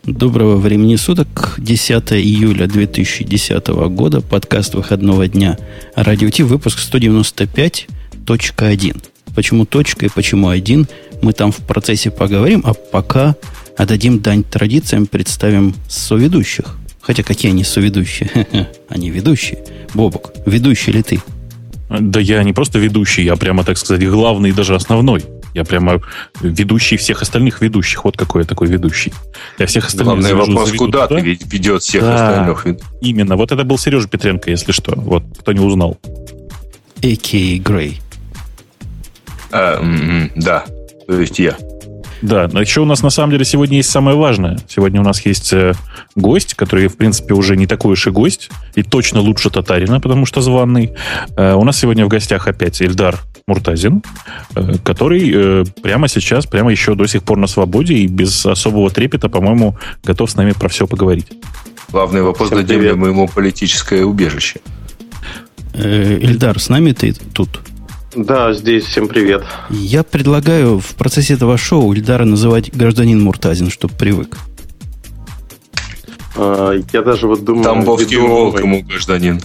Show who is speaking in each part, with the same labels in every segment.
Speaker 1: Доброго времени суток, 10 июля 2010 года, подкаст выходного дня Радио Ти, выпуск 195.1. Почему точка и почему один, мы там в процессе поговорим, а пока отдадим дань традициям, представим соведущих. Хотя какие они соведущие? Они ведущие. Бобок, ведущий ли ты?
Speaker 2: Да я не просто ведущий, я прямо, так сказать, главный и даже основной. Я прямо ведущий всех остальных ведущих. Вот какой я такой ведущий. Я всех остальных
Speaker 3: главный вопрос, куда ты ведет всех остальных?
Speaker 2: Именно. Вот это был Сережа Петренко, если что. Вот, кто не узнал.
Speaker 1: A.K.A. Грей.
Speaker 3: Да, то есть я.
Speaker 2: Да, но еще у нас на самом деле сегодня есть самое важное. Сегодня у нас есть гость, который, в принципе, уже не такой уж и гость, и точно лучше татарина, потому что званый. У нас сегодня в гостях опять Ильдар Муртазин, который прямо сейчас, прямо еще до сих пор на свободе и без особого трепета, по-моему, готов с нами про все поговорить.
Speaker 3: Главный вопрос, дадим ли мы ему политическое убежище?
Speaker 1: Ильдар, с нами ты тут?
Speaker 4: Да, здесь. Всем привет.
Speaker 1: Я предлагаю в процессе этого шоу Ильдара называть гражданин Муртазин, чтобы привык.
Speaker 4: Я даже вот думаю...
Speaker 3: Тамбовский волк ему гражданин.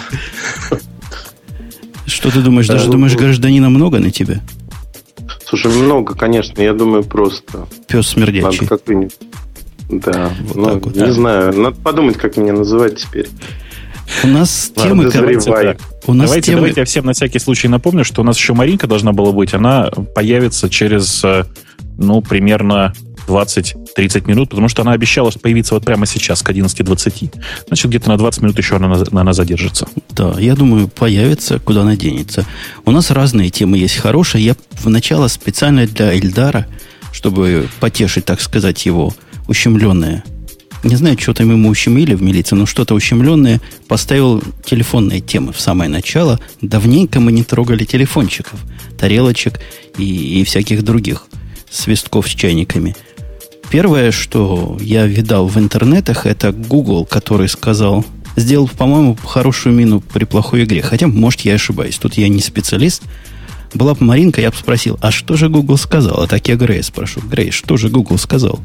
Speaker 1: Что ты думаешь? Даже думаешь, гражданина много на тебя?
Speaker 4: Слушай, много, конечно. Я думаю, просто...
Speaker 1: Пес смердячий.
Speaker 4: Надо как-нибудь... Да.
Speaker 1: Вот так вот.
Speaker 4: Не знаю. Надо подумать, как меня называть теперь.
Speaker 1: У нас темы...
Speaker 2: Давайте я всем на всякий случай напомню, что у нас еще Маринка должна была быть. Она появится через, примерно 20-30 минут, потому что она обещала появиться вот прямо сейчас, к 11:20. Значит, где-то на 20 минут еще она задержится.
Speaker 1: Да, я думаю, появится, куда она денется. У нас разные темы есть хорошие. Я вначале специально для Ильдара, чтобы потешить, так сказать, его ущемленное... Не знаю, что там ему ущемили в милиции, но что-то ущемленное, поставил телефонные темы в самое начало. Давненько мы не трогали телефончиков, тарелочек и всяких других свистков с чайниками. Первое, что я видал в интернетах, это Google, который сделал, по-моему, хорошую мину при плохой игре. Хотя, может, я ошибаюсь. Тут я не специалист. Была бы Маринка, я бы спросил, а что же Google сказал? А так я Грея спрошу. Грей, что же Google сказал?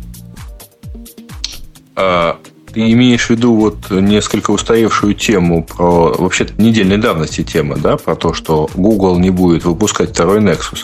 Speaker 3: Ты имеешь в виду вот несколько устаревшую тему про, вообще-то, недельной давности тема, да, про то, что Google не будет выпускать второй Nexus.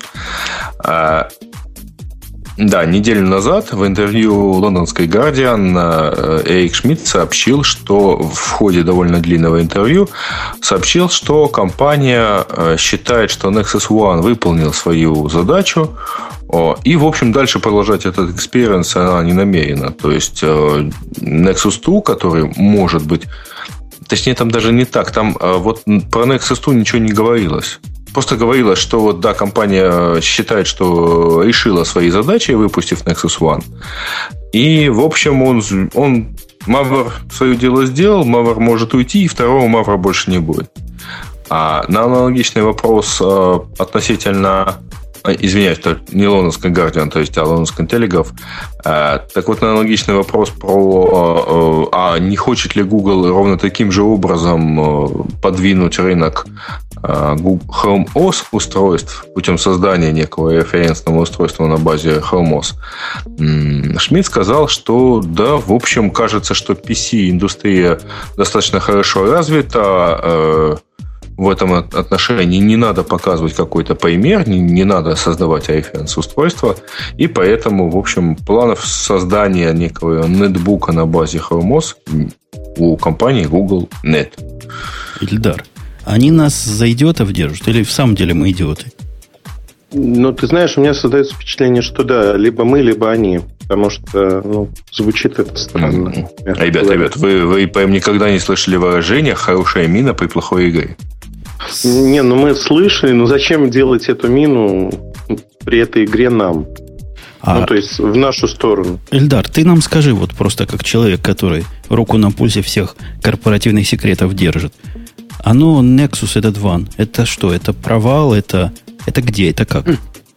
Speaker 3: Да, неделю назад в интервью лондонской Guardian Эрик Шмидт сообщил, что в ходе довольно длинного интервью сообщил, что компания считает, что Nexus One выполнил свою задачу, и, в общем, дальше продолжать этот экспириенс она не намерена. То есть Nexus 2, который может быть... Точнее, там даже не так. Там вот про Nexus 2 ничего не говорилось. Просто говорилось, что вот, да, компания считает, что решила свои задачи, выпустив Nexus One. И, в общем, он Мавр свое дело сделал, Мавр может уйти, и второго Мавра больше не будет. А на аналогичный вопрос относительно... Извиняюсь, не лондонский Guardian, то есть лондонский Telegraph. Так вот, на аналогичный вопрос про не хочет ли Google ровно таким же образом подвинуть рынок Chrome OS устройств путем создания некого референсного устройства на базе Chrome OS. Шмидт сказал, что да, в общем, кажется, что PC-индустрия достаточно хорошо развита. В этом отношении не надо показывать какой-то пример, не надо создавать референс-устройство, и поэтому, в общем, планов создания некого нетбука на базе Chrome OS у компании Google нет.
Speaker 1: Ильдар, они нас за идиотов держат или в самом деле мы идиоты?
Speaker 4: Ну, ты знаешь, у меня создается впечатление, что да, либо мы, либо они. Потому что, звучит это странно.
Speaker 3: Ребят, вы никогда не слышали выражение «хорошая мина при плохой игре»?
Speaker 4: Не, мы слышали, но зачем делать эту мину при этой игре нам? То есть в нашу сторону.
Speaker 1: Ильдар, ты нам скажи, вот просто как человек, который руку на пульсе всех корпоративных секретов держит. Nexus этот One, это что? Это провал? Это где? Это как?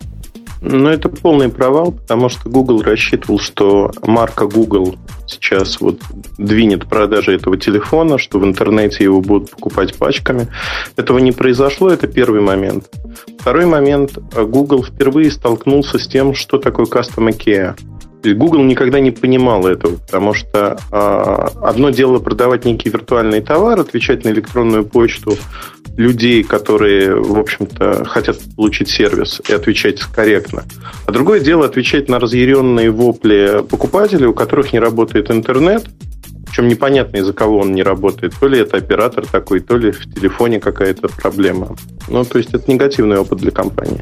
Speaker 4: Это полный провал, потому что Google рассчитывал, что марка Google сейчас вот двинет продажи этого телефона, что в интернете его будут покупать пачками. Этого не произошло, это первый момент. Второй момент. Google впервые столкнулся с тем, что такое Customer Care. То есть Google никогда не понимал этого, потому что одно дело продавать некий виртуальный товар, отвечать на электронную почту людей, которые, в общем-то, хотят получить сервис и отвечать корректно. А другое дело отвечать на разъяренные вопли покупателей, у которых не работает интернет, причем непонятно, из-за кого он не работает. То ли это оператор такой, то ли в телефоне какая-то проблема. Ну, то есть это негативный опыт для компании.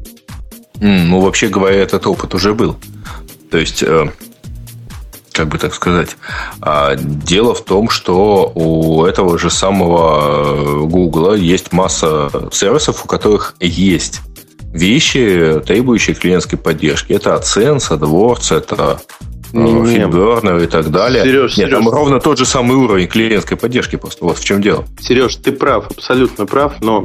Speaker 3: Ну, вообще говоря, этот опыт уже был. То есть, как бы так сказать, дело в том, что у этого же самого Google есть масса сервисов, у которых есть вещи, требующие клиентской поддержки. Это AdSense, AdWords, это Feedburner и так далее.
Speaker 4: Сереж,
Speaker 3: там ровно тот же самый уровень клиентской поддержки просто. Вот в чем дело.
Speaker 4: Сереж, ты прав, абсолютно прав, но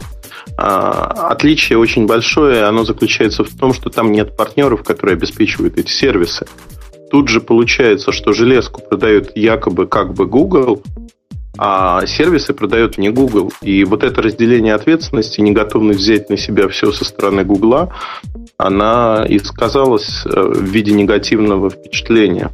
Speaker 4: отличие очень большое, оно заключается в том, что там нет партнеров, которые обеспечивают эти сервисы. Тут же получается, что железку продает якобы как бы Google, а сервисы продает не Google. И вот это разделение ответственности, неготовность взять на себя все со стороны Google, она и сказалась в виде негативного впечатления.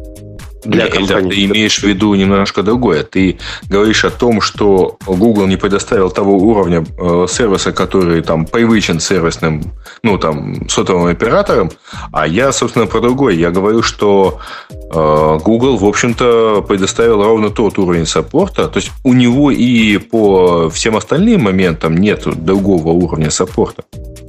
Speaker 4: Для компании.
Speaker 3: Ты имеешь в виду немножко другое. Ты говоришь о том, что Google не предоставил того уровня сервиса, который там привычен сервисным, сотовым операторам, а я, собственно, про другое. Я говорю, что Google, в общем-то, предоставил ровно тот уровень саппорта. То есть у него и по всем остальным моментам нет другого уровня саппорта.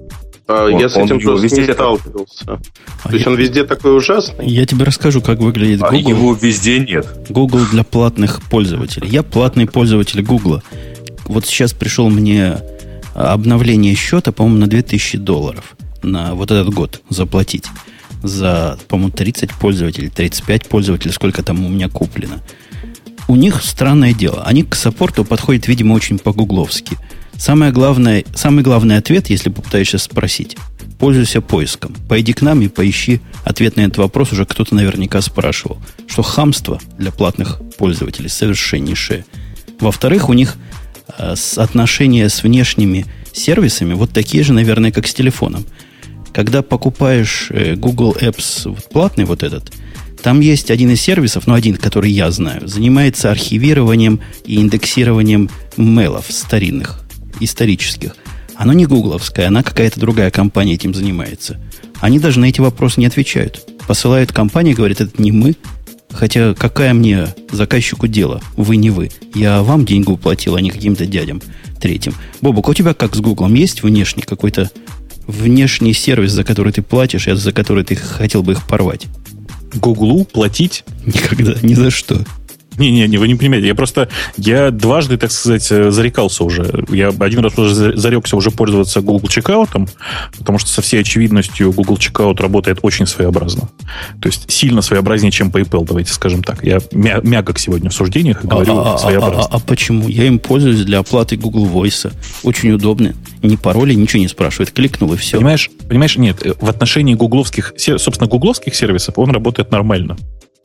Speaker 4: Я с этим просто не сталкивался. То есть он везде такой ужасный?
Speaker 1: Я тебе расскажу, как выглядит Google.
Speaker 3: Его везде нет.
Speaker 1: Google для платных пользователей. Я платный пользователь Google. Вот сейчас пришел мне обновление счета, по-моему, на $2000 на вот этот год заплатить. За, по-моему, 30 пользователей, 35 пользователей, сколько там у меня куплено. У них странное дело. Они к саппорту подходят, видимо, очень по-гугловски. Самый главный ответ, если попытаешься спросить, пользуйся поиском. Пойди к нам и поищи ответ на этот вопрос. Уже кто-то наверняка спрашивал. Что хамство для платных пользователей совершеннейшее. Во-вторых, у них отношения с внешними сервисами вот такие же, наверное, как с телефоном. Когда покупаешь Google Apps платный вот этот, там есть один из сервисов, один, который я знаю, занимается архивированием и индексированием мейлов старинных, исторических. Оно не гугловское, она какая-то другая компания этим занимается. Они даже на эти вопросы не отвечают. Посылают компании, говорят, это не мы. Хотя какая мне заказчику дело? Вы не вы. Я вам деньги уплатил, а не каким-то дядям третьим. Бобок, у тебя как с Гуглом есть внешний какой-то внешний сервис, за который ты платишь, и за который ты хотел бы их порвать?
Speaker 2: Гуглу платить?
Speaker 1: Никогда, ни за что.
Speaker 2: Не, вы не понимаете. Я дважды, так сказать, зарекался уже. Я один раз уже зарекся уже пользоваться Google Checkout, потому что со всей очевидностью Google Checkout работает очень своеобразно. То есть сильно своеобразнее, чем PayPal, давайте скажем так. Я мягок сегодня в суждениях и говорю своеобразно.
Speaker 1: А почему? Я им пользуюсь для оплаты Google Voice. Очень удобно. Ни пароли, ничего не спрашивает. Кликнул и все.
Speaker 2: Понимаешь, нет. В отношении гугловских сервисов он работает нормально.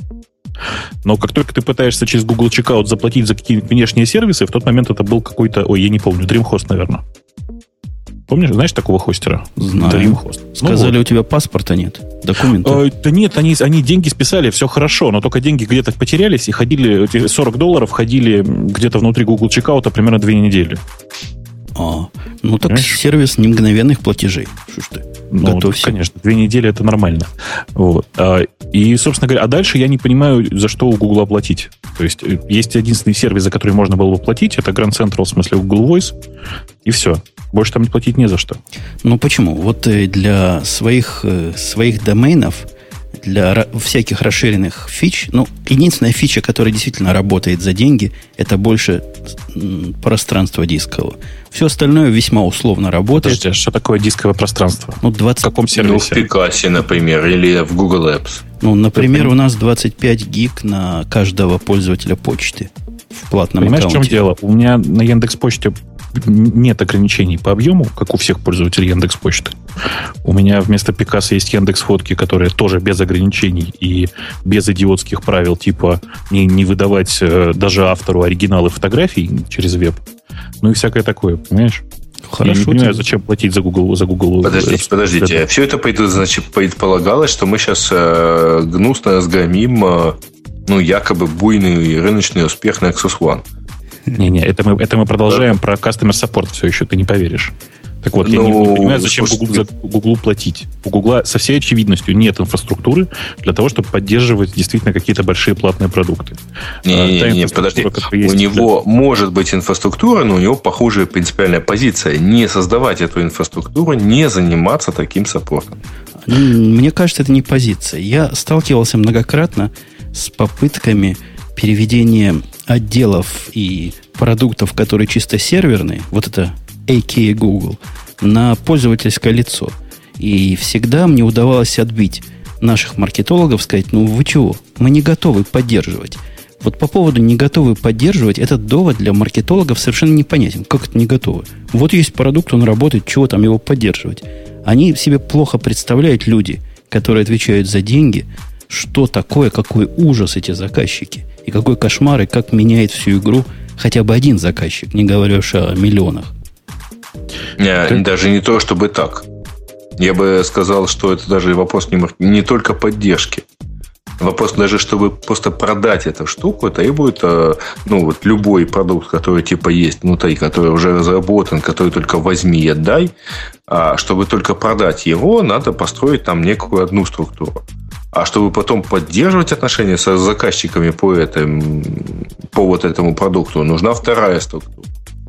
Speaker 2: Но как только ты пытаешься через Google Checkout заплатить за какие-нибудь внешние сервисы, в тот момент это был какой-то, я не помню, DreamHost, наверное. Помнишь, знаешь такого хостера?
Speaker 1: Знаю.
Speaker 2: DreamHost.
Speaker 1: Сказали, у тебя паспорта нет, документов.
Speaker 2: Да нет, они деньги списали, все хорошо, но только деньги где-то потерялись и ходили, эти $40 ходили где-то внутри Google Checkout примерно 2 недели.
Speaker 1: Так понимаешь? Сервис не мгновенных платежей. Что ж ты? Готовься.
Speaker 2: Конечно, 2 недели это нормально. Вот. И, собственно говоря, дальше я не понимаю, за что у Google платить. То есть единственный сервис, за который можно было бы платить, это Grand Central, в смысле Google Voice, и все. Больше там платить не за что.
Speaker 1: Почему? Вот для своих доменов, для всяких расширенных фич, единственная фича, которая действительно работает за деньги, это больше пространства дискового. Все остальное весьма условно работает.
Speaker 2: Подожди, а что такое дисковое пространство?
Speaker 1: 20...
Speaker 2: В каком сервисе?
Speaker 3: В Пикасе, например, или в Google Apps.
Speaker 1: Например, у нас 25 гиг на каждого пользователя почты в платном
Speaker 2: аккаунте.
Speaker 1: Понимаешь,
Speaker 2: в чем дело? У меня на Яндекс.Почте нет ограничений по объему, как у всех пользователей Яндекс.Почты. У меня вместо Пикаса есть Яндекс.Фотки, которые тоже без ограничений и без идиотских правил, типа не выдавать даже автору оригиналы фотографий через веб. И всякое такое, понимаешь? Хорошо, я не понимаю, зачем платить за Google.
Speaker 3: Подождите. Все это, значит, предполагалось, что мы сейчас гнусно сгромим якобы буйный рыночный успех Nexus One.
Speaker 2: Не-не, это мы продолжаем про customer support все еще, ты не поверишь. Так вот, я не понимаю, зачем Google платить. У Google со всей очевидностью нет инфраструктуры для того, чтобы поддерживать действительно какие-то большие платные продукты.
Speaker 3: Не, подожди. У него может быть инфраструктура, но у него похожая принципиальная позиция. Не создавать эту инфраструктуру, не заниматься таким саппортом.
Speaker 1: Мне кажется, это не позиция. Я сталкивался многократно с попытками переведения отделов и продуктов, которые чисто серверные, вот это a.k.a. Google, на пользовательское лицо. И всегда мне удавалось отбить наших маркетологов, сказать, вы чего, мы не готовы поддерживать. Вот по поводу не готовы поддерживать, этот довод для маркетологов совершенно непонятен. Как это не готовы? Вот есть продукт, он работает, чего там его поддерживать? Они себе плохо представляют, люди, которые отвечают за деньги, что такое, какой ужас эти заказчики, и какой кошмар, и как меняет всю игру хотя бы один заказчик, не говоря уж о миллионах.
Speaker 3: Даже не то, чтобы так. Я бы сказал, что это даже вопрос не только поддержки. Вопрос даже, чтобы просто продать эту штуку, требует любой продукт, который типа есть внутри, который уже разработан, который только возьми и отдай. А чтобы только продать его, надо построить там некую одну структуру. А чтобы потом поддерживать отношения с заказчиками по вот этому продукту, нужна вторая структура.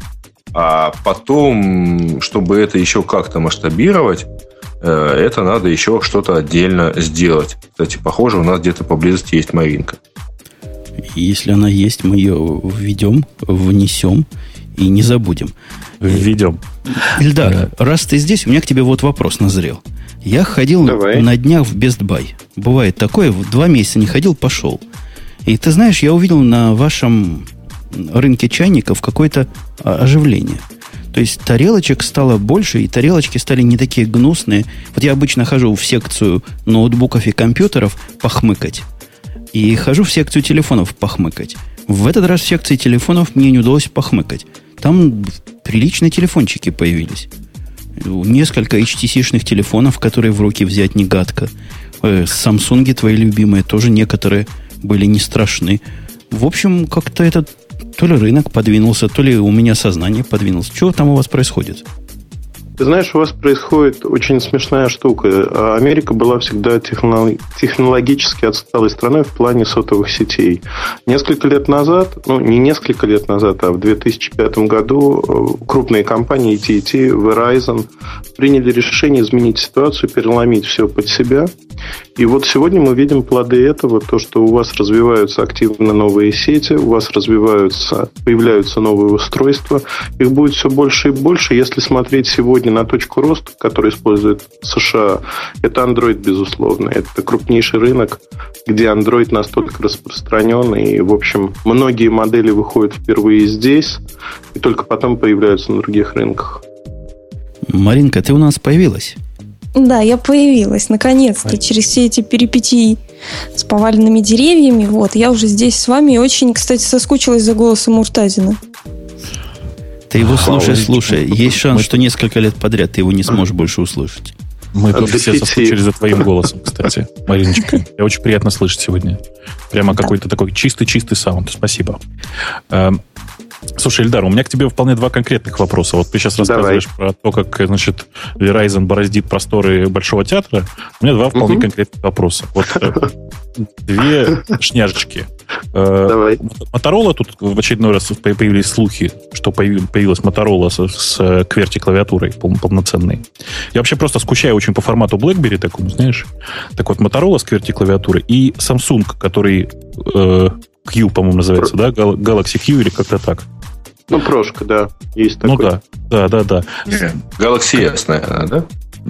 Speaker 3: А потом, чтобы это еще как-то масштабировать, это надо еще что-то отдельно сделать. Кстати, похоже, у нас где-то поблизости есть Маринка.
Speaker 1: Если она есть, мы ее введем, внесем и не забудем.
Speaker 2: Введем.
Speaker 1: Ильдар, раз ты здесь, у меня к тебе вот вопрос назрел. Я ходил на днях в Best Buy. Бывает такое, 2 месяца не ходил, пошел. И ты знаешь, я увидел на вашем рынке чайников какое-то оживление. То есть тарелочек стало больше, и тарелочки стали не такие гнусные. Вот я обычно хожу в секцию ноутбуков и компьютеров похмыкать. И хожу в секцию телефонов похмыкать. В этот раз в секции телефонов мне не удалось похмыкать. Там приличные телефончики появились. Несколько HTC-шных телефонов, которые в руки взять не гадко. Самсунги твои любимые тоже некоторые были не страшны. В общем, как-то этот то ли рынок подвинулся, то ли у меня сознание подвинулось. Что там у вас происходит?
Speaker 4: Ты знаешь, у вас происходит очень смешная штука. Америка была всегда технологически отсталой страной в плане сотовых сетей. Несколько лет назад, не несколько лет назад, а в 2005 году крупные компании AT&T, Verizon приняли решение изменить ситуацию, переломить все под себя. И вот сегодня мы видим плоды этого, то, что у вас развиваются активно новые сети, у вас появляются новые устройства, их будет все больше и больше. Если смотреть сегодня на точку роста, которую использует США, это Android, безусловно. Это крупнейший рынок, где Android настолько распространен, и, в общем, многие модели выходят впервые здесь, и только потом появляются на других рынках.
Speaker 1: Маринка, ты у нас появилась?
Speaker 5: Да, я появилась, наконец-то, через все эти перипетии с поваленными деревьями. Вот, я уже здесь с вами и очень, кстати, соскучилась за голосом Муртазина.
Speaker 1: Ты его слушай. Есть шанс, что несколько лет подряд ты его не сможешь больше услышать.
Speaker 2: Мы тоже все соскучились за твоим голосом, кстати, Мариночка. Я очень приятно слышать сегодня. Прямо какой-то такой чистый-чистый саунд. Спасибо. Слушай, Ильдар, у меня к тебе вполне 2 конкретных вопроса. Вот ты сейчас рассказываешь про то, как, значит, Verizon бороздит просторы Большого театра. У меня 2 вполне конкретных вопроса. Вот 2 шняжечки. Motorola, тут в очередной раз появились слухи, что появилась Motorola с QWERTY-клавиатурой полноценной. Я вообще просто скучаю очень по формату BlackBerry такому, знаешь. Так вот, Motorola с QWERTY-клавиатурой и Samsung, который... Q, по-моему, называется, да? Galaxy Q или как-то так.
Speaker 4: Прошка, да. Есть такой.
Speaker 2: Да.
Speaker 3: Galaxy S, наверное, да?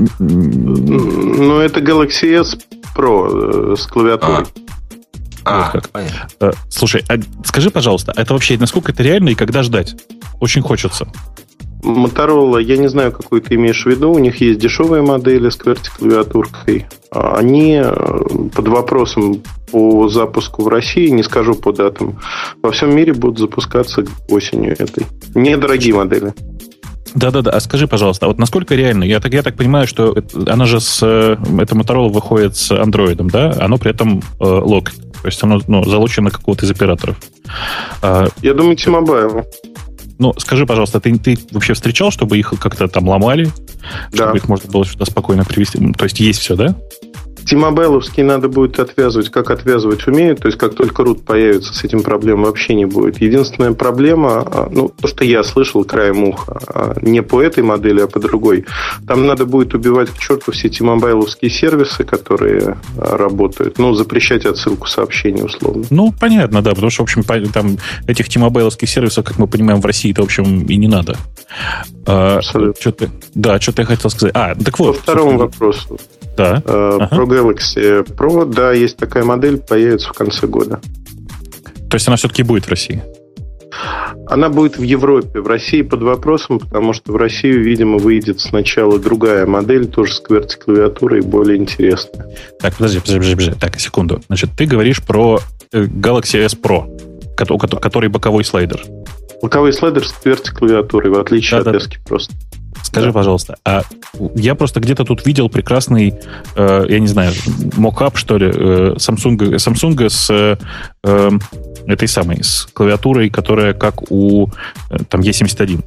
Speaker 4: Это Galaxy S Pro с клавиатурой.
Speaker 2: Понятно. Слушай, скажи, пожалуйста, это вообще, насколько это реально и когда ждать? Очень хочется.
Speaker 4: Motorola, я не знаю, какую ты имеешь в виду. У них есть дешевые модели с QWERTY-клавиатуркой. Они под вопросом по запуску в России, не скажу по датам, во всем мире будут запускаться осенью этой. Недорогие модели.
Speaker 2: Да-да-да, а скажи, пожалуйста, а вот насколько реально? Я так понимаю, что она же эта Motorola выходит с Android, да? Оно при этом лок. То есть оно залочено какого-то из операторов.
Speaker 4: Я думаю, T-Mobile.
Speaker 2: Ну, скажи, пожалуйста, ты вообще встречал, чтобы их как-то там ломали?
Speaker 4: Да.
Speaker 2: Чтобы их можно было сюда спокойно привезти? То есть есть все, да?
Speaker 4: T-Mobile-овский надо будет отвязывать, как отвязывать умеют, то есть как только root появится, с этим проблем вообще не будет. Единственная проблема, то, что я слышал краем уха, не по этой модели, а по другой, там надо будет убивать к черту все T-Mobile-овские сервисы, которые работают, запрещать отсылку сообщений условно.
Speaker 2: Ну, понятно, да, потому что, в общем, там этих T-Mobile-овских сервисов, как мы понимаем, в России-то, в общем, и не надо. Что-то я хотел сказать. Так вот.
Speaker 4: По второму вопросу.
Speaker 2: Да.
Speaker 4: Про Galaxy Pro, да, есть такая модель, появится в конце года.
Speaker 2: То есть она все-таки будет в России?
Speaker 4: Она будет в Европе, в России под вопросом, потому что в Россию, видимо, выйдет сначала другая модель, тоже с QWERTY-клавиатурой, более интересная.
Speaker 2: Так, подожди. Так, секунду. Значит, ты говоришь про Galaxy S Pro, который боковой слайдер.
Speaker 4: Боковой слайдер с QWERTY-клавиатурой, в отличие от S-ки просто.
Speaker 2: Скажи, пожалуйста, а я просто где-то тут видел прекрасный, я не знаю, мокап, что ли, Samsung с этой самой, с клавиатурой, которая как у там E71.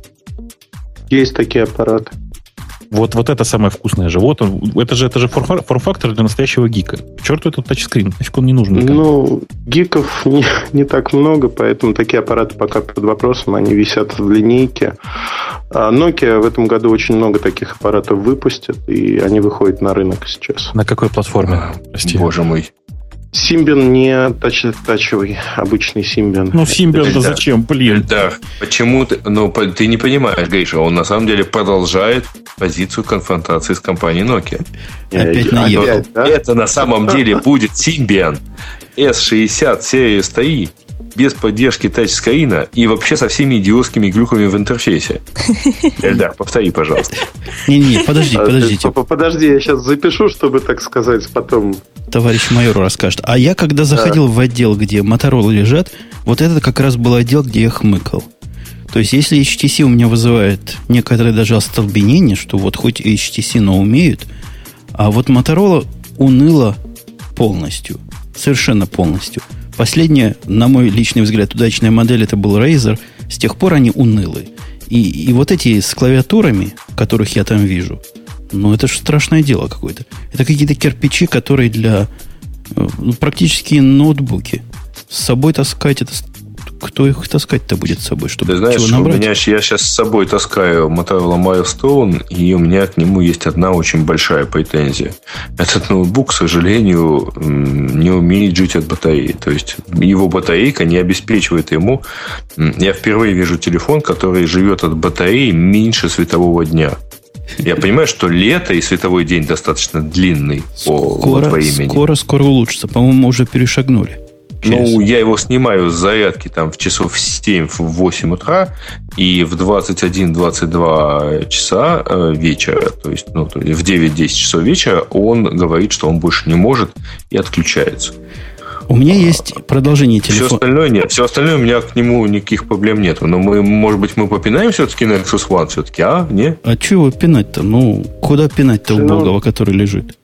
Speaker 4: Есть такие аппараты.
Speaker 2: Вот это самое вкусное же. Вот он, это же форм-фактор для настоящего гика. К черту этот тачскрин, нафиг он не нужен никому.
Speaker 4: Гиков не так много, поэтому такие аппараты пока под вопросом, они висят в линейке. Nokia в этом году очень много таких аппаратов выпустит, и они выходят на рынок сейчас.
Speaker 2: На какой платформе? Прости.
Speaker 3: Боже мой.
Speaker 4: Symbian не тачевый, обычный Symbian.
Speaker 2: Symbian-то зачем, блин?
Speaker 3: Да, почему ты... ты не понимаешь, Гриша, он на самом деле продолжает позицию конфронтации с компанией Nokia.
Speaker 1: Опять наехал.
Speaker 3: Это на самом деле будет Symbian S60 серии СТИ без поддержки тачскрина и вообще со всеми идиотскими глюками в интерфейсе. Эльдар, повтори, пожалуйста.
Speaker 1: Не, подождите.
Speaker 4: Подожди, я сейчас запишу, чтобы, так сказать, потом...
Speaker 1: Товарищ майор расскажет. А я, когда заходил в отдел, где Motorola лежат, вот это как раз был отдел, где я хмыкал. То есть, если HTC у меня вызывает некоторое даже остолбенение, что вот хоть HTC, но умеют, а вот Motorola уныла полностью. Совершенно полностью. Последняя, на мой личный взгляд, удачная модель это был Razer. С тех пор они унылы. И вот эти с клавиатурами, которых я там вижу, это же страшное дело какое-то. Это какие-то кирпичи, которые для практически ноутбуки. С собой таскать это... Кто их таскать-то будет с собой, чтобы
Speaker 3: ты знаешь,
Speaker 1: чего набрать?
Speaker 3: я сейчас с собой таскаю Motorola Milestone, и у меня к нему есть одна очень большая претензия. Этот ноутбук, к сожалению, не умеет жить от батареи. То есть, его батарейка не обеспечивает ему... Я впервые вижу телефон, который живет от батареи меньше светового дня. Я понимаю, что лето и световой день достаточно длинный по времени.
Speaker 1: Скоро улучшится. По-моему, уже перешагнули.
Speaker 3: Я его снимаю с зарядки там в часов в 7, в 8 утра и в 21-22 часа вечера, то есть в 9-10 часов вечера он говорит, что он больше не может и отключается.
Speaker 1: У меня есть продолжение телефона.
Speaker 3: Все остальное нет. Все остальное у меня к нему никаких проблем нет. Но может быть, мы попинаем все-таки на Nexus One все-таки, не?
Speaker 1: А чего пинать-то? Куда пинать-то убогого, который лежит?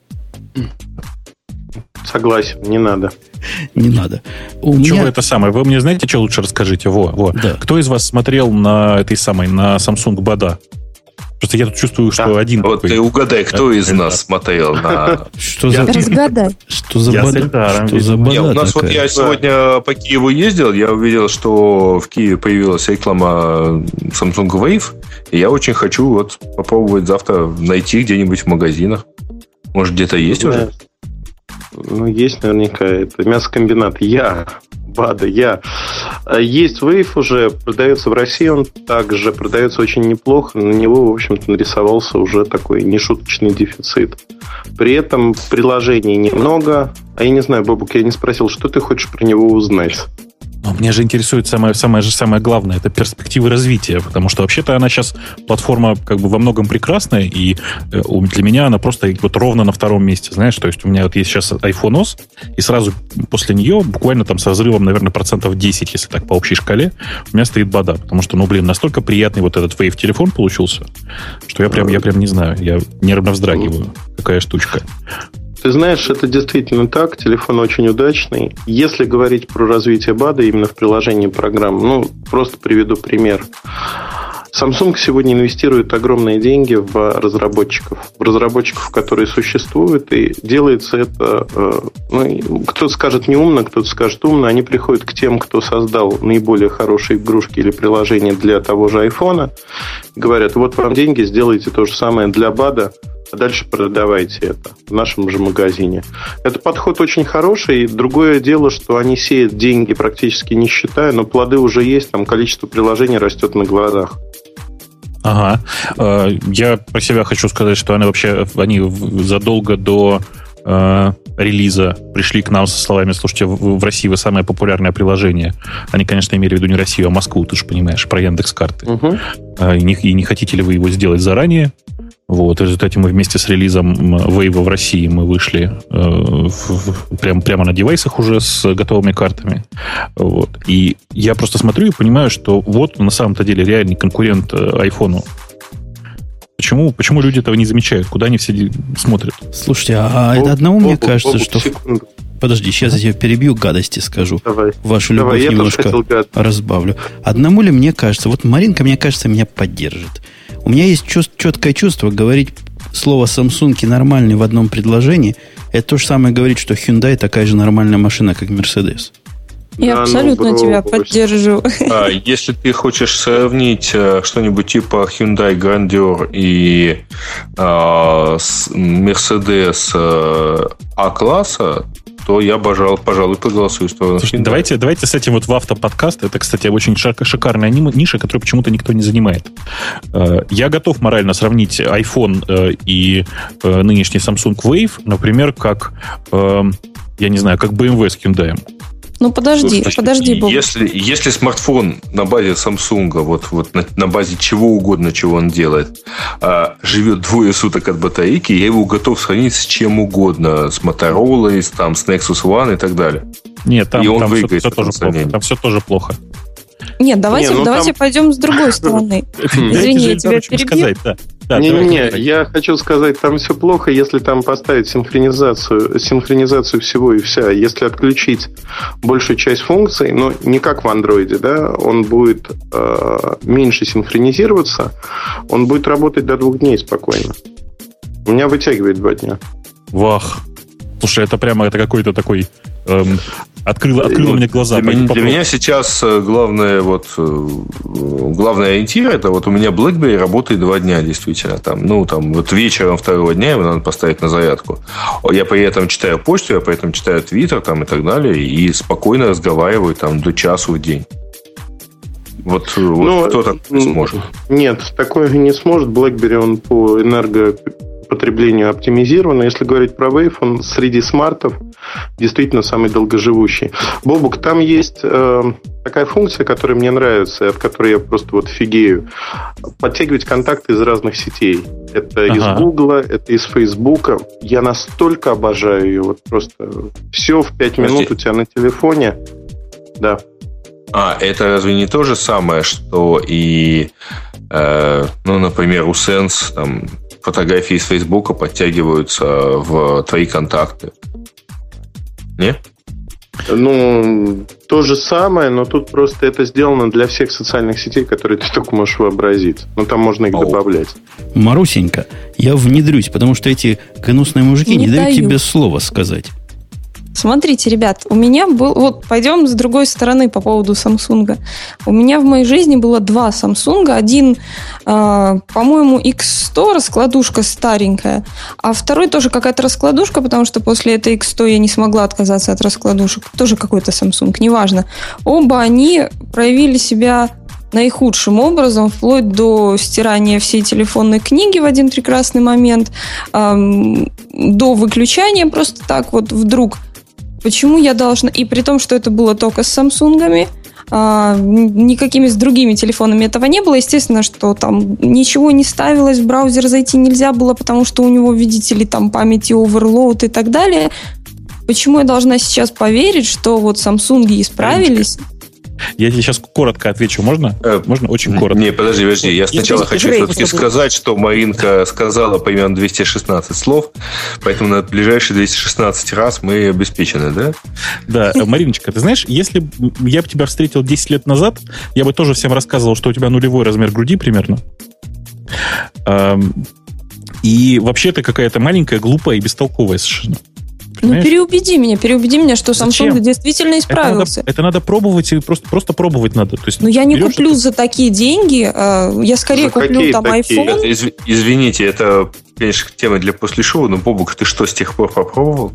Speaker 4: Согласен, не надо.
Speaker 1: Не надо.
Speaker 2: Чего это самое? Вы мне знаете, что лучше расскажите? Да. Кто из вас смотрел на на Samsung Bada? Просто я тут чувствую, что один...
Speaker 3: Вот ты угадай, кто из нас смотрел на...
Speaker 5: Разгадай.
Speaker 1: Что за Bada? Что за Bada?
Speaker 3: У нас я сегодня по Киеву ездил, я увидел, что в Киеве появилась реклама Samsung Wave, и я очень хочу попробовать завтра найти где-нибудь в магазинах. Может, где-то есть уже?
Speaker 4: Есть наверняка. Это мясокомбинат. Бада. Есть Wave уже, продается в России, он также продается очень неплохо. На него, в общем-то, нарисовался уже такой нешуточный дефицит. При этом приложений немного. А я не знаю, Бобук, я не спросил, что ты хочешь про него узнать?
Speaker 2: Но меня же интересует самое главное, это перспективы развития, потому что вообще-то она сейчас, платформа как бы во многом прекрасная, и для меня она просто вот ровно на втором месте, знаешь, то есть у меня вот есть сейчас iPhone OS, и сразу после нее, буквально там с разрывом, наверное, 10%, если так по общей шкале, у меня стоит бада, потому что, настолько приятный вот этот Wave телефон получился, что я прям не знаю, я нервно вздрагиваю, какая штучка.
Speaker 4: Ты знаешь, это действительно так, телефон очень удачный. Если говорить про развитие БАДа именно в приложении программ, просто приведу пример. Samsung сегодня инвестирует огромные деньги в разработчиков, которые существуют, и делается это, кто-то скажет неумно, кто-то скажет умно, они приходят к тем, кто создал наиболее хорошие игрушки или приложения для того же айфона, говорят, вот вам деньги, сделайте то же самое для БАДа, а дальше продавайте это в нашем же магазине. Это подход очень хороший. Другое дело, что они сеют деньги практически не считая, но плоды уже есть, там количество приложений растет на глазах.
Speaker 2: Ага. Я про себя хочу сказать, что они задолго до релиза пришли к нам со словами: слушайте, в России вы самое популярное приложение. Они, конечно, имели в виду не Россию, а Москву, ты же понимаешь, про Яндекс.Карты.
Speaker 4: Угу.
Speaker 2: И не хотите ли вы его сделать заранее? Вот, в результате мы вместе с релизом Wave в России мы вышли прямо на девайсах уже с готовыми картами. Вот. И я просто смотрю и понимаю, что вот на самом-то деле реальный конкурент айфону. Почему люди этого не замечают? Куда они все смотрят?
Speaker 1: Слушайте, это одному мне кажется, что... Подожди, сейчас я тебя перебью, гадости скажу.
Speaker 4: Давай.
Speaker 1: Вашу любовь немножко разбавлю. Одному ли мне кажется... Вот Маринка, мне кажется, меня поддержит. У меня есть четкое чувство говорить слово Samsung нормальный в одном предложении. Это то же самое говорить, что Hyundai такая же нормальная машина, как Mercedes.
Speaker 5: Я абсолютно тебя поддерживаю.
Speaker 3: Если ты хочешь сравнить что-нибудь типа Hyundai Grandeur и Mercedes А-класса, то я, пожалуй, проголосую в сторону.
Speaker 2: Слушайте, давайте с этим вот в автоподкаст. Это, кстати, очень шикарная ниша, которую почему-то никто не занимает. Я готов морально сравнить iPhone и нынешний Samsung Wave, например, как, я не знаю, как BMW с Hyundai.
Speaker 5: Подожди, Боб.
Speaker 3: Если смартфон на базе Samsung, вот на базе чего угодно, чего он делает, живет 2 суток от батарейки, я его готов сравнить с чем угодно. С Motorola, с Nexus One и так далее.
Speaker 2: Нет, там все тоже плохо. Там все тоже плохо.
Speaker 5: Нет, давайте пойдем с другой стороны. Извини, я тебя перебью.
Speaker 4: Не, я хочу сказать, там все плохо, если там поставить синхронизацию всего и вся. Если отключить большую часть функций, но не как в Андроиде, да, он будет меньше синхронизироваться, он будет работать до 2 дней спокойно. У меня вытягивает 2 дня.
Speaker 2: Вах. Слушай, это какой-то такой... Открыло мне глаза.
Speaker 3: Для меня сейчас главный ориентир, это вот у меня BlackBerry работает 2 дня, действительно. Там вот вечером 2-го дня его надо поставить на зарядку. Я при этом читаю почту, я при этом читаю Twitter там, и так далее, и спокойно разговариваю там до часу в день. Вот кто так сможет?
Speaker 4: Нет, такое не сможет. BlackBerry, он по энергопотреблению оптимизирован. Если говорить про Wave, он среди смартов действительно самый долгоживущий. Бобук, там есть такая функция, которая мне нравится, от которой я просто офигею. Подтягивать контакты из разных сетей. Это из Гугла, это из Фейсбука. Я настолько обожаю ее. Вот просто все в 5 минут у тебя на телефоне. Да.
Speaker 3: Это разве не то же самое, что и, например, у Sense там фотографии из Фейсбука подтягиваются в твои контакты? Не?
Speaker 4: То же самое, но тут просто это сделано для всех социальных сетей, которые ты только можешь вообразить. Там можно их добавлять.
Speaker 1: Марусенька, я внедрюсь, потому что эти гнусные мужики не дают тебе слова сказать.
Speaker 5: Смотрите, ребят, у меня был... Вот, пойдем с другой стороны по поводу Samsung. У меня в моей жизни было 2 Samsung. Один, по-моему, X100, раскладушка старенькая, а второй тоже какая-то раскладушка, потому что после этой X100 я не смогла отказаться от раскладушек. Тоже какой-то Samsung, неважно. Оба они проявили себя наихудшим образом, вплоть до стирания всей телефонной книги в один прекрасный момент, до выключания просто так вот вдруг почему я должна... И при том, что это было только с Самсунгами, никакими с другими телефонами этого не было. Естественно, что там ничего не ставилось, в браузер зайти нельзя было, потому что у него, видите ли, там памяти оверлоуд и так далее. Почему я должна сейчас поверить, что вот Самсунги исправились?
Speaker 2: Я тебе сейчас коротко отвечу, можно? Можно очень коротко.
Speaker 3: Не, подожди. Я сначала хочу все-таки сказать, что Маринка сказала примерно 216 слов, поэтому на ближайшие 216 раз мы обеспечены, да?
Speaker 2: Да, Мариночка, ты знаешь, если бы я тебя встретил 10 лет назад, я бы тоже всем рассказывал, что у тебя нулевой размер груди примерно. И вообще ты какая-то маленькая, глупая и бестолковая совершенно.
Speaker 5: Понимаешь? Ну, переубеди меня, что Samsung действительно исправился.
Speaker 2: Это надо пробовать, и просто пробовать надо. То есть,
Speaker 5: я не куплю за такие деньги, я скорее куплю там iPhone.
Speaker 3: Извините, это, конечно, тема для после шоу, но, Бобук, ты что, с тех пор попробовал?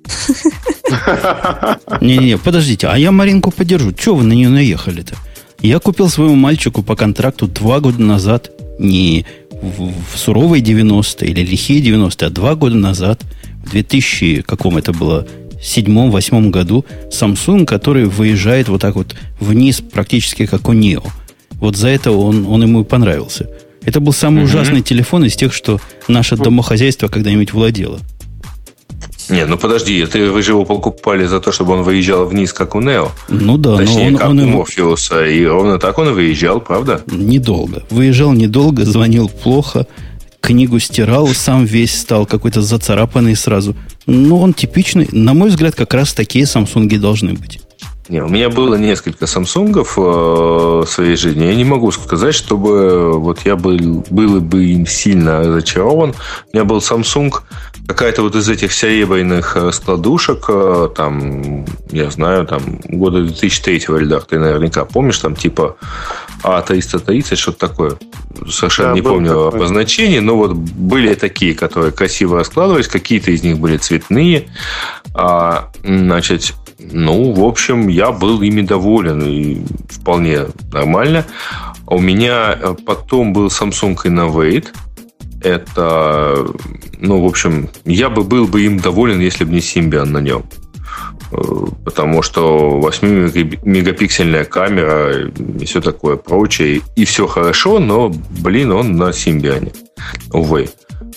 Speaker 1: Не-не, подождите, а я Маринку поддержу. Чего вы на нее наехали-то? Я купил своему мальчику по контракту 2 года назад, не в суровые 90-е или лихие 90-е, а 2 года назад, в 2000, каком это было, 2007-2008 году, Samsung, который выезжает вот так вот вниз, практически как у Neo. Вот за это он ему и понравился. Это был самый ужасный телефон из тех, что наше домохозяйство когда-нибудь владело.
Speaker 3: Не, ну подожди, вы же его покупали за то, чтобы он выезжал вниз, как у Neo.
Speaker 1: Ну да,
Speaker 3: точнее,
Speaker 1: но
Speaker 3: как
Speaker 1: он
Speaker 3: у Морфеуса. И ровно так он и выезжал, правда?
Speaker 1: Недолго. Выезжал недолго, звонил плохо, книгу стирал, сам весь стал какой-то зацарапанный сразу. Ну, он типичный. На мой взгляд, как раз такие Самсунги должны быть.
Speaker 3: Не, у меня было несколько Самсунгов в своей жизни. Я не могу сказать, чтобы вот я был бы им сильно разочарован. У меня был Samsung, какая-то вот из этих серебряных складушек, там, я знаю, там, года 2003-го, Эльдар, ты наверняка помнишь, там, типа А330, что-то такое. Совершенно не помню обозначение, но вот были такие, которые красиво раскладывались, какие-то из них были цветные. Значит, ну, в общем, я был ими доволен, и вполне нормально. У меня потом был Samsung Innovate. Это, ну, в общем, я был бы им доволен, если бы не Symbian на нем. Потому что 8-мегапиксельная камера и все такое прочее. И все хорошо, но, блин, он на Symbian. Увы.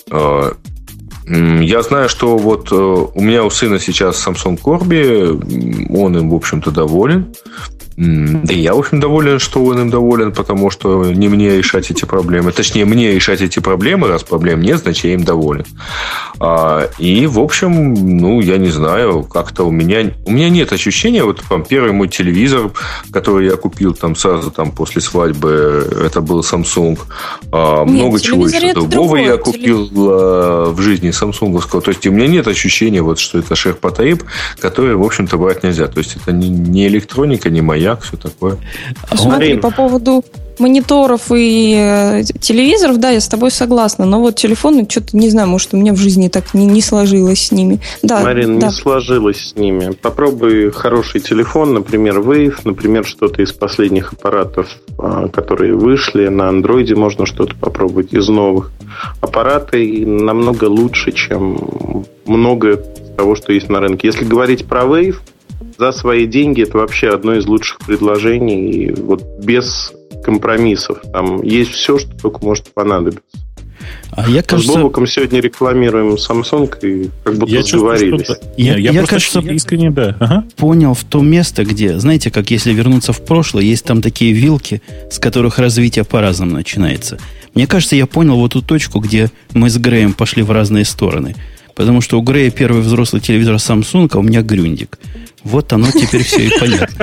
Speaker 3: Я знаю, что вот у меня у сына сейчас Samsung Corby, он им, в общем-то, доволен. Да и я, в общем, доволен, что он им доволен, потому что не мне решать эти проблемы. Точнее, мне решать эти проблемы, раз проблем нет, значит, я им доволен. И, в общем, ну, я не знаю, как-то у меня нет ощущения, вот там, первый мой телевизор, который я купил там сразу там, после свадьбы, это был Samsung. Много чего еще другого я купил в жизни самсунговского. То есть, у меня нет ощущения, вот, что это шерпотейп, который, в общем-то, брать нельзя. То есть, это не электроника, не моя, все такое.
Speaker 5: Смотри, по поводу мониторов и телевизоров, да, я с тобой согласна, но вот телефоны, что-то, не знаю, может, у меня в жизни так не сложилось с ними. Да,
Speaker 4: Марин, не сложилось с ними. Попробуй хороший телефон, например, Wave, например, что-то из последних аппаратов, которые вышли, на Android можно что-то попробовать из новых. Аппараты намного лучше, чем многое того, что есть на рынке. Если говорить про Wave, за свои деньги это вообще одно из лучших предложений. И вот без компромиссов. Там есть все, что только может понадобиться.
Speaker 1: А я, кажется...
Speaker 4: С Бобуком сегодня рекламируем Samsung и как будто сговорились.
Speaker 1: Я кажется,
Speaker 2: искренне, да.
Speaker 1: Понял в то место, где, знаете, как если вернуться в прошлое, есть там такие вилки, с которых развитие по-разному начинается. Мне кажется, я понял вот ту точку, где мы с Греем пошли в разные стороны. Потому что у Грея первый взрослый телевизор Samsung, а у меня Грюндик. Вот оно теперь все и понятно.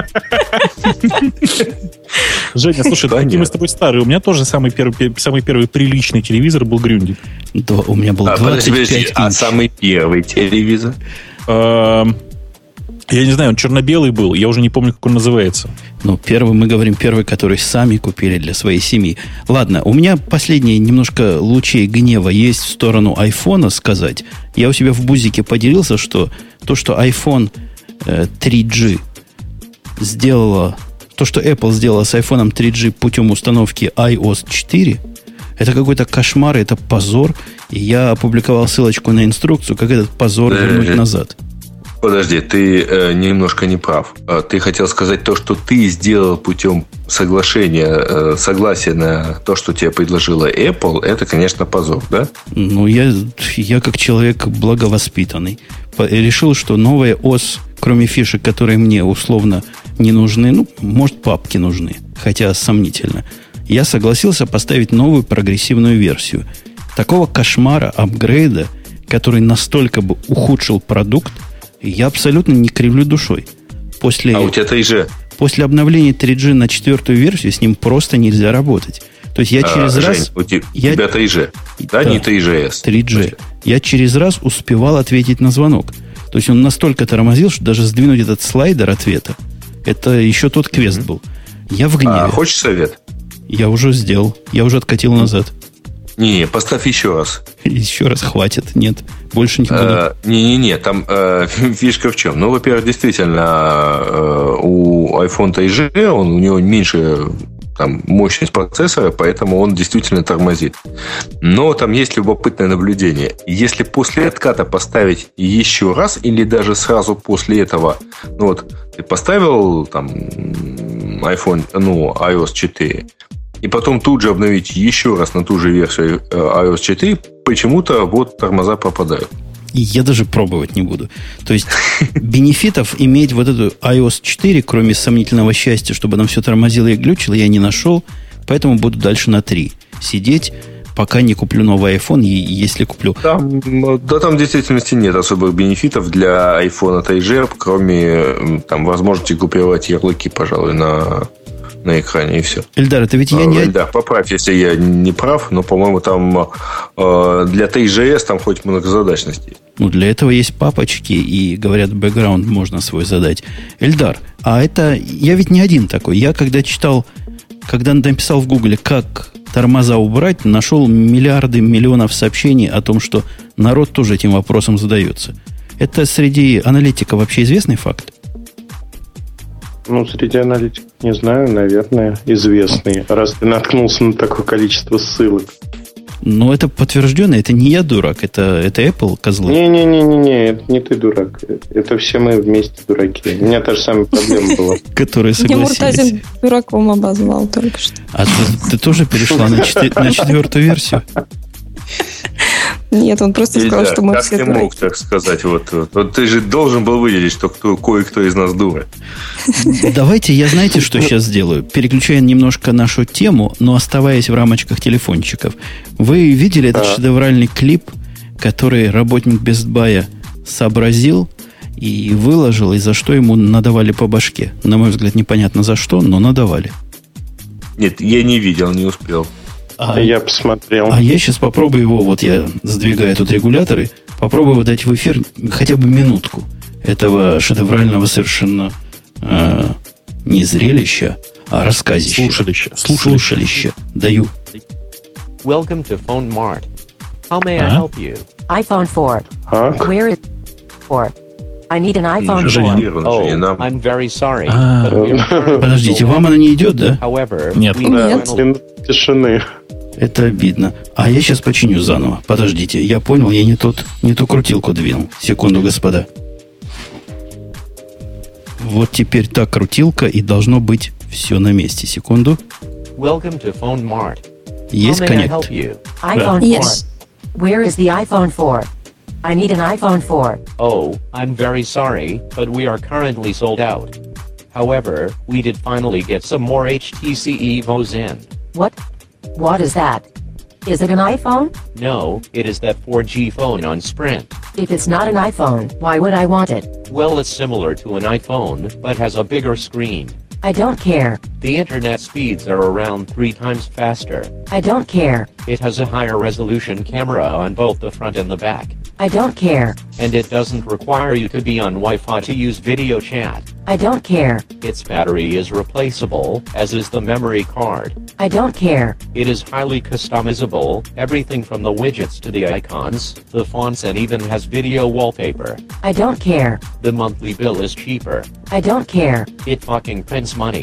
Speaker 2: Женя, слушай, какие мы с тобой старые. У меня тоже самый первый приличный телевизор был Грюндик.
Speaker 1: Да, у меня был 25 инч.
Speaker 3: А самый первый телевизор?
Speaker 2: Я не знаю, он черно-белый был. Я уже не помню, как он называется.
Speaker 1: Ну, первый, мы говорим, первый, который сами купили для своей семьи. Ладно, у меня последние немножко лучей гнева есть в сторону айфона сказать. Я у себя в бузике поделился, что то, что iPhone 3G сделала, то, что Apple сделала с iPhone 3G путем установки iOS 4, это какой-то кошмар, это позор. И я опубликовал ссылочку на инструкцию, как этот позор вернуть назад.
Speaker 3: Подожди, ты немножко не прав. Ты хотел сказать то, что ты сделал путем согласия на то, что тебе предложила Apple, это, конечно, позор, да?
Speaker 1: Ну, я как человек благовоспитанный решил, что новая ОС, кроме фишек, которые мне условно не нужны, ну, может, папки нужны, хотя сомнительно, я согласился поставить новую прогрессивную версию. Такого кошмара, апгрейда, который настолько бы ухудшил продукт, я абсолютно не кривлю душой.
Speaker 3: А у тебя 3G?
Speaker 1: После обновления 3G на 4-ю версию с ним просто нельзя работать. То есть я через раз...
Speaker 3: Жень, у тебя 3G, да? Не 3GS?
Speaker 1: 3G. Я через раз успевал ответить на звонок. То есть он настолько тормозил, что даже сдвинуть этот слайдер ответа, это еще тот квест был. Я в гневе.
Speaker 3: Хочешь совет?
Speaker 1: Я уже сделал. Я уже откатил назад.
Speaker 3: Не, поставь еще раз.
Speaker 1: Еще раз хватит. Нет, больше не буду.
Speaker 3: Не, там фишка в чем? Ну, во-первых, действительно, у iPhone 3G у него меньше там, мощность процессора, поэтому он действительно тормозит. Но там есть любопытное наблюдение. Если после отката поставить еще раз, или даже сразу после этого, ну вот, ты поставил там iOS 4, и потом тут же обновить еще раз на ту же версию iOS 4, почему-то вот тормоза пропадают.
Speaker 1: И я даже пробовать не буду. То есть бенефитов иметь вот эту iOS 4, кроме сомнительного счастья, чтобы она все тормозило и глючило, я не нашел. Поэтому буду дальше на 3 сидеть, пока не куплю новый iPhone, и если куплю.
Speaker 3: Там в действительности нет особых бенефитов для iPhone 3G, кроме там, возможности группировать ярлыки, пожалуй, на экране, и все.
Speaker 1: Эльдар, это ведь я не...
Speaker 3: Да, поправь, если я не прав, но, по-моему, там для 3GS там хоть многозадачности.
Speaker 1: Ну, для этого есть папочки, и, говорят, бэкграунд можно свой задать. Эльдар, а это... Я ведь не один такой. Я когда написал в Гугле, как тормоза убрать, нашел миллионов сообщений о том, что народ тоже этим вопросом задается. Это среди аналитиков вообще известный факт?
Speaker 4: Ну, среди аналитиков, не знаю, наверное, известный. Раз ты наткнулся на такое количество ссылок.
Speaker 1: Но это подтвержденно, это не я дурак, это Apple козлы.
Speaker 4: Не, это не ты дурак. Это все мы вместе дураки. У меня та же самая проблема была.
Speaker 1: Которые согласились.
Speaker 5: Меня Муртазин дураком обозвал только что.
Speaker 1: А ты тоже перешла на 4-ю версию?
Speaker 5: Нет, он просто сказал, что мы все дураки.
Speaker 3: Как ты мог так сказать? Вот ты же должен был выделить, что кое-кто из нас дура.
Speaker 1: Давайте, я знаете, что сейчас сделаю? Переключая немножко нашу тему, но оставаясь в рамочках телефончиков. Вы видели этот шедевральный клип, который работник Best Buy сообразил и выложил, и за что ему надавали по башке? На мой взгляд, непонятно за что, но надавали.
Speaker 3: Нет, я не видел, не успел.
Speaker 4: Я посмотрел.
Speaker 1: А я сейчас попробую его, вот я сдвигаю тут регуляторы, попробую дать в эфир хотя бы минутку этого шедеврального совершенно не зрелища, а рассказища. Слушалища. Даю.
Speaker 6: Welcome to Phone Mart. How may I help you? iPhone 4. Where is 4? I need an iPhone 4. Oh, I'm very sorry.
Speaker 1: Подождите, вам она не идет, да?
Speaker 2: Нет.
Speaker 4: Тишины.
Speaker 1: Это обидно. А я сейчас починю заново. Подождите, я понял, я не ту крутилку двинул. Секунду, господа. Вот теперь та крутилка, и должно быть все на месте. Секунду.
Speaker 6: Welcome to Phone Mart.
Speaker 1: Есть коннект?
Speaker 6: iPhone 4. Yes. Where is the iPhone 4? I need an iPhone 4. Oh, I'm very sorry, but we are currently sold out. However, we did finally get some more HTC Evos in.
Speaker 7: What? What is that? Is it an iPhone?
Speaker 6: No, it is that 4G phone on Sprint.
Speaker 7: If it's not an iPhone, why would I want it?
Speaker 6: Well, it's similar to an iPhone, but has a bigger screen.
Speaker 7: I don't care.
Speaker 6: The internet speeds are around 3 times faster.
Speaker 7: I don't care.
Speaker 6: It has a higher resolution camera on both the front and the back.
Speaker 7: I don't care.
Speaker 6: And it doesn't require you to be on Wi-Fi to use video chat.
Speaker 7: I don't care.
Speaker 6: Its battery is replaceable, as is the memory card.
Speaker 7: I don't care.
Speaker 6: It is highly customizable, everything from the widgets to the icons, the fonts, and even has video wallpaper.
Speaker 7: I don't care.
Speaker 6: The monthly bill is cheaper.
Speaker 7: I don't care.
Speaker 6: It fucking prints money.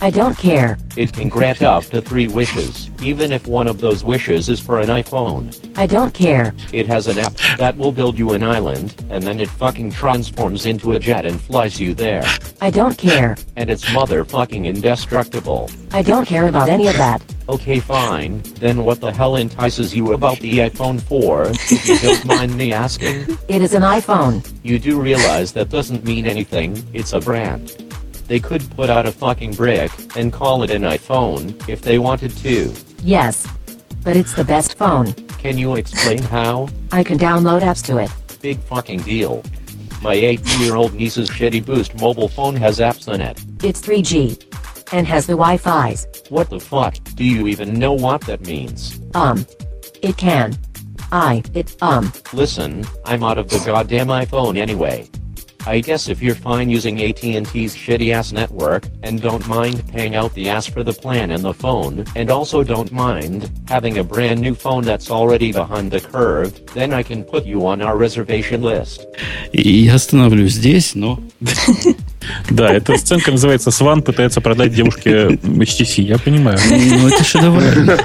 Speaker 7: I don't care.
Speaker 6: It can grant up to 3 wishes, even if one of those wishes is for an iPhone.
Speaker 7: I don't care.
Speaker 6: It has an app that will build you an island, and then it fucking transforms into a jet and flies you there.
Speaker 7: I don't care.
Speaker 6: And it's motherfucking indestructible.
Speaker 7: I don't care about any of that.
Speaker 6: Okay, fine. Then what the hell entices you about the iPhone 4, if you don't mind me asking?
Speaker 7: It is an iPhone.
Speaker 6: You do realize that doesn't mean anything, it's a brand. They could put out a fucking brick and call it an iPhone if they wanted to.
Speaker 7: Yes. But it's the best phone.
Speaker 6: Can you explain how?
Speaker 7: I can download apps to it.
Speaker 6: Big fucking deal. My 8-year-old niece's shitty Boost mobile phone has apps on it.
Speaker 7: It's 3G. And has the Wi-Fi's.
Speaker 6: What the fuck? Do you even know what that means?
Speaker 7: It can.
Speaker 6: Listen, I'm out of the goddamn iPhone anyway. I guess if you're fine using AT&T's shitty-ass network, and don't mind paying out the ass for the plan and the phone, and also don't mind having a brand new phone that's already behind the curve, then I can put you on our reservation list.
Speaker 1: И я остановлюсь здесь, но...
Speaker 2: Да, эта сценка называется «Сван пытается продать девушке HTC», я понимаю.
Speaker 1: Ну, это шедеврально.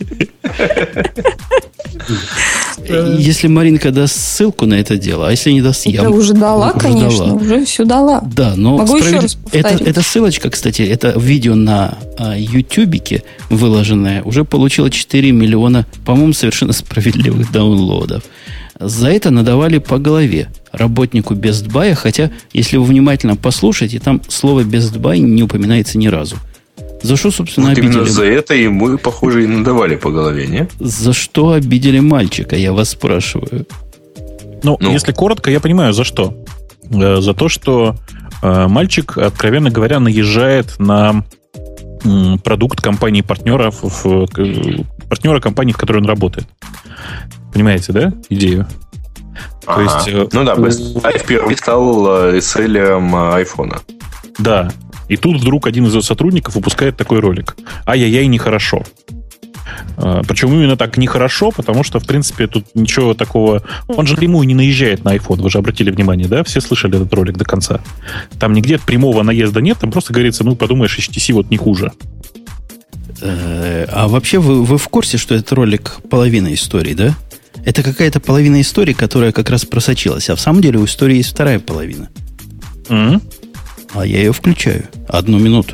Speaker 1: Если Маринка даст ссылку на это дело, а если не даст, я...
Speaker 5: Да уже дала, конечно, уже все дала.
Speaker 1: Да, но
Speaker 5: могу еще раз повторить.
Speaker 1: Эта ссылочка, кстати, это видео на ютубике выложенное, уже получило 4 миллиона, по-моему, совершенно справедливых даунлодов. За это надавали по голове работнику Best Buy, хотя, если вы внимательно послушаете, там слово Best Buy не упоминается ни разу. За что, собственно,
Speaker 3: вот
Speaker 1: обидели?
Speaker 3: Именно за это ему, похоже, и надавали по голове, не?
Speaker 1: За что обидели мальчика, я вас спрашиваю.
Speaker 2: Ну, если коротко, я понимаю, за что. За то, что мальчик, откровенно говоря, наезжает на продукт компании-партнера, партнера компании, в которой он работает. Понимаете, да, идею? То есть,
Speaker 3: ну да, Best Buy впервые стал селлером айфона.
Speaker 2: Да. И тут вдруг один из его сотрудников выпускает такой ролик. Ай-яй-яй, нехорошо. Причем именно так нехорошо, потому что, в принципе, тут ничего такого... Он же прямую не наезжает на iPhone, вы же обратили внимание, да? Все слышали этот ролик до конца. Там нигде прямого наезда нет, там просто говорится, ну, подумаешь, HTC вот не хуже.
Speaker 1: А вообще вы в курсе, что этот ролик половина истории, да? Это какая-то половина истории, которая как раз просочилась. А в самом деле у истории есть вторая половина. А я ее включаю. 1 минуту.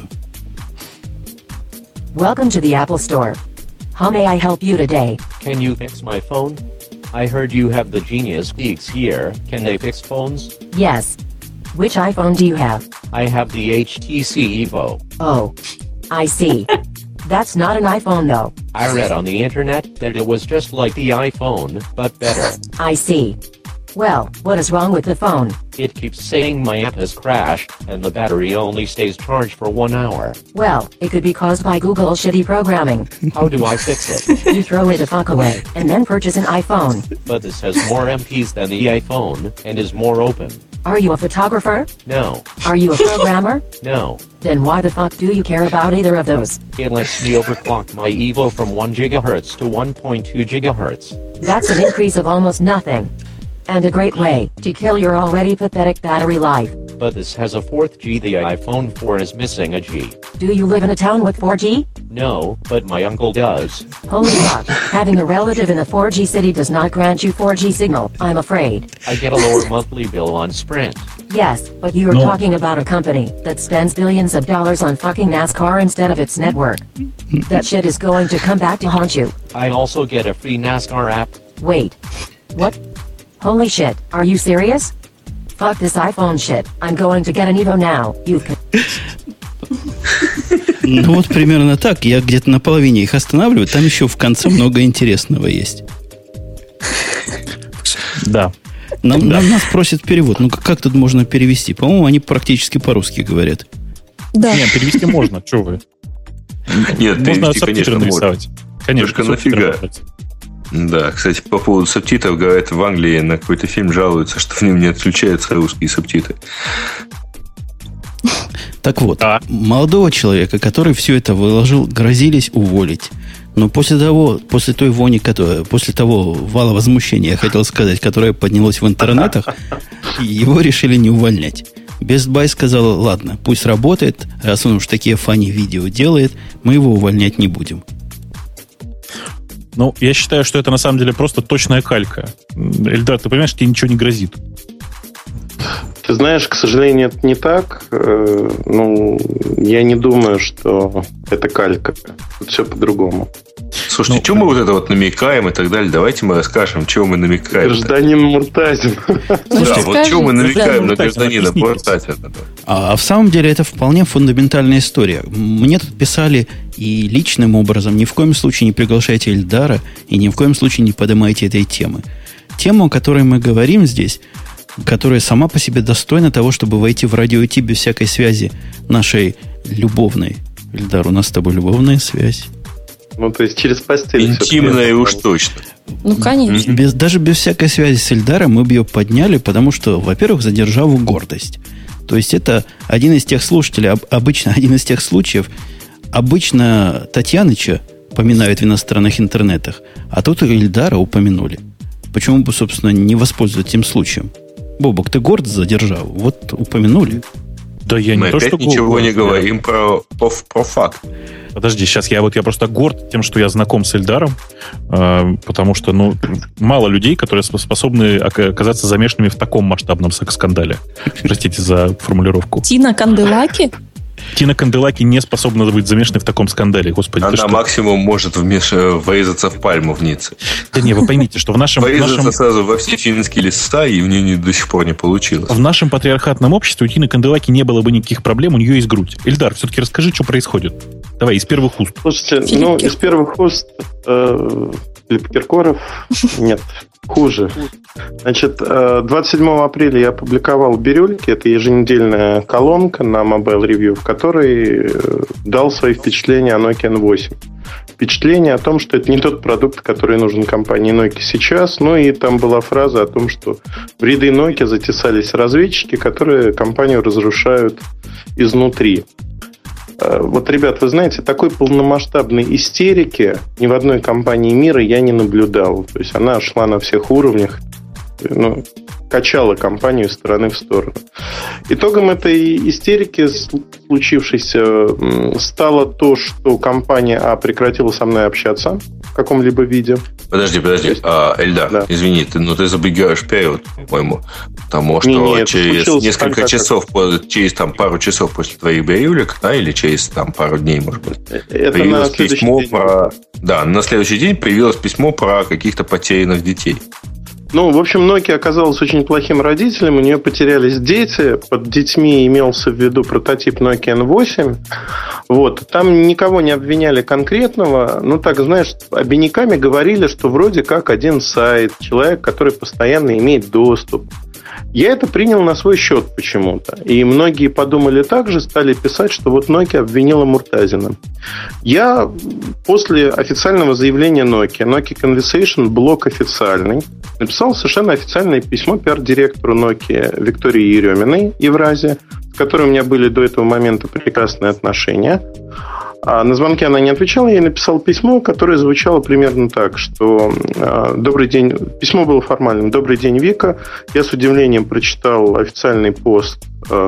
Speaker 7: Welcome to the Apple Store. How may I help you today?
Speaker 6: Can you fix my phone? I heard you have the Genius Geeks here. Can they fix phones?
Speaker 7: Yes. Which iPhone do you have?
Speaker 6: I have the HTC Evo.
Speaker 7: Oh. I see. That's not an iPhone though.
Speaker 6: I read on the internet that it was just like the iPhone, but better.
Speaker 7: I see. Well, what is wrong with the phone?
Speaker 6: It keeps saying my app has crashed, and the battery only stays charged for 1 hour.
Speaker 7: Well, it could be caused by Google's shitty programming.
Speaker 6: How do I fix it?
Speaker 7: You throw it the fuck away, and then purchase an iPhone.
Speaker 6: But this has more MPs than the iPhone, and is more open.
Speaker 7: Are you a photographer?
Speaker 6: No.
Speaker 7: Are you a programmer?
Speaker 6: No.
Speaker 7: Then why the fuck do you care about either of those?
Speaker 6: It lets me overclock my Evo from 1 GHz to 1.2 GHz.
Speaker 7: That's an increase of almost nothing. And a great way to kill your already pathetic battery life.
Speaker 6: But this has a 4th G. The iPhone 4 is missing a G.
Speaker 7: Do you live in a town with 4G?
Speaker 6: No, but my uncle does.
Speaker 7: Holy fuck, having a relative in a 4G city does not grant you 4G signal, I'm afraid.
Speaker 6: I get a lower monthly bill on Sprint.
Speaker 7: Yes, but you are talking about a company that spends billions of dollars on fucking NASCAR instead of its network. That shit is going to come back to haunt you.
Speaker 6: I also get a free NASCAR app.
Speaker 7: Wait. What? Holy shit, are you serious? Fuck this iPhone shit. I'm going to get an Evo now.
Speaker 1: Ну вот примерно так. Я где-то на половине их останавливаю. Там еще в конце много интересного есть.
Speaker 2: Да.
Speaker 1: Нас просят перевод. Ну как тут можно перевести? По-моему, они практически по-русски говорят.
Speaker 5: Да.
Speaker 2: Нет, перевести можно. Что вы?
Speaker 3: Нет,
Speaker 2: можно
Speaker 3: перевести,
Speaker 2: субтитры
Speaker 3: конечно,
Speaker 2: нарисовать. Конечно,
Speaker 3: только нафига? Да, кстати, по поводу субтитров, говорят, в Англии на какой-то фильм жалуются, что в нем не отключаются русские субтитры.
Speaker 1: Так вот, молодого человека, который все это выложил, грозились уволить. Но после той вони, после того вала возмущения, я хотел сказать, которое поднялось в интернетах, его решили не увольнять. Best Buy сказал, ладно, пусть работает, раз он уж такие фанни-видео делает, мы его увольнять не будем.
Speaker 2: Ну, я считаю, что это на самом деле просто точная калька. Эльдар, ты понимаешь, тебе ничего не грозит?
Speaker 4: Ты знаешь, к сожалению, это не так. Я не думаю, что это калька. Тут все по-другому.
Speaker 3: Слушайте, что мы вот это вот намекаем и так далее? Давайте мы расскажем, чего мы намекаем.
Speaker 4: Гражданин Муртазин.
Speaker 3: Да, вот чего мы намекаем на гражданина Муртазина.
Speaker 1: А в самом деле это вполне фундаментальная история. Мне тут писали и личным образом, ни в коем случае не приглашайте Эльдара и ни в коем случае не поднимайте этой темы. Тема, о которой мы говорим здесь, которая сама по себе достойна того, чтобы войти в радио IT без всякой связи нашей любовной. Эльдар, у нас с тобой любовная связь.
Speaker 4: То есть через постель.
Speaker 3: Интимная уж точно.
Speaker 5: Конечно.
Speaker 1: Даже без всякой связи с Эльдаром мы бы ее подняли, потому что, во-первых, за державу гордость. То есть это один из тех слушателей, обычно один из тех случаев, обычно Татьяныча поминают в иностранных интернетах, а тут Эльдара упомянули. Почему бы, собственно, не воспользоваться этим случаем? Бобок, ты горд за державу? Вот упомянули.
Speaker 2: Да я
Speaker 3: мы
Speaker 2: не то, что
Speaker 3: ничего
Speaker 2: горд,
Speaker 3: не говорим про факт.
Speaker 2: Подожди, сейчас я просто горд тем, что я знаком с Эльдаром, потому что, мало людей, которые способны оказаться замешанными в таком масштабном секс-скандале. Простите за формулировку.
Speaker 5: Тина Канделаки?
Speaker 2: Тина Канделаки не способна быть замешанной в таком скандале. Господи,
Speaker 3: она максимум может врезаться в пальму в Ницце.
Speaker 2: Да не, вы поймите, что в нашем...
Speaker 3: Врезаться сразу во все финские леса, и у нее до сих пор не получилось.
Speaker 2: В нашем патриархатном обществе у Тины Канделаки не было бы никаких проблем, у нее есть грудь. Эльдар, все-таки расскажи, что происходит. Давай, из первых уст.
Speaker 4: Слушайте, из первых уст Филипп Киркоров нет, хуже. Значит, 27 апреля я опубликовал «Бирюльки». Это еженедельная колонка на Mobile Review, в которой дал свои впечатления о Nokia N8. Впечатление о том, что это не тот продукт, который нужен компании Nokia сейчас. И там была фраза о том, что в ряды Nokia затесались разведчики, которые компанию разрушают изнутри. Вот, ребят, вы знаете, такой полномасштабной истерики ни в одной компании мира я не наблюдал. То есть она шла на всех уровнях, качала компанию из стороны в сторону. Итогом этой истерики, случившейся, стало то, что компания прекратила со мной общаться в каком-либо виде.
Speaker 3: Подожди. Эльдар, да. Извини, ты забегаешь вперед, по-моему. Потому что через несколько часов, через пару часов после твоих бирюлек, или через пару дней, может быть,
Speaker 4: это
Speaker 3: появилось письмо про... Да, на следующий день появилось письмо про каких-то потерянных детей.
Speaker 4: В общем, Nokia оказалась очень плохим родителем. У нее потерялись дети. Под детьми имелся в виду прототип Nokia N8. Там никого не обвиняли конкретного. Так, знаешь, обиняками говорили, что вроде как один сайт, человек, который постоянно имеет доступ. Я это принял на свой счет почему-то. И многие подумали так же, стали писать, что Nokia обвинила Муртазина. Я после официального заявления Nokia Conversation, блок официальный, написал совершенно официальное письмо пиар-директору Nokia Виктории Ереминой, Евразия, с которой у меня были до этого момента прекрасные отношения. А на звонки она не отвечала, я ей написал письмо, которое звучало примерно так, что «Добрый день». Письмо было формальным. «Добрый день, Вика. Я с удивлением прочитал официальный пост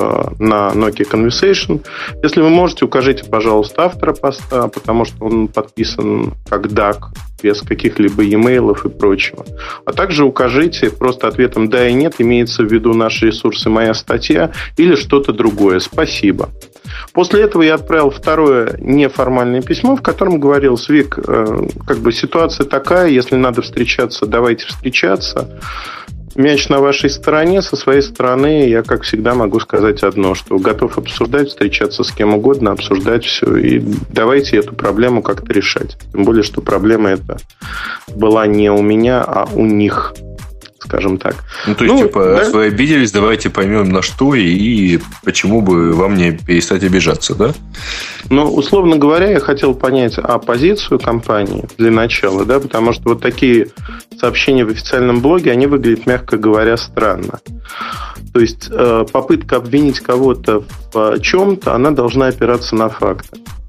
Speaker 4: на Nokia Conversation. Если вы можете, укажите, пожалуйста, автора поста, потому что он подписан как DAC, без каких-либо e-mail'ов и прочего. А также укажите просто ответом «да» и «нет», имеется в виду наши ресурсы, моя статья или что-то другое. Спасибо». После этого я отправил второе неформальное письмо, в котором говорил: Вик, ситуация такая, если надо встречаться, давайте встречаться. Мяч на вашей стороне. Со своей стороны я, как всегда, могу сказать одно, что готов обсуждать, встречаться с кем угодно, обсуждать все. И давайте эту проблему как-то решать. Тем более, что проблема эта была не у меня, а у них, скажем так.
Speaker 3: Раз вы обиделись, давайте поймем, на что и почему бы вам не перестать обижаться, да?
Speaker 4: Условно говоря, я хотел понять позицию компании для начала, да, потому что такие сообщения в официальном блоге, они выглядят, мягко говоря, странно. То есть попытка обвинить кого-то в чем-то, она должна опираться на факты.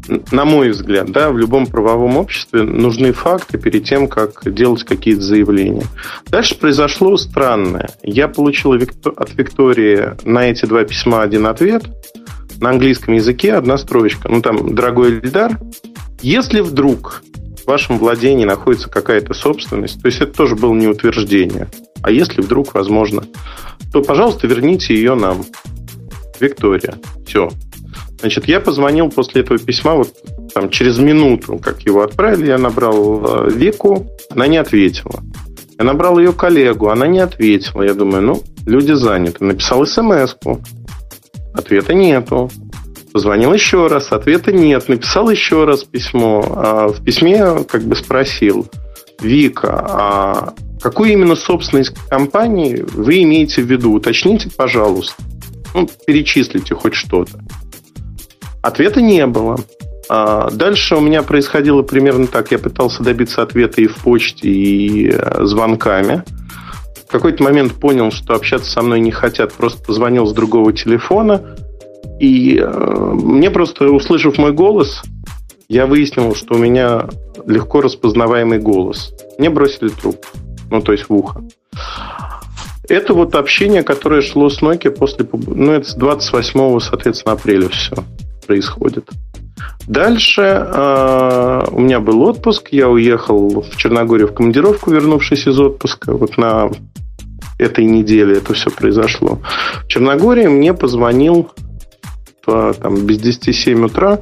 Speaker 4: на мой взгляд, да, в любом правовом обществе нужны факты перед тем, как делать какие-то заявления. Дальше произошло странное. Я получил от Виктории на эти 2 письма один ответ. На английском языке 1 строчка. Там, дорогой Эльдар, если вдруг в вашем владении находится какая-то собственность, то есть это тоже было не утверждение, а если вдруг возможно, то, пожалуйста, верните ее нам. Виктория. Все. Значит, я позвонил после этого письма, через минуту, как его отправили, я набрал Вику, она не ответила. Я набрал ее коллегу, она не ответила. Я думаю, люди заняты. Написал смс-ку, ответа нету. Позвонил еще раз, ответа нет. Написал еще раз письмо. В письме спросил: Вика, а какую именно собственность компании вы имеете в виду? Уточните, пожалуйста. Перечислите хоть что-то. Ответа не было. Дальше у меня происходило примерно так. Я пытался добиться ответа и в почте, и звонками. В какой-то момент понял, что общаться со мной не хотят. Просто позвонил с другого телефона. И мне просто, услышав мой голос, я выяснил, что у меня легко распознаваемый голос. Мне бросили трубку. То есть в ухо. Это общение, которое шло с Nokia после... это с 28, соответственно, апреля все происходит. Дальше у меня был отпуск. Я уехал в Черногорию в командировку, вернувшись из отпуска. На этой неделе это все произошло. В Черногории мне позвонил без 10-7 утра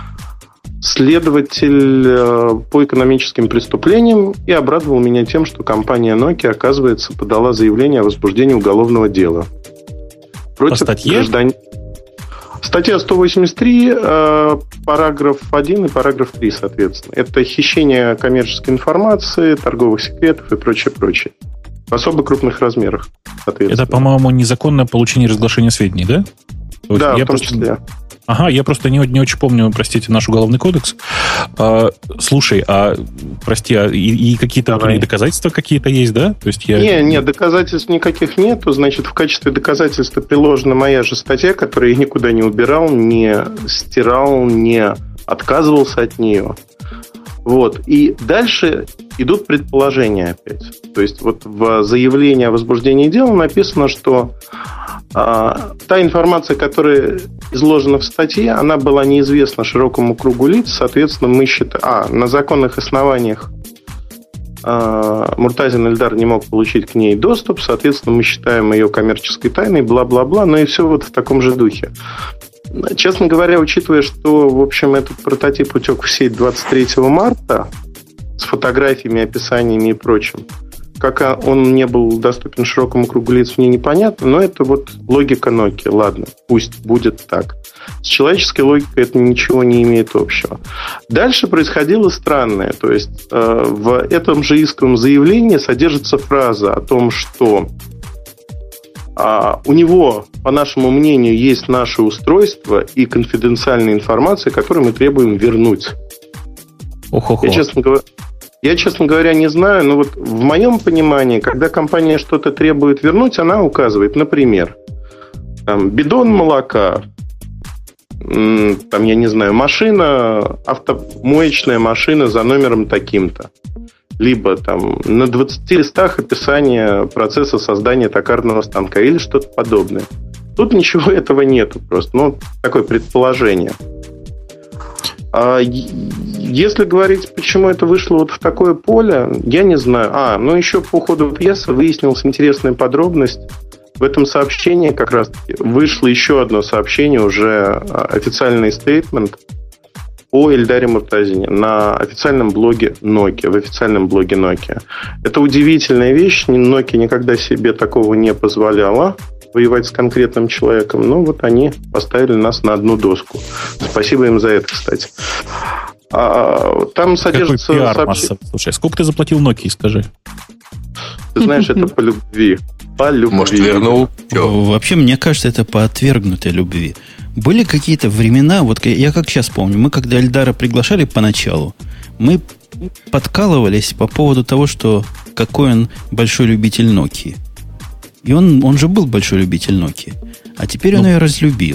Speaker 4: следователь по экономическим преступлениям и обрадовал меня тем, что компания Nokia, оказывается, подала заявление о возбуждении уголовного дела против гражданина. Статья 183, параграф 1 и параграф 3, соответственно. Это хищение коммерческой информации, торговых секретов и прочее. В особо крупных размерах, соответственно.
Speaker 2: Это, по-моему, незаконное получение и разглашение сведений, да?
Speaker 4: Да, в том числе.
Speaker 2: Ага, я просто не очень помню, простите, наш уголовный кодекс. Слушай, и какие-то доказательства какие-то есть, да? То есть
Speaker 4: Нет, доказательств никаких нету. Значит, в качестве доказательства приложена моя же статья, которую я никуда не убирал, не стирал, не отказывался от нее. И дальше идут предположения опять. То есть в заявлении о возбуждении дела написано, что та информация, которая изложена в статье, она была неизвестна широкому кругу лиц. Соответственно, мы считаем... на законных основаниях Муртазин Эльдар не мог получить к ней доступ. Соответственно, мы считаем ее коммерческой тайной, бла-бла-бла. И все в таком же духе. Честно говоря, учитывая, что, в общем, этот прототип утек в сеть 23 марта с фотографиями, описаниями и прочим, как он не был доступен широкому кругу лиц, мне непонятно, но это логика Nokia. Ладно, пусть будет так. С человеческой логикой это ничего не имеет общего. Дальше происходило странное. То есть в этом же исковом заявлении содержится фраза о том, что у него, по нашему мнению, есть наше устройство и конфиденциальная информация, которую мы требуем вернуть. Я, честно говоря, не знаю, но в моем понимании, когда компания что-то требует вернуть, она указывает, например, бидон молока, я не знаю, машина, автомоечная машина за номером таким-то. Либо на 20 листах описание процесса создания токарного станка или что-то подобное. Тут ничего этого нету просто. Такое предположение. Если говорить, почему это вышло в такое поле, я не знаю. Еще по ходу пьесы выяснилась интересная подробность. В этом сообщении как раз вышло еще одно сообщение, уже официальный стейтмент о Эльдаре Муртазине на официальном блоге Nokia, в официальном блоге Nokia. Это удивительная вещь. Nokia никогда себе такого не позволяла, воевать с конкретным человеком. Они поставили нас на одну доску. Спасибо им за это, кстати. Там содержится...
Speaker 2: Какой пиар-масса. Слушай, сколько ты заплатил Nokia, скажи?
Speaker 4: Ты знаешь, это по любви. По любви.
Speaker 3: Может, вернул?
Speaker 1: Вообще, мне кажется, это по отвергнутой любви. Были какие-то времена, я как сейчас помню, мы когда Эльдара приглашали поначалу, мы подкалывались по поводу того, что какой он большой любитель Nokia. И он же был большой любитель Nokia. А теперь он ее разлюбил.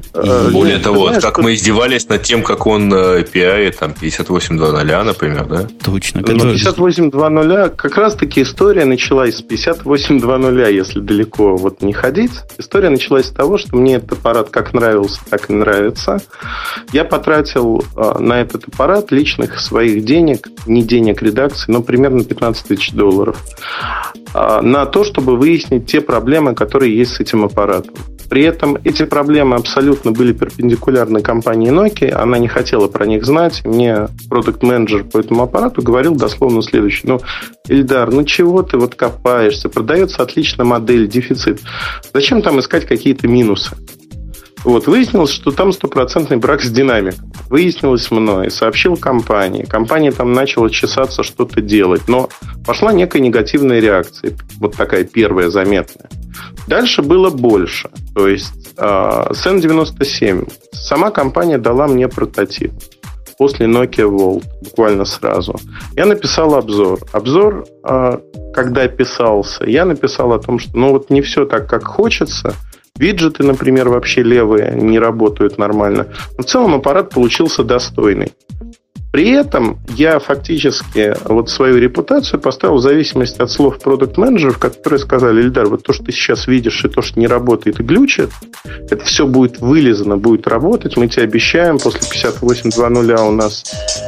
Speaker 3: Более того, знаешь, как мы издевались над тем, как он пиарит там 58.2.0, например, да?
Speaker 1: Точно.
Speaker 4: 58.2.0, как раз-таки история началась с 58.2.0, если далеко вот не ходить. История началась с того, что мне этот аппарат как нравился, так и нравится. Я потратил на этот аппарат личных своих денег, не денег редакции, но примерно $15 тысяч, на то, чтобы выяснить те проблемы, которые есть с этим аппаратом. При этом эти проблемы абсолютно были перпендикулярны компании Nokia. Она не хотела про них знать. Мне продакт-менеджер по этому аппарату говорил дословно следующее. Ильдар, чего ты вот копаешься? Продается отличная модель, дефицит. Зачем там искать какие-то минусы? Вот, выяснилось, что там 100% брак с динамиком. Выяснилось мной, сообщил компании. Компания там начала чесаться, что-то делать. Но пошла некая негативная реакция. Вот такая первая заметная. Дальше было больше. То есть SN97. Сама компания дала мне прототип. После Nokia Volt. Буквально сразу. Я написал обзор. Обзор, когда писался, я написал о том, что не все так, как хочется. Виджеты, например, вообще левые не работают нормально. Но в целом аппарат получился достойный. При этом я фактически свою репутацию поставил в зависимости от слов продакт-менеджеров, которые сказали: Ильдар, вот то, что ты сейчас видишь, и то, что не работает и глючит, это все будет вылезано, будет работать. Мы тебе обещаем, после 58.2.0 у нас...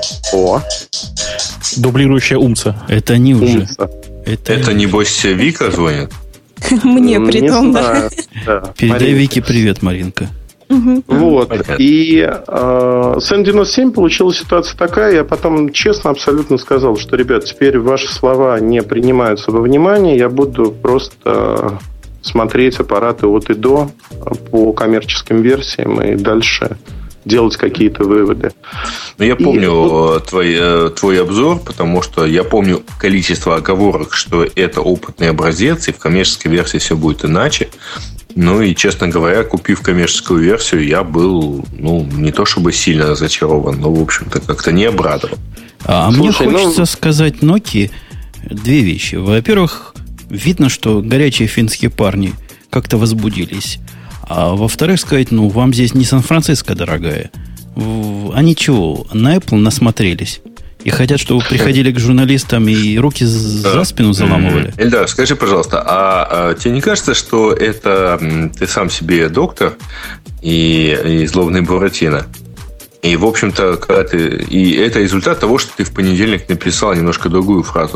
Speaker 2: Дублирующая умца.
Speaker 1: Это они уже.
Speaker 3: Это небось Вика звонит?
Speaker 5: Мне притом, да.
Speaker 1: Передай Вике привет, Маринка.
Speaker 4: Вот. И с N97 получилась ситуация такая. Я потом честно абсолютно сказал, что, ребят, теперь ваши слова не принимаются во внимание. Я буду просто смотреть аппараты от и до по коммерческим версиям и дальше делать какие-то выводы.
Speaker 3: Я помню твой обзор, потому что я помню количество оговорок, что это опытный образец, и в коммерческой версии все будет иначе. И, честно говоря, купив коммерческую версию, я был, не то чтобы сильно разочарован, но, в общем-то, как-то не обрадован.
Speaker 1: Мне хочется сказать Nokia две вещи. Во-первых, видно, что горячие финские парни как-то возбудились. А во-вторых, сказать, вам здесь не Сан-Франциско, дорогая. Они чего, на Apple насмотрелись? И хотят, чтобы вы приходили к журналистам и руки за спину заламывали.
Speaker 3: Эльдар, скажи, пожалуйста, а тебе не кажется, что это ты сам себе доктор и злобный Буратино? И, в общем-то, и это результат того, что ты в понедельник написал немножко другую фразу.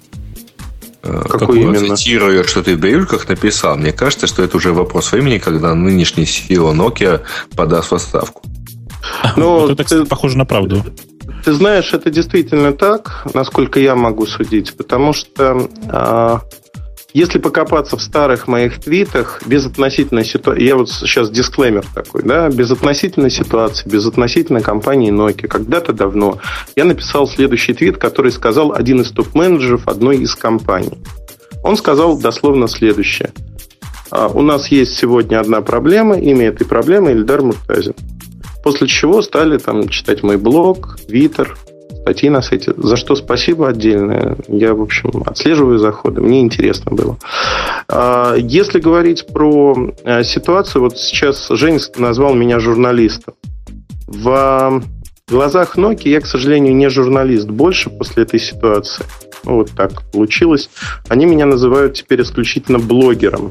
Speaker 4: Какую именно?
Speaker 3: Цитируя, что ты в бирюльках написал. Мне кажется, что это уже вопрос времени, когда нынешний CEO Nokia подаст в отставку.
Speaker 2: Вот это, кстати, похоже на правду.
Speaker 4: Ты знаешь, это действительно так, насколько я могу судить, потому что если покопаться в старых моих твитах, безотносительно ситуации, я вот сейчас дисклеймер такой, да, безотносительно ситуации, безотносительно компании Nokia, когда-то давно я написал следующий твит, который сказал один из топ-менеджеров одной из компаний. Он сказал дословно следующее: у нас есть сегодня одна проблема, имя этой проблемы Ильдар Муртазин. После чего стали читать мой блог, Твиттер, статьи на сайте. За что спасибо отдельное. Я, в общем, отслеживаю заходы. Мне интересно было. Если говорить про ситуацию, вот сейчас Женя назвал меня журналистом. В глазах Nokia я, к сожалению, не журналист. Больше после этой ситуации. Вот так получилось. Они меня называют теперь исключительно блогером.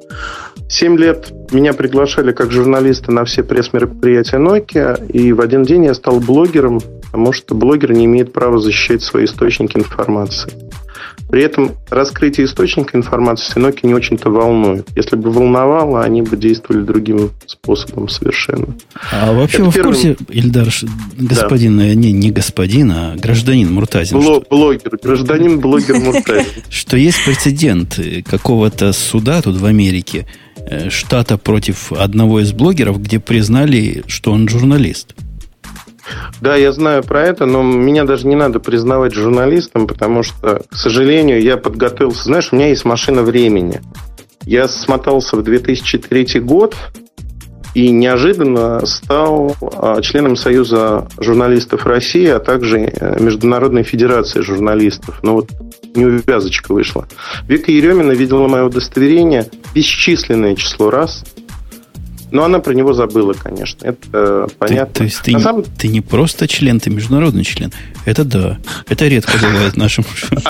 Speaker 4: 7 лет меня приглашали как журналиста на все пресс-мероприятия Nokia, и в один день я стал блогером, потому что блогер не имеет права защищать свои источники информации. При этом раскрытие источника информации Nokia не очень-то волнует. Если бы волновало, они бы действовали другим способом совершенно.
Speaker 1: А вообще вы в курсе, Ильдар, господин, да. не господин, а гражданин Муртазин?
Speaker 4: Блогер, гражданин-блогер Муртазин.
Speaker 1: Что есть прецедент какого-то суда тут в Америке, штата против одного из блогеров, где признали, что он журналист.
Speaker 4: Да, я знаю про это, но меня даже не надо признавать журналистом, потому что, к сожалению, я подготовился. Знаешь, у меня есть машина времени. Я смотался в 2003 год и неожиданно стал членом Союза журналистов России, а также Международной Федерации журналистов. Неувязочка вышла. Вика Еремина видела мое удостоверение бесчисленное число раз. Но она про него забыла, конечно. Это понятно.
Speaker 1: То есть ты не просто член, ты международный член. Это да. Это редко бывает в нашем...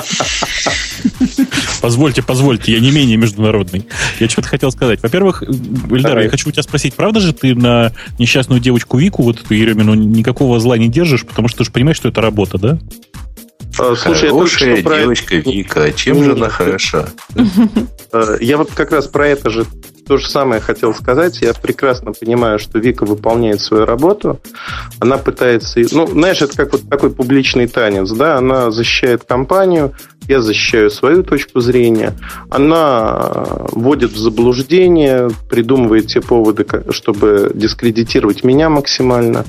Speaker 2: Позвольте, я не менее международный. Я что-то хотел сказать. Во-первых, Эльдар, я хочу у тебя спросить, правда же ты на несчастную девочку Вику, вот эту Еремину, никакого зла не держишь, потому что ты же понимаешь, что это работа, да?
Speaker 3: Слушай, хорошая девочка Вика, чем же она хороша?
Speaker 4: Я вот как раз про это же то же самое хотел сказать. Я прекрасно понимаю, что Вика выполняет свою работу. Она пытается... Ну, знаешь, это как вот такой публичный танец, да? Она защищает компанию, я защищаю свою точку зрения. Она вводит в заблуждение, придумывает те поводы, чтобы дискредитировать меня максимально.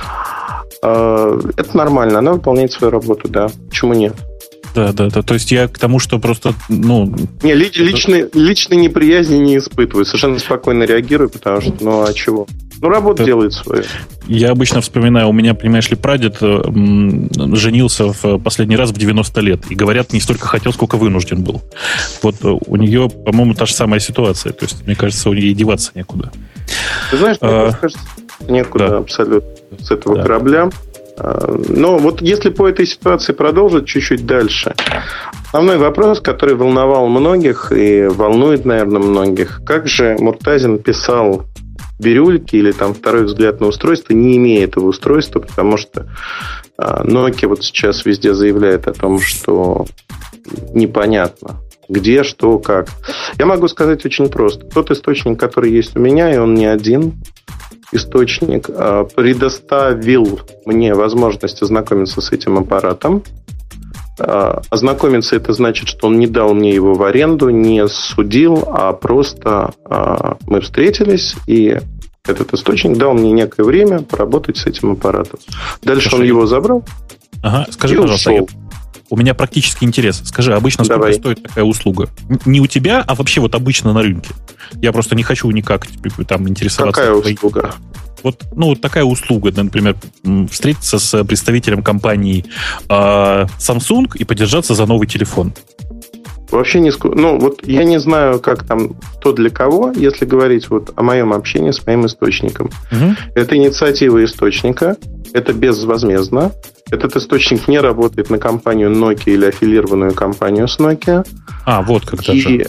Speaker 4: Это нормально, она выполняет свою работу, да. Почему нет?
Speaker 2: Да. То есть я к тому, что просто,
Speaker 4: Не, личной неприязни не испытываю. Совершенно спокойно реагирую, потому что, а чего? Работа делает свое.
Speaker 2: Я обычно вспоминаю, у меня, понимаешь ли, прадед женился в последний раз в 90 лет. И, говорят, не столько хотел, сколько вынужден был. Вот у нее, по-моему, та же самая ситуация. То есть, мне кажется, у нее деваться некуда.
Speaker 4: Ты знаешь, мне кажется, некуда абсолютно с этого корабля. Но вот если по этой ситуации продолжить чуть-чуть дальше, основной вопрос, который волновал многих и волнует, наверное, многих, как же Муртазин писал бирюльки или там второй взгляд на устройство, не имея этого устройства, потому что Nokia вот сейчас везде заявляет о том, что непонятно, где, что, как. Я могу сказать очень просто. Тот источник, который есть у меня, и он не один источник, предоставил мне возможность ознакомиться с этим аппаратом. Ознакомиться — это значит, что он не дал мне его в аренду, не судил, а просто мы встретились, и этот источник дал мне некое время поработать с этим аппаратом. Дальше он его забрал.
Speaker 2: Скажи, пожалуйста, у меня практический интерес. Скажи, обычно сколько стоит такая услуга? Не у тебя, а вообще вот обычно на рынке. Я просто не хочу никак там интересоваться.
Speaker 4: Какая услуга?
Speaker 2: Вот такая услуга, например, встретиться с представителем компании Samsung и подержаться за новый телефон.
Speaker 4: Вообще я не знаю, как там, кто для кого, если говорить о моем общении с моим источником. Это инициатива источника, это безвозмездно. Этот источник не работает на компанию Nokia или аффилированную компанию с Nokia.
Speaker 2: Вот как даже.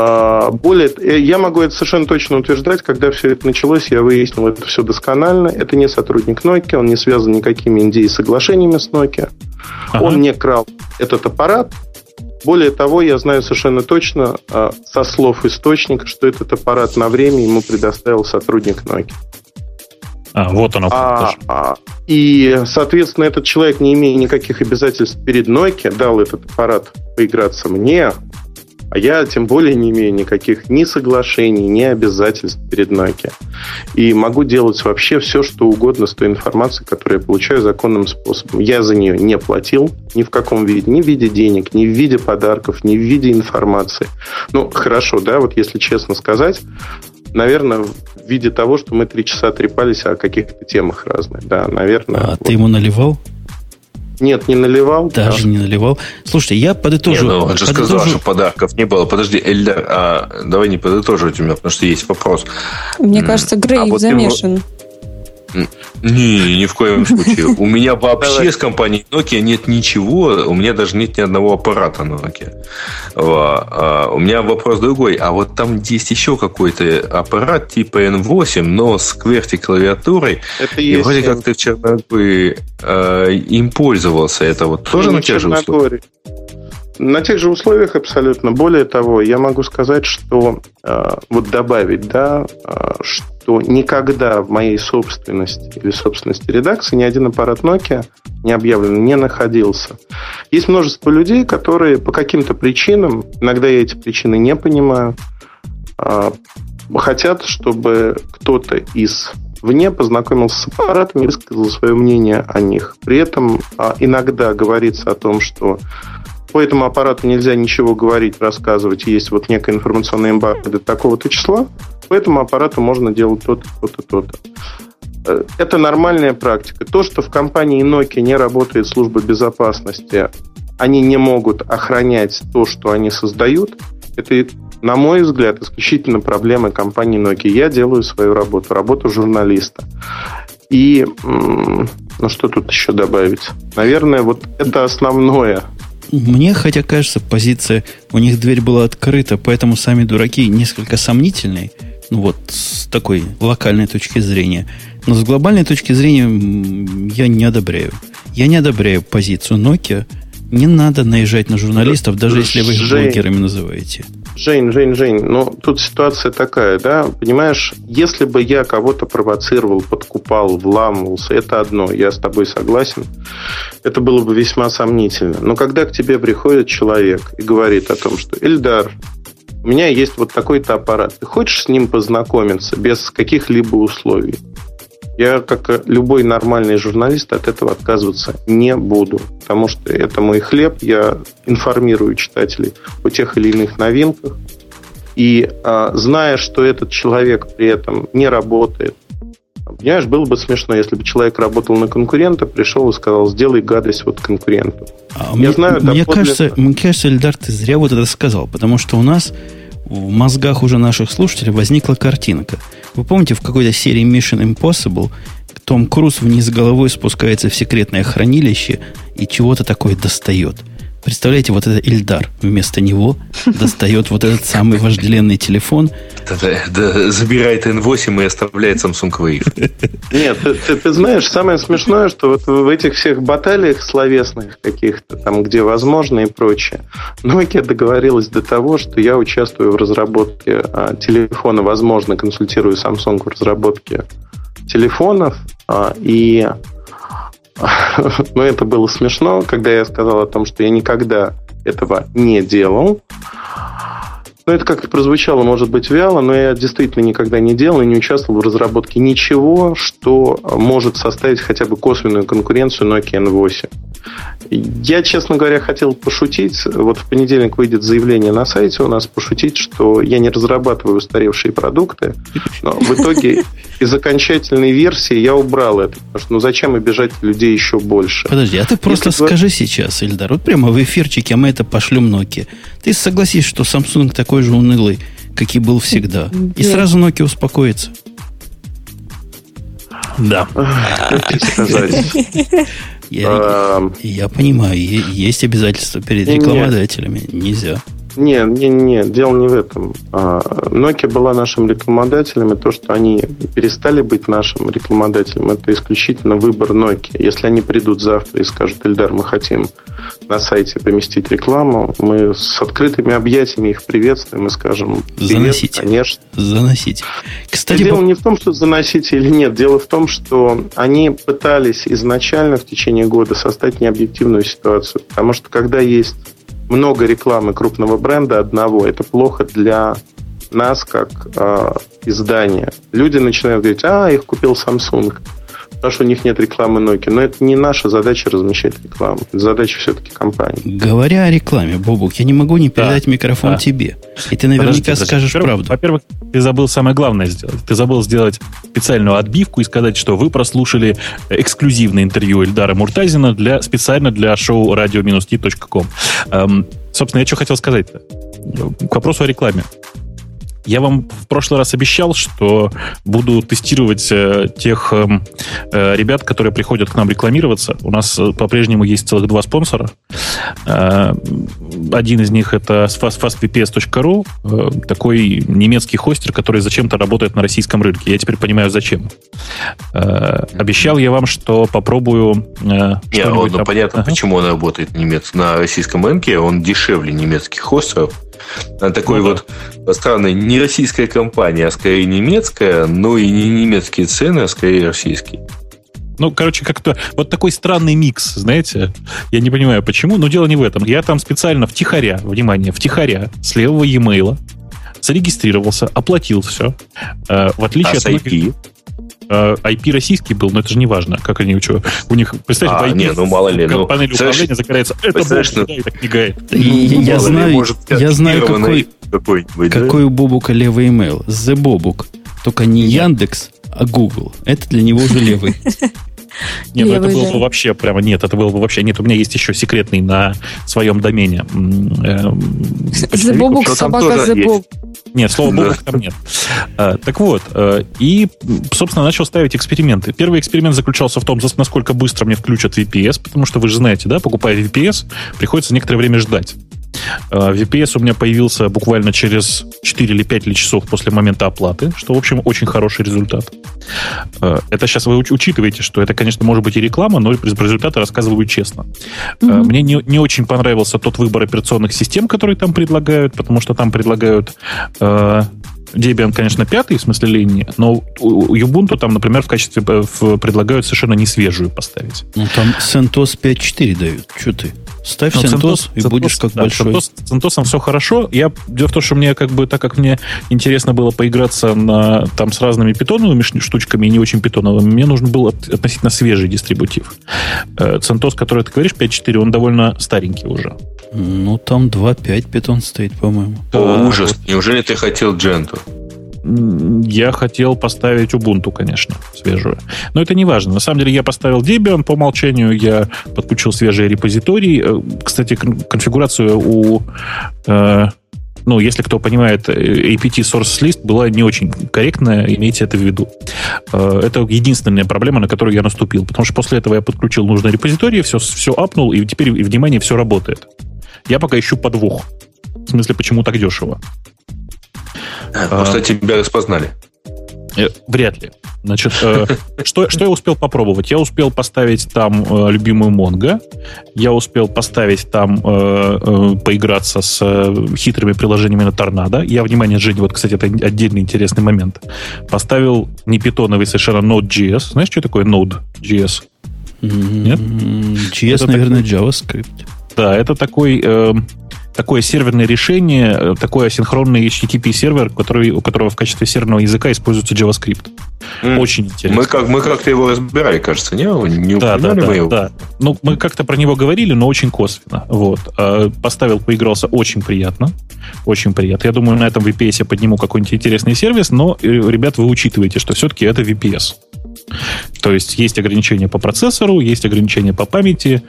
Speaker 4: Я могу это совершенно точно утверждать, когда все это началось, я выяснил это все досконально. Это не сотрудник Nokia, он не связан никакими NDA-соглашениями с Nokia. Он не крал этот аппарат. Более того, я знаю совершенно точно, со слов источника, что этот аппарат на время ему предоставил сотрудник Nokia.
Speaker 2: Вот оно.
Speaker 4: И, соответственно, этот человек, не имея никаких обязательств перед Nokia, дал этот аппарат поиграться мне, а я тем более не имею никаких ни соглашений, ни обязательств перед Nokia. И могу делать вообще все, что угодно с той информацией, которую я получаю законным способом. Я за нее не платил ни в каком виде. Ни в виде денег, ни в виде подарков, ни в виде информации. Хорошо, да, вот если честно сказать, наверное, в виде того, что мы 3 часа трепались о каких-то темах разных. Да, наверное.
Speaker 1: Ты ему наливал?
Speaker 4: Нет, не наливал.
Speaker 1: Даже не наливал. Слушай, я подытожу.
Speaker 3: Он же сказал, что подарков не было. Подожди, Эльдар, давай не подытоживать у меня, потому что есть вопрос.
Speaker 5: Мне кажется, Грей замешан.
Speaker 3: Ни в коем случае. У меня вообще с компанией Nokia нет ничего. У меня даже нет ни одного аппарата Nokia. У меня вопрос другой. А вот там есть еще какой-то аппарат типа N8, но с QWERTY-клавиатурой. И вроде как ты в Черногории им пользовался. Это вот тоже на тех же условиях?
Speaker 4: На тех же условиях абсолютно. Более того, я могу сказать, что добавить, что никогда в моей собственности или собственности редакции ни один аппарат Nokia не объявлен, не находился. Есть множество людей, которые по каким-то причинам, иногда я эти причины не понимаю, хотят, чтобы кто-то извне познакомился с аппаратами и высказал свое мнение о них. При этом иногда говорится о том, что по этому аппарату нельзя ничего говорить, рассказывать. Есть некая информационная эмбарго до такого-то числа. По этому аппарату можно делать то-то, то-то, то-то. Это нормальная практика. То, что в компании Nokia не работает служба безопасности, они не могут охранять то, что они создают, это на мой взгляд, исключительно проблемы компании Nokia. Я делаю свою работу журналиста. И, что тут еще добавить? Наверное, вот это основное.
Speaker 1: Мне, хотя кажется, позиция, у них дверь была открыта, поэтому сами дураки несколько сомнительные, с такой локальной точки зрения. Но с глобальной точки зрения я не одобряю. Я не одобряю позицию Nokia. Не надо наезжать на журналистов, даже если вы их блогерами называете.
Speaker 4: Жень, тут ситуация такая, да, понимаешь, если бы я кого-то провоцировал, подкупал, вламывался, это одно, я с тобой согласен, это было бы весьма сомнительно. Но когда к тебе приходит человек и говорит о том, что Эльдар, у меня есть вот такой-то аппарат, ты хочешь с ним познакомиться без каких-либо условий? Я, как любой нормальный журналист, от этого отказываться не буду. Потому что это мой хлеб. Я информирую читателей о тех или иных новинках. И зная, что этот человек при этом не работает. Понимаешь, было бы смешно, если бы человек работал на конкурента, пришел и сказал, сделай гадость вот конкуренту.
Speaker 1: Мне кажется, Эльдар, ты зря вот это сказал. Потому что у нас в мозгах уже наших слушателей возникла картинка. Вы помните, в какой-то серии Mission Impossible Том Круз вниз головой спускается в секретное хранилище и чего-то такое достает. Представляете, вот это Эльдар вместо него достает вот этот самый вожделенный телефон.
Speaker 3: Забирает N8 и оставляет Samsung Wave.
Speaker 4: Нет, ты знаешь, самое смешное, что вот в этих всех баталиях словесных каких-то, там, где возможно и прочее, Nokia договорилась до того, что я участвую в разработке телефона, возможно, консультирую Samsung в разработке телефонов, и это было смешно, когда я сказал о том, что я никогда этого не делал. Это как-то прозвучало, может быть, вяло, но я действительно никогда не делал и не участвовал в разработке ничего, что может составить хотя бы косвенную конкуренцию Nokia N8. Я, честно говоря, хотел пошутить. Вот в понедельник выйдет заявление на сайте у нас, пошутить, что я не разрабатываю устаревшие продукты. Но в итоге из окончательной версии я убрал это. Потому что зачем обижать людей еще больше?
Speaker 1: Подожди, а ты просто скажи сейчас, Эльдар, вот прямо в эфирчике, а мы это пошлем Nokia. Ты согласись, что Samsung такой же унылый, как и был всегда. И сразу Nokia успокоится.
Speaker 2: Да.
Speaker 1: Я понимаю, есть обязательства перед рекламодателями. Нельзя.
Speaker 4: Нет, дело не в этом. Nokia была нашим рекламодателем, и то, что они перестали быть нашим рекламодателем, это исключительно выбор Nokia. Если они придут завтра и скажут, Эльдар, мы хотим на сайте поместить рекламу, мы с открытыми объятиями их приветствуем и скажем,
Speaker 1: заносите,
Speaker 4: конечно.
Speaker 1: Заносите. Кстати,
Speaker 4: дело не в том, что заносите или нет. Дело в том, что они пытались изначально в течение года создать необъективную ситуацию. Потому что когда есть много рекламы крупного бренда одного, это плохо для нас, как издания. Люди начинают говорить, их купил Samsung, потому что у них нет рекламы Nokia. Но это не наша задача размещать рекламу. Это задача все-таки компании.
Speaker 1: Говоря о рекламе, Бобук, я не могу не передать микрофон тебе. И ты наверняка скажешь правду.
Speaker 2: Во-первых, ты забыл самое главное сделать. Ты забыл сделать специальную отбивку и сказать, что вы прослушали эксклюзивное интервью Эльдара Муртазина специально для шоу radio-t.com. Собственно, я что хотел сказать-то? К вопросу о рекламе. Я вам в прошлый раз обещал, что буду тестировать тех ребят, которые приходят к нам рекламироваться. У нас по-прежнему есть целых 2 спонсора. Один из них это fastVPS.ru, такой немецкий хостер, который зачем-то работает на российском рынке. Я теперь понимаю, зачем. Обещал я вам, что попробую...
Speaker 3: понятно, почему он работает на российском рынке. Он дешевле немецких хостеров. Такой странный, не российская компания, а скорее немецкая, но и не немецкие цены, а скорее российские.
Speaker 2: Как-то вот такой странный микс, знаете. Я не понимаю, почему, но дело не в этом. Я там специально втихаря с левого e-mail зарегистрировался, оплатил все. В отличие от
Speaker 3: IP?
Speaker 2: IP российский был, но это же не важно, как они учат. У них, представьте,
Speaker 3: IP мало ли,
Speaker 2: панель управления загорается. Это бог, и так мигает.
Speaker 1: Я знаю, какой у Бобука левый email. The Бобук. Только не Яндекс, а Google. Это для него уже левый.
Speaker 2: Нет, ну это было бы вообще прямо... Нет, это было бы вообще... Нет, у меня есть еще секретный на своем домене.
Speaker 5: The Bobuk, собака The Bob.
Speaker 2: Нет, слова Бобук там нет. Так вот, и, собственно, начал ставить эксперименты. Первый эксперимент заключался в том, насколько быстро мне включат VPS, потому что вы же знаете, да, покупая VPS, приходится некоторое время ждать. VPS у меня появился буквально через 4 или 5 часов после момента оплаты, что, в общем, очень хороший результат. Это сейчас вы учитываете, что это, конечно, может быть и реклама, но результаты рассказываю честно. Мне не очень понравился тот выбор операционных систем, которые там предлагают, потому что там предлагают... Debian, конечно, 5-й, в смысле линии, но у Ubuntu там, например, в качестве предлагают совершенно не свежую поставить.
Speaker 1: Ну, там CentOS 5.4 дают. Что ты? Ставь CentOS и будешь как большой.
Speaker 2: С CentOS все хорошо. Дело в том, что мне так как мне интересно было поиграться там с разными питоновыми штучками и не очень питоновыми, мне нужен был относительно свежий дистрибутив. CentOS, который ты говоришь, 5.4, он довольно старенький уже.
Speaker 1: Ну, там 2.5 питон стоит, по-моему.
Speaker 3: Ужас. Неужели ты хотел Gentoo?
Speaker 2: Я хотел поставить Ubuntu, конечно, свежую. Но это не важно. На самом деле я поставил Debian по умолчанию, я подключил свежие репозитории. Кстати, конфигурацию если кто понимает, APT Source List была не очень корректная, имейте это в виду. Это единственная проблема, на которую я наступил. Потому что после этого я подключил нужные репозитории, все апнул, и теперь, внимание, все работает. Я пока ищу подвох. В смысле, почему так дешево?
Speaker 3: Просто тебя распознали.
Speaker 2: Вряд ли. Значит, что я успел попробовать? Я успел поставить там любимую Mongo. Я успел поставить там поиграться с хитрыми приложениями на Торнадо. Я, внимание, Женя, вот, кстати, это отдельный интересный момент. Поставил не питоновый совершенно Node.js. Знаешь, что такое Node.js? Нет?
Speaker 1: JS, это наверное, JavaScript.
Speaker 2: Да, это такое серверное решение, такой асинхронный HTTP-сервер, у которого в качестве серверного языка используется JavaScript. Очень интересно.
Speaker 3: Мы как-то его разбирали, кажется, не упоминали мы его?
Speaker 2: Да. Ну, мы как-то про него говорили, но очень косвенно. Вот. Поставил, поигрался, очень приятно. Очень приятно. Я думаю, на этом VPS я подниму какой-нибудь интересный сервис, но, ребят, вы учитываете, что все-таки это VPS. То есть ограничения по процессору, есть ограничения по памяти.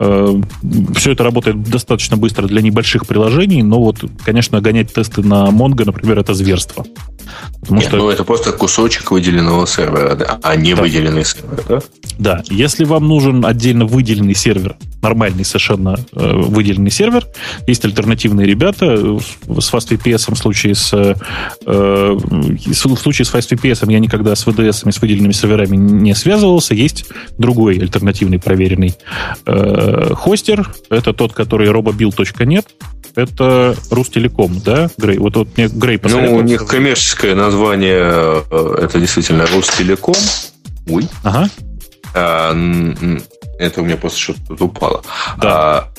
Speaker 2: Все это работает достаточно быстро для небольших приложений, но вот, конечно, гонять тесты на Mongo, например, это зверство.
Speaker 3: Это просто кусочек выделенного сервера, а не выделенный сервер, да?
Speaker 2: Да. Если вам нужен отдельно выделенный сервер, нормальный совершенно выделенный сервер, есть альтернативные ребята. С FastVPS в случае с FastVPS я никогда с VDS, с выделенными серверами не связывался. Есть другой альтернативный проверенный хостер. Это тот, который robobuild.net. Это Рустелеком, да, Грей? Вот мне Грей посоветовал.
Speaker 3: У них коммерческое название, это действительно Рустелеком. Ой.
Speaker 2: Ага.
Speaker 3: Это у меня просто что-то тут упало.
Speaker 2: Да.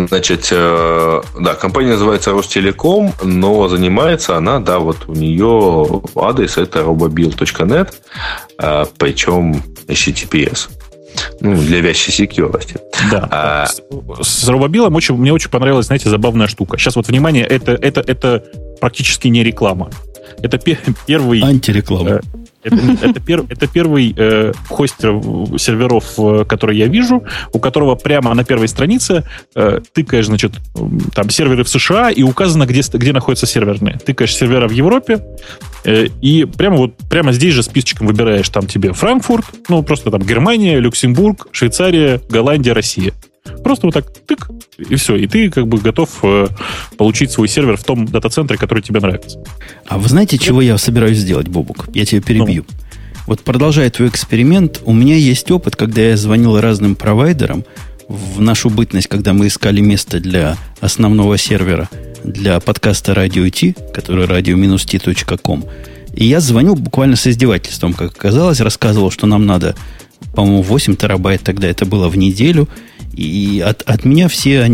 Speaker 3: Компания называется Ростелеком, но занимается она, вот у нее адрес это robobuild.net, причем HTTPS. Для вящей секьюрности.
Speaker 2: Да. С RoboBuild мне очень понравилась, знаете, забавная штука. Сейчас вот, внимание, это практически не реклама. Это первый...
Speaker 1: Антиреклама.
Speaker 2: Это первый хостер серверов, который я вижу, у которого прямо на первой странице тыкаешь, значит, там серверы в США, и указано, где находятся серверные. Тыкаешь сервера в Европе, и прямо здесь же списочком выбираешь там тебе Франкфурт, просто там Германия, Люксембург, Швейцария, Голландия, Россия. Просто вот так тык, и все. И ты готов получить свой сервер в том дата-центре, который тебе нравится.
Speaker 1: А вы знаете, чего я собираюсь сделать, Бобук? Я тебя перебью. Вот продолжая твой эксперимент, у меня есть опыт, когда я звонил разным провайдерам в нашу бытность, когда мы искали место для основного сервера для подкаста Radio T, который radio-t.com. И я звонил буквально с издевательством, как оказалось, рассказывал, что нам надо, по-моему, 8 терабайт, тогда это было в неделю. И от меня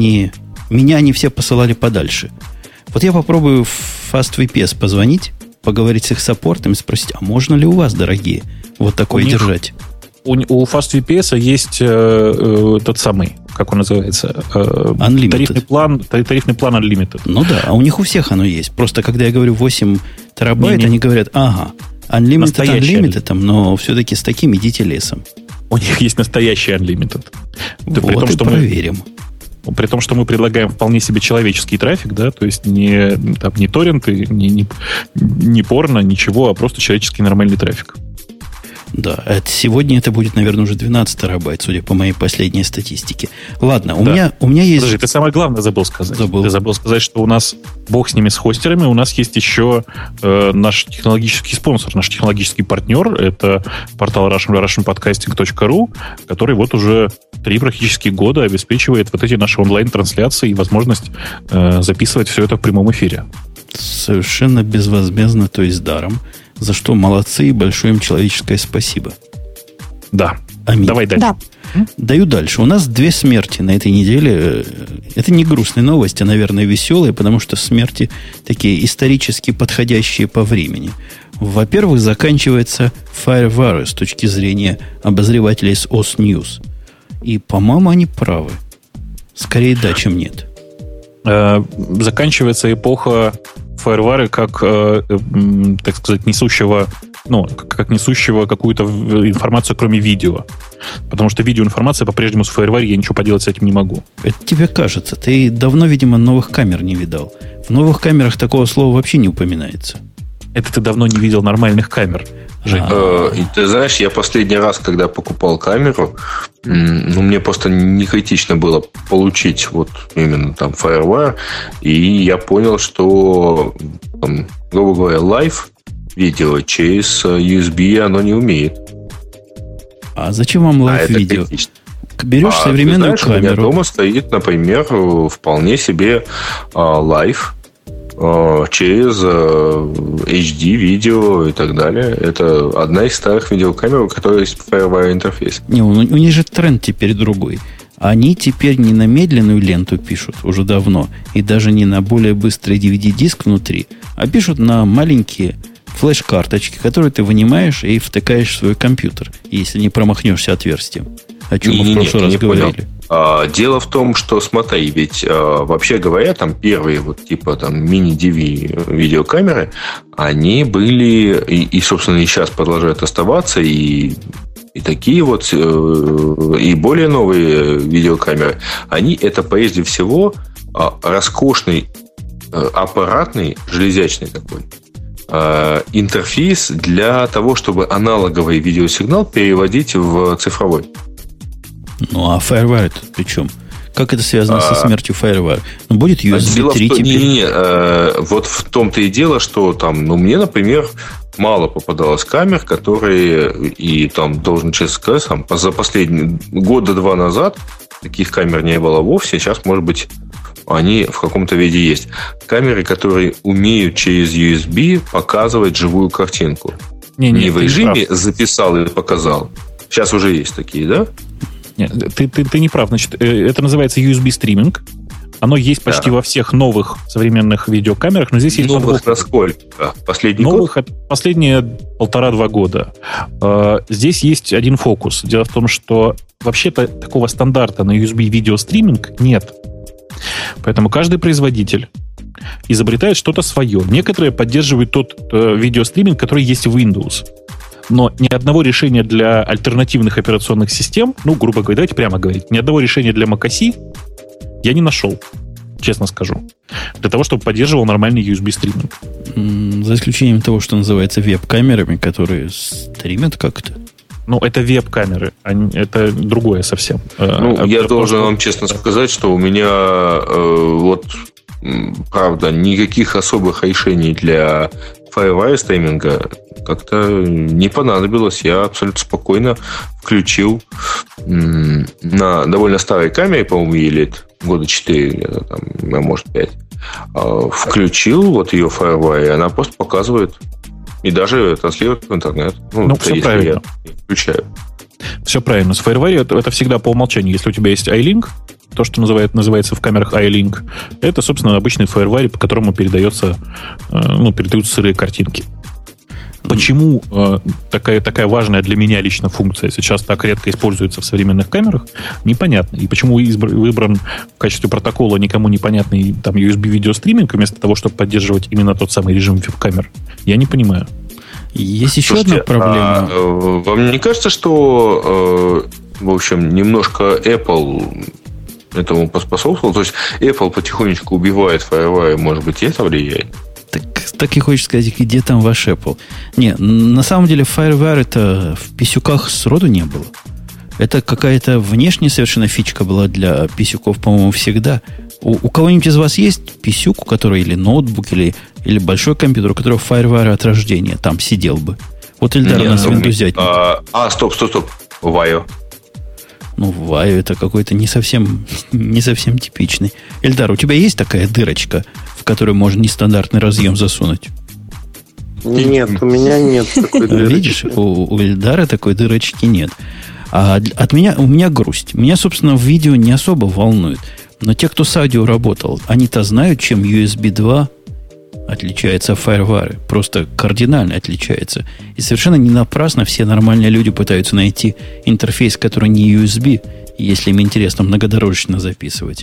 Speaker 1: они все посылали подальше. Вот я попробую в FastVPS позвонить, поговорить с их саппортом и спросить, а можно ли у вас, дорогие, вот такое держать?
Speaker 2: У FastVPS есть тот самый, как он называется? Тарифный план Unlimited.
Speaker 1: Ну да, а у них у всех оно есть. Просто когда я говорю 8 терабайт, они говорят, ага, Unlimited, но все-таки с таким идите лесом.
Speaker 2: У них есть настоящий Unlimited.
Speaker 1: Вот при том, что проверим.
Speaker 2: При том, что мы предлагаем вполне себе человеческий трафик, да, то есть не торренты, не порно, ничего, а просто человеческий нормальный трафик.
Speaker 1: Да, сегодня это будет, наверное, уже 12 терабайт, судя по моей последней статистике. Ладно, у меня есть...
Speaker 2: Подожди, ты самое главное забыл сказать. Ты забыл сказать, что у нас, бог с ними, с хостерами, у нас есть еще наш технологический спонсор, наш технологический партнер. Это портал russianpodcasting.ru, который вот уже 3 практически года обеспечивает вот эти наши онлайн-трансляции и возможность записывать все это в прямом эфире.
Speaker 1: Совершенно безвозмездно, то есть даром. За что молодцы и большое им человеческое спасибо.
Speaker 2: Да.
Speaker 1: Аминь.
Speaker 2: Давай дальше.
Speaker 5: Да.
Speaker 1: Даю дальше. У нас 2 смерти на этой неделе. Это не грустная новость, а, наверное, веселая, потому что смерти такие исторически подходящие по времени. Во-первых, заканчивается FireWire с точки зрения обозревателей с OS News. И, по-моему, они правы. Скорее да, чем нет.
Speaker 2: Заканчивается эпоха FireWire как, так сказать, несущего какую-то информацию, кроме видео. Потому что видеоинформация по-прежнему с FireWire, я ничего поделать с этим не могу.
Speaker 1: Это тебе кажется. Ты давно, видимо, новых камер не видал. В новых камерах такого слова вообще не упоминается.
Speaker 2: Это ты давно не видел нормальных камер, Жень.
Speaker 3: Ты знаешь, я последний раз, когда покупал камеру, мне просто не критично было получить вот именно там FireWire, и я понял, что, там, грубо говоря, лайв видео через USB оно не умеет.
Speaker 1: А зачем вам лайв-видео? Берешь современную камеру.
Speaker 3: У меня дома стоит, например, вполне себе лайв через HD-видео и так далее. Это одна из старых видеокамер, у которой есть FireWire интерфейс.
Speaker 1: Не, у них же тренд теперь другой. Они теперь не на медленную ленту пишут уже давно, и даже не на более быстрый DVD-диск внутри, а пишут на маленькие флеш-карточки, которые ты вынимаешь и втыкаешь в свой компьютер, если не промахнешься отверстием. О чем мы в прошлый раз говорили.
Speaker 3: Дело в том, что, смотри, ведь вообще говоря, там первые вот типа там мини-DV видеокамеры, они были и собственно, и сейчас продолжают оставаться, и такие вот, и более новые видеокамеры, они это прежде всего роскошный аппаратный, железячный такой интерфейс для того, чтобы аналоговый видеосигнал переводить в цифровой.
Speaker 1: Ну, а FireWire тут при чем? Как это связано со смертью FireWire? Ну, будет USB 3 теперь.
Speaker 3: Вот в том-то и дело, что там, мне, например, мало попадалось камер, которые, и там, должен честно сказать, там, за последние года 2 назад таких камер не было вовсе. Сейчас, может быть, они в каком-то виде есть. Камеры, которые умеют через USB показывать живую картинку. Не в режиме записал и показал. Сейчас уже есть такие, да?
Speaker 2: Нет, ты не прав. Значит, это называется USB-стриминг. Оно есть почти во всех новых современных видеокамерах, но здесь есть...
Speaker 3: Новых насколько?
Speaker 2: Последние 1,5-2 года. Здесь есть один фокус. Дело в том, что вообще-то такого стандарта на USB-видеостриминг нет. Поэтому каждый производитель изобретает что-то свое. Некоторые поддерживают тот видеостриминг, который есть в Windows. Но ни одного решения для альтернативных операционных систем, грубо говоря, давайте прямо говорить, ни одного решения для macOS я не нашел, честно скажу, для того, чтобы поддерживал нормальный USB-стриминг.
Speaker 1: За исключением того, что называется веб-камерами, которые стримят как-то.
Speaker 2: Это веб-камеры, это другое совсем.
Speaker 3: Я должен вам честно сказать, что у меня правда, никаких особых решений для FireWire стриминга как-то не понадобилось. Я абсолютно спокойно включил на довольно старой камере, по-моему, ей лет года 4, а может 5. Включил вот ее FireWire, и она просто показывает и даже транслирует в интернет.
Speaker 2: Все правильно.
Speaker 3: Я включаю.
Speaker 2: Все правильно. С FireWire это всегда по умолчанию. Если у тебя есть iLink, то, что называется в камерах iLink, это, собственно, обычный FireWire, по которому передаются сырые картинки. Почему такая важная для меня лично функция сейчас так редко используется в современных камерах, непонятно. И почему выбран в качестве протокола никому непонятный USB-видеостриминг, вместо того, чтобы поддерживать именно тот самый режим веб-камер, я не понимаю.
Speaker 1: Есть еще одна проблема.
Speaker 3: Вам не кажется, что, в общем, немножко Apple этому поспособствовал? То есть Apple потихонечку убивает FireWire, может быть, это влияет?
Speaker 1: Так и хочешь сказать, где там ваш Apple? Не, на самом деле FireWire это в писюках сроду не было. Это какая-то внешняя совершенно фичка была для писюков, по-моему, всегда. У кого-нибудь из вас есть писюк, у которого или ноутбук, или большой компьютер, у которого FireWire от рождения там сидел бы? Вот Эльдар у нас виндузятник.
Speaker 3: Стоп. Вайо.
Speaker 1: Ну, Вайо это какой-то не совсем типичный. Эльдар, у тебя есть такая дырочка, в которую можно нестандартный разъем засунуть?
Speaker 4: Нет, у меня нет такой дырочки.
Speaker 1: Видишь, у Эльдара такой дырочки нет. А у меня грусть. Меня, собственно, в видео не особо волнует. Но те, кто с аудио работал, они-то знают, чем USB 2 отличается от FireWire. Просто кардинально отличается. И совершенно не напрасно все нормальные люди пытаются найти интерфейс, который не USB, если им интересно многодорожечно записывать.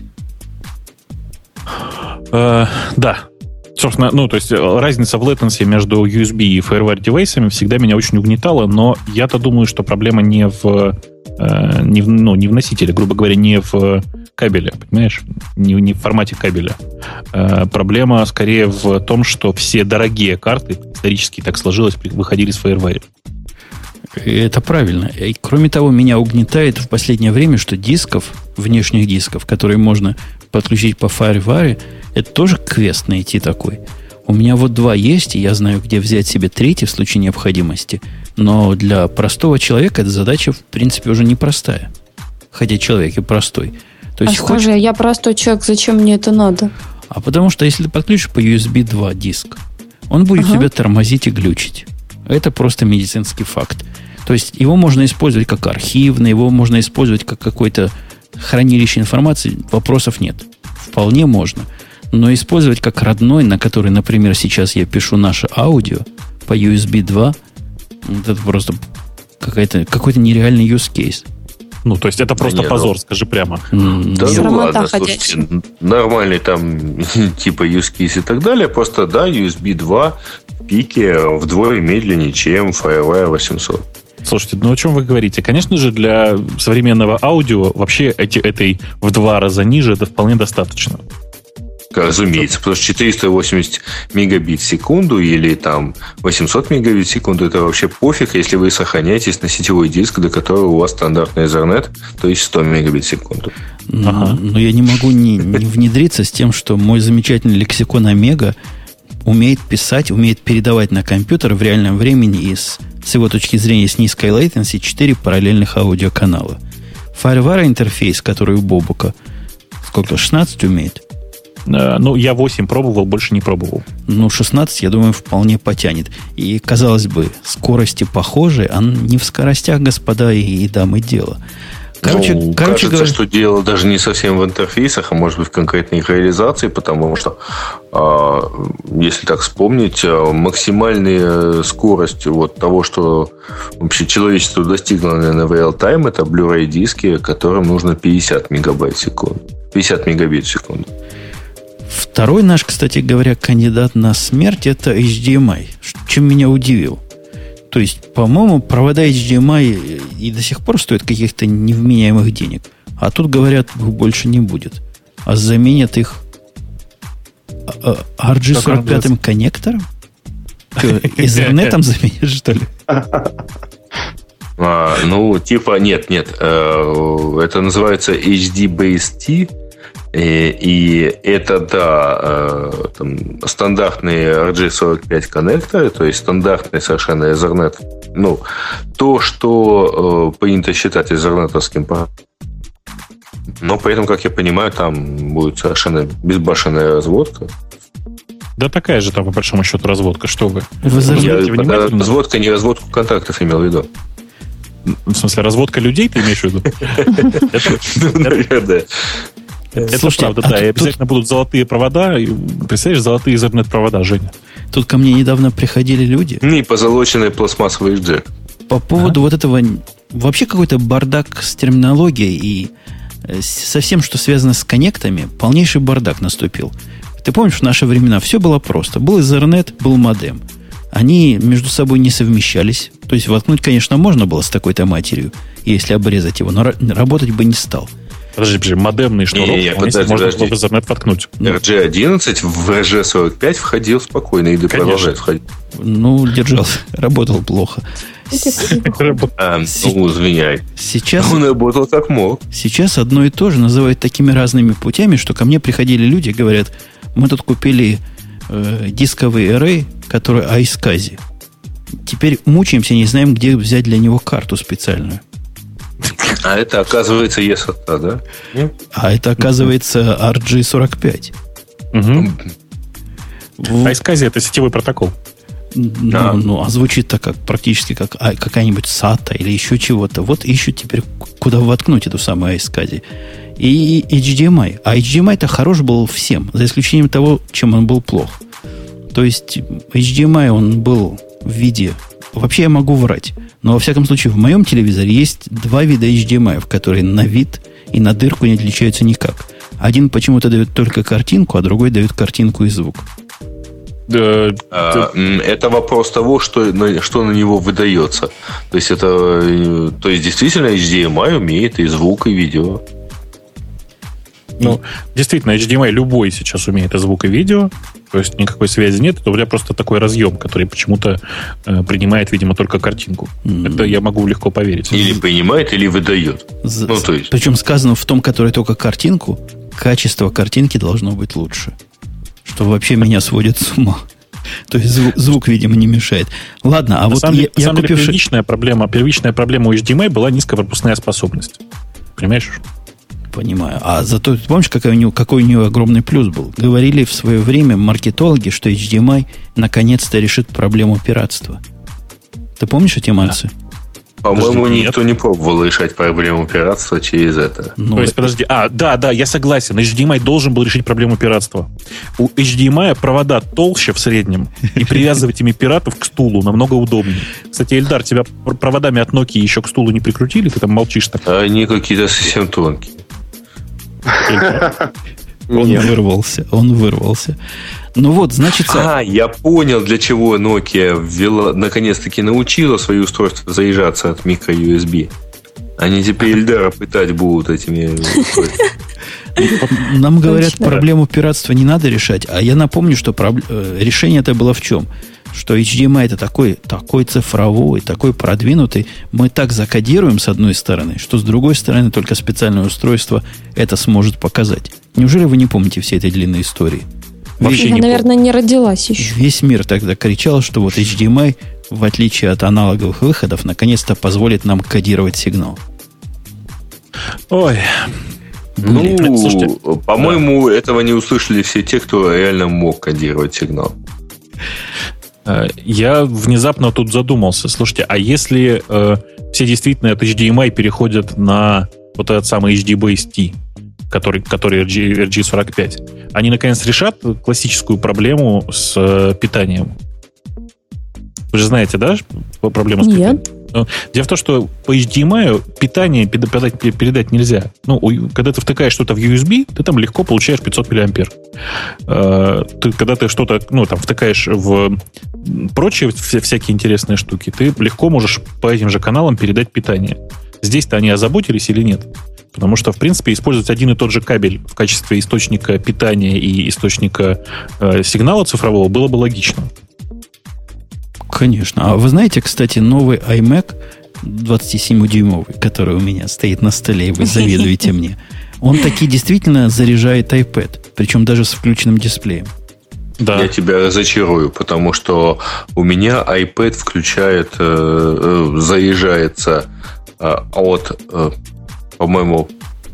Speaker 2: Да. Собственно, то есть разница в latency между USB и FireWire девайсами всегда меня очень угнетала, но я-то думаю, что проблема не в носителе, грубо говоря, не в кабеле, понимаешь? Не в формате кабеля. Проблема скорее в том, что все дорогие карты, исторически так сложилось, выходили с FireWire.
Speaker 1: Это правильно. И, кроме того, меня угнетает в последнее время, что внешних дисков, которые можно подключить по FireWire, это тоже квест найти такой. У меня вот 2 есть, и я знаю, где взять себе 3 в случае необходимости. Но для простого человека эта задача, в принципе, уже непростая. Хотя человек и простой. То есть
Speaker 5: скажи, я простой человек, зачем мне это надо?
Speaker 1: А потому что, если ты подключишь по USB 2 диск, он будет тебя тормозить и глючить. Это просто медицинский факт. То есть его можно использовать как архивный, его можно использовать как какое-то хранилище информации. Вопросов нет. Вполне можно. Но использовать как родной, на который, например, сейчас я пишу наше аудио по USB 2, это просто какой-то нереальный use case.
Speaker 2: То есть это просто позор, скажи прямо.
Speaker 3: Да ладно, слушайте, нормальный там типа use case и так далее, просто, да, USB 2 в пике вдвое медленнее, чем FireWire 800.
Speaker 2: Слушайте, о чем вы говорите? Конечно же, для современного аудио вообще этой в 2 раза ниже это вполне достаточно.
Speaker 3: Разумеется, потому что 480 мегабит в секунду или там 800 мегабит в секунду, это вообще пофиг, если вы сохраняетесь на сетевой диск, до которого у вас стандартный Ethernet, то есть 100 мегабит в секунду.
Speaker 1: Но я не могу не внедриться с тем, что мой замечательный лексикон Омега умеет писать, умеет передавать на компьютер в реальном времени с его точки зрения с низкой latency 4 параллельных аудиоканала. FireWire интерфейс, который у Бобука, 16 умеет?
Speaker 2: Я 8 пробовал, больше не пробовал. 16, я думаю, вполне потянет. И, казалось бы, скорости похожи, а не в скоростях, господа и дамы, дело. Кажется, говоря, что дело даже не совсем в интерфейсах, а может быть в конкретной их реализации, потому что, если так вспомнить, максимальная скорость того, что вообще человечество достигло, наверное, в реал-тайм, это Blu-ray диски, которым нужно 50 мегабит в секунду. Второй наш, кстати говоря, кандидат на смерть — это HDMI, чем меня удивил. То есть, по-моему, провода HDMI и до сих пор стоят каких-то невменяемых денег. А тут, говорят, их больше не будет. А заменят их RG45 коннектором? Ethernet заменят, что ли? Нет. Это называется HD-Base-T. И это, стандартные RG45 коннекторы, то есть стандартный совершенно Ethernet. То, что принято считать Ethernet-овским. Но при этом, как я понимаю, там будет совершенно безбашенная разводка. Да такая же там, по большому счету, разводка. Что вы?
Speaker 3: Разводка, не разводку контактов имел в виду.
Speaker 2: В смысле, разводка людей ты имеешь в виду?
Speaker 3: Наверное.
Speaker 2: Это правда, да. И обязательно будут золотые провода. Представляешь, золотые Ethernet-провода, Женя.
Speaker 1: Тут ко мне недавно приходили люди.
Speaker 3: И позолоченный пластмассовый джек.
Speaker 1: По поводу вот этого... Вообще какой-то бардак с терминологией и со всем, что связано с коннектами, полнейший бардак наступил. Ты помнишь, в наши времена все было просто. Был Ethernet, был модем. они между собой не совмещались. То есть воткнуть, конечно, можно было с такой-то матерью, если обрезать его, но работать бы не стал.
Speaker 2: Подожди, модемный шнурок, можно было в Ethernet воткнуть.
Speaker 3: RG11 в RG45 входил спокойно и продолжает входить.
Speaker 1: Ну, держался, работал плохо.
Speaker 3: Извиняй.
Speaker 1: Сейчас
Speaker 3: он работал как мог.
Speaker 1: Сейчас одно и то же называют такими разными путями, что ко мне приходили люди и говорят, мы тут купили дисковый array, который iSCSI. Теперь мучаемся, не знаем, где взять для него карту специальную.
Speaker 3: А это, оказывается, ESATA, да?
Speaker 1: А это, оказывается, RG45.
Speaker 2: iSCSI — это сетевой протокол.
Speaker 1: А звучит так, как практически как какая-нибудь SATA или еще чего-то. Вот ищут теперь, куда воткнуть эту самую iSCSI. И HDMI. А HDMI-то хорош был всем, за исключением того, чем он был плох. То есть HDMI, он был в виде... Вообще я могу врать. Но, во всяком случае, в моем телевизоре есть два вида HDMI, которые на вид и на дырку не отличаются никак. Один почему-то дает только картинку, а другой дает картинку и звук.
Speaker 3: Это вопрос того, что на него выдается. То есть действительно HDMI умеет и звук, и видео.
Speaker 2: Ну, действительно, HDMI любой сейчас умеет и звук, и видео. То есть никакой связи нет. Это у тебя просто такой разъем, который почему-то принимает, видимо, только картинку. Это я могу легко поверить.
Speaker 3: Или принимает, или выдает. То есть.
Speaker 1: Причем сказано в том, который только картинку, качество картинки должно быть лучше. Что вообще меня сводит с ума. То есть звук, видимо, не мешает. Ладно, а
Speaker 2: на самом деле, первичная проблема у HDMI была низкая пропускная способность. Понимаешь?
Speaker 1: Понимаю. А зато, ты помнишь, какой у него огромный плюс был? Говорили в свое время маркетологи, что HDMI наконец-то решит проблему пиратства. Ты помнишь эти мансы?
Speaker 3: По-моему, никто не пробовал решать проблему пиратства через это.
Speaker 2: То есть, подожди. Да, я согласен. HDMI должен был решить проблему пиратства. У HDMI провода толще в среднем, и привязывать ими пиратов к стулу намного удобнее. Кстати, Эльдар, тебя проводами от Nokia еще к стулу не прикрутили? Ты там молчишь так.
Speaker 3: Они какие-то совсем тонкие.
Speaker 1: Он вырвался. Ну вот, значит...
Speaker 3: я понял, для чего Nokia наконец-таки научила свои устройства заряжаться от микро-USB. Они теперь Эльдара пытать будут этими...
Speaker 1: Нам говорят, проблему пиратства не надо решать, а я напомню, что решение это было в чем? Что HDMI это такой цифровой, такой продвинутый, мы так закодируем с одной стороны, что с другой стороны только специальное устройство это сможет показать. Неужели вы не помните всей этой длинной истории?
Speaker 5: Я, наверное, не родилась еще.
Speaker 1: Весь мир тогда кричал, что вот HDMI, в отличие от аналоговых выходов, наконец-то позволит нам кодировать сигнал.
Speaker 2: Ой...
Speaker 3: слушайте, по-моему, этого не услышали все те, кто реально мог кодировать сигнал.
Speaker 2: Я внезапно тут задумался. Слушайте, а если все действительно от HDMI переходят на вот этот самый HDBaseT, который RG45, они наконец решат классическую проблему с питанием? Вы же знаете, да, проблему с питанием?
Speaker 5: Нет.
Speaker 2: Дело в том, что по HDMI питание передать нельзя. Когда ты втыкаешь что-то в USB, ты там легко получаешь 500 мА. Когда ты что-то втыкаешь в прочие всякие интересные штуки, ты легко можешь по этим же каналам передать питание. Здесь-то они озаботились или нет? Потому что, в принципе, использовать один и тот же кабель в качестве источника питания и источника сигнала цифрового было бы логично.
Speaker 1: Конечно. А вы знаете, кстати, новый iMac 27-дюймовый, который у меня стоит на столе, и вы завидуете мне, он таки действительно заряжает iPad, причем даже с включенным дисплеем.
Speaker 3: Да. Я тебя разочарую, потому что у меня iPad заряжается от, по-моему,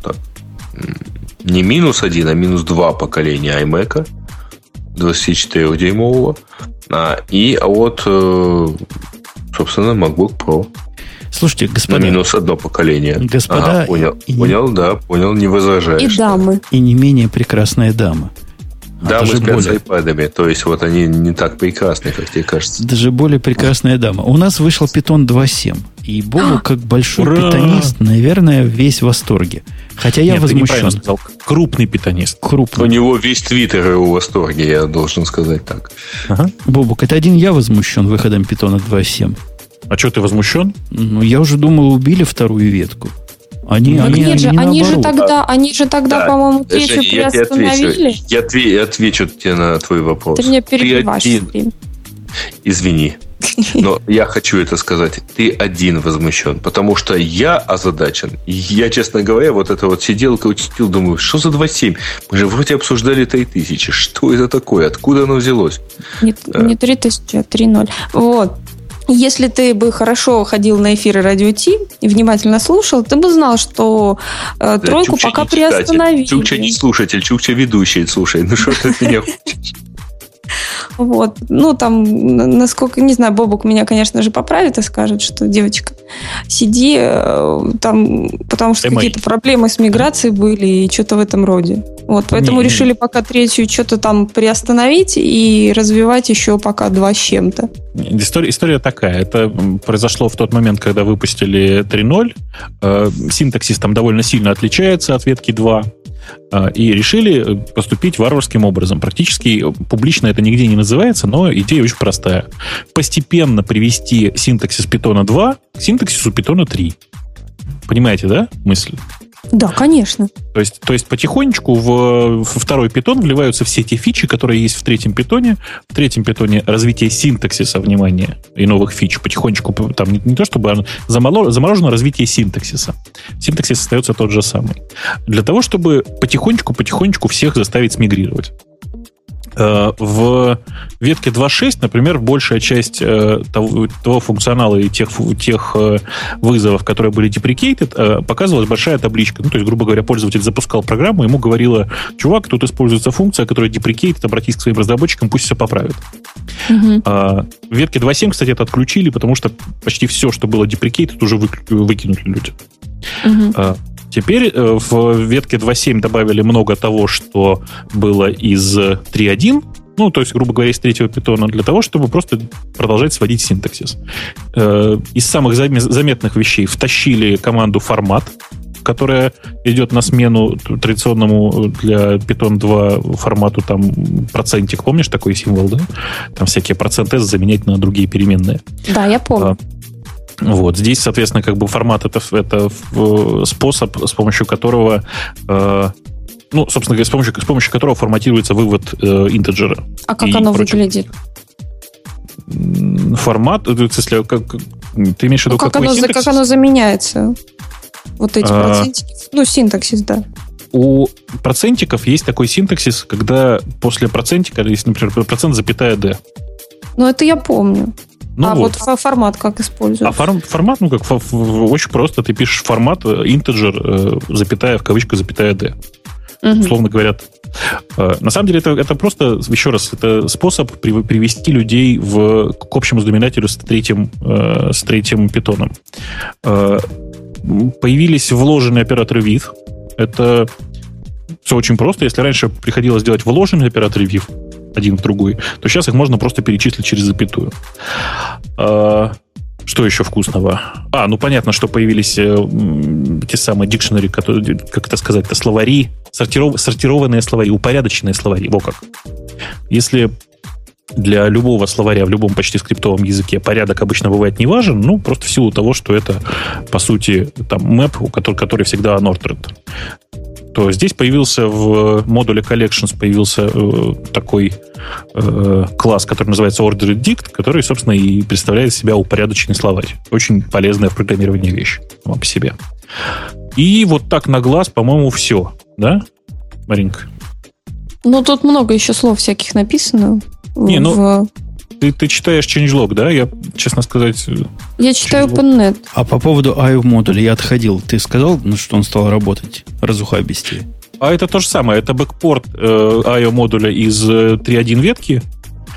Speaker 3: не -1, а -2 поколения iMac 24-дюймового. И от, собственно, MacBook Pro.
Speaker 1: Слушайте, господа...
Speaker 3: На -1 поколение.
Speaker 1: Господа...
Speaker 3: Понял, не возражаешь.
Speaker 5: И дамы.
Speaker 1: И не менее прекрасная дама.
Speaker 3: Дамы спят с айпадами. То есть, они не так прекрасны, как тебе кажется.
Speaker 1: Даже более прекрасная дама. У нас вышел Python 2.7. И Бобу, как большой питонист, наверное, весь в восторге. Хотя я возмущен.
Speaker 2: Сказал. Крупный питонист.
Speaker 3: У него весь твиттер в восторге, я должен сказать так.
Speaker 2: Ага.
Speaker 1: Бобук, это один я возмущен выходом Python 2.7.
Speaker 2: А что, ты возмущен?
Speaker 1: Ну, я уже думал, убили вторую ветку. Они
Speaker 5: же тогда, по-моему, третью приостановили.
Speaker 3: Я отвечу тебе на твой вопрос.
Speaker 5: Ты меня перебиваешь все время.
Speaker 3: Извини. Но я хочу это сказать. Ты один возмущен. Потому что я озадачен. Я, честно говоря, вот это вот сидел, крутил, думаю, что за 2.7? Мы же вроде обсуждали 3000. Что это такое? Откуда оно взялось?
Speaker 5: Не 3000, а 3.0. Вот. Если ты бы хорошо ходил на эфиры Радио Ти и внимательно слушал, ты бы знал, что тройку
Speaker 3: Чукча
Speaker 5: пока
Speaker 3: не читатель,
Speaker 5: приостановили.
Speaker 3: Чукча не слушатель, Чукча ведущий. Слушай, ну что ты от меня хочешь?
Speaker 5: Вот. Ну, там, насколько, не знаю, Бобук меня, конечно же, поправит и скажет, что, девочка, сиди там, потому что какие-то проблемы с миграцией были и что-то в этом роде. Вот, поэтому решили пока третью что-то там приостановить и развивать еще пока 2 с чем-то.
Speaker 2: История такая. Это произошло в тот момент, когда выпустили 3.0. Синтаксис там довольно сильно отличается от ветки 2. И решили поступить варварским образом. Практически публично это нигде не называется, но идея очень простая. Постепенно привести синтаксис Python 2 к синтаксису Python 3. Понимаете, да, мысль?
Speaker 5: Да, конечно.
Speaker 2: То есть потихонечку в второй Python вливаются все те фичи, которые есть в третьем Python. В третьем Python развитие синтаксиса, внимание, и новых фич. Потихонечку, там не то чтобы заморожено развитие синтаксиса. Синтаксис остается тот же самый. Для того, чтобы потихонечку всех заставить смигрировать. В ветке 2.6, например, большая часть того функционала и тех вызовов, которые были deprecated, показывалась большая табличка. Ну, то есть, грубо говоря, пользователь запускал программу, ему говорило: чувак, тут используется функция, которая deprecated, обратись к своим разработчикам, пусть все поправят. В ветке 2.7, кстати, это отключили, потому что почти все, что было deprecated, уже выкинули люди. Теперь в ветке 2.7 добавили много того, что было из 3.1, ну, то есть, грубо говоря, из третьего Python, для того, чтобы просто продолжать сводить синтаксис. Из самых заметных вещей втащили команду формат, которая идет на смену традиционному для Python 2 формату, там, процентик, помнишь такой символ, да? Там всякие %s заменять на другие переменные.
Speaker 5: Да, я помню.
Speaker 2: Вот. Здесь, соответственно, как бы формат это способ, с помощью которого, собственно говоря, с помощью которого форматируется вывод интеджера.
Speaker 5: А как оно выглядит?
Speaker 2: Формат, если ты имеешь в виду,
Speaker 5: как оно заменяется? Вот эти процентики. Ну, синтаксис, да.
Speaker 2: У процентиков есть такой синтаксис, когда после процентика есть, например, %d.
Speaker 5: Ну, это я помню.
Speaker 2: Ну
Speaker 5: вот формат как используется?
Speaker 2: Формат, очень просто. Ты пишешь формат integer, запятая, в кавычках, запятая d. Условно говоря. На самом деле, это просто, еще раз, это способ привести людей к общему знаменателю с третьим питоном. Появились вложенные операторы with. Это все очень просто. Если раньше приходилось делать вложенные операторы with один в другой, то сейчас их можно просто перечислить через запятую. Что еще вкусного? Понятно, что появились те самые dictionary, которые, как это сказать-то, словари, сортированные словари, упорядоченные словари. Во как. Если для любого словаря в любом почти скриптовом языке порядок обычно бывает не важен, просто в силу того, что это, по сути, там map, который всегда unordered, то здесь появился в модуле collections появился такой класс, который называется ordered dict, который, собственно, и представляет из себя упорядоченный словарь. Очень полезная в программировании вещь сама по себе. И вот так на глаз, по-моему, все. Да, Маринка?
Speaker 5: Тут много еще слов всяких написано.
Speaker 2: Ты читаешь changelog, да? Я, честно сказать...
Speaker 5: Я читаю OpenNet.
Speaker 1: А по поводу IO модуля я отходил. Ты сказал, что он стал работать разухабистее?
Speaker 2: А это то же самое. Это бэкпорт IO модуля из 3.1 ветки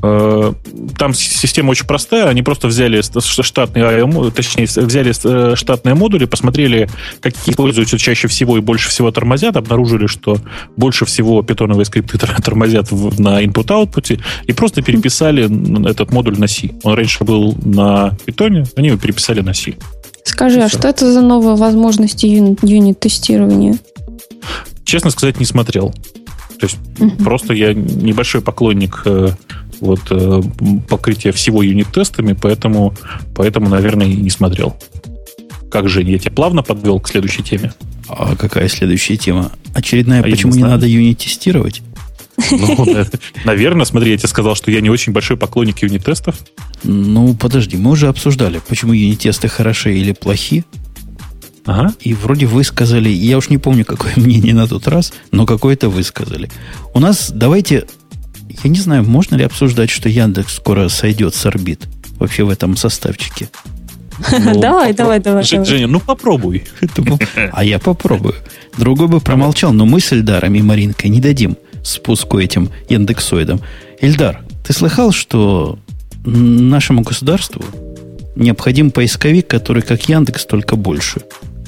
Speaker 2: Там система очень простая. Они просто взяли штатные модули, посмотрели, какие используются чаще всего и больше всего тормозят, обнаружили, что больше всего питоновые скрипты тормозят на input-output, и просто переписали этот модуль на C. Он раньше был на питоне, они его переписали на C.
Speaker 5: Скажи, а что это за новые возможности юнит-тестирования?
Speaker 2: Честно сказать, не смотрел. То есть просто я небольшой поклонник покрытия всего юнит-тестами, поэтому, наверное, и не смотрел. Как же, я тебя плавно подвел к следующей теме.
Speaker 1: А какая следующая тема? Очередная, почему не надо юнит-тестировать?
Speaker 2: Ну, наверное, смотри, я тебе сказал, что я не очень большой поклонник юнит-тестов.
Speaker 1: Ну, подожди, мы уже обсуждали, почему юнит-тесты хороши или плохи.
Speaker 2: Ага.
Speaker 1: И вроде высказали, я уж не помню, какое мнение на тот раз, но какое-то высказали. У нас, давайте, я не знаю, можно ли обсуждать, что Яндекс скоро сойдет с орбит вообще в этом составчике?
Speaker 5: Давай.
Speaker 2: Женя, ну попробуй.
Speaker 1: А я попробую. Другой бы промолчал, но мы с Эльдаром и Маринкой не дадим спуску этим яндексоидам. Эльдар, ты слыхал, что нашему государству необходим поисковик, который как Яндекс, только больше?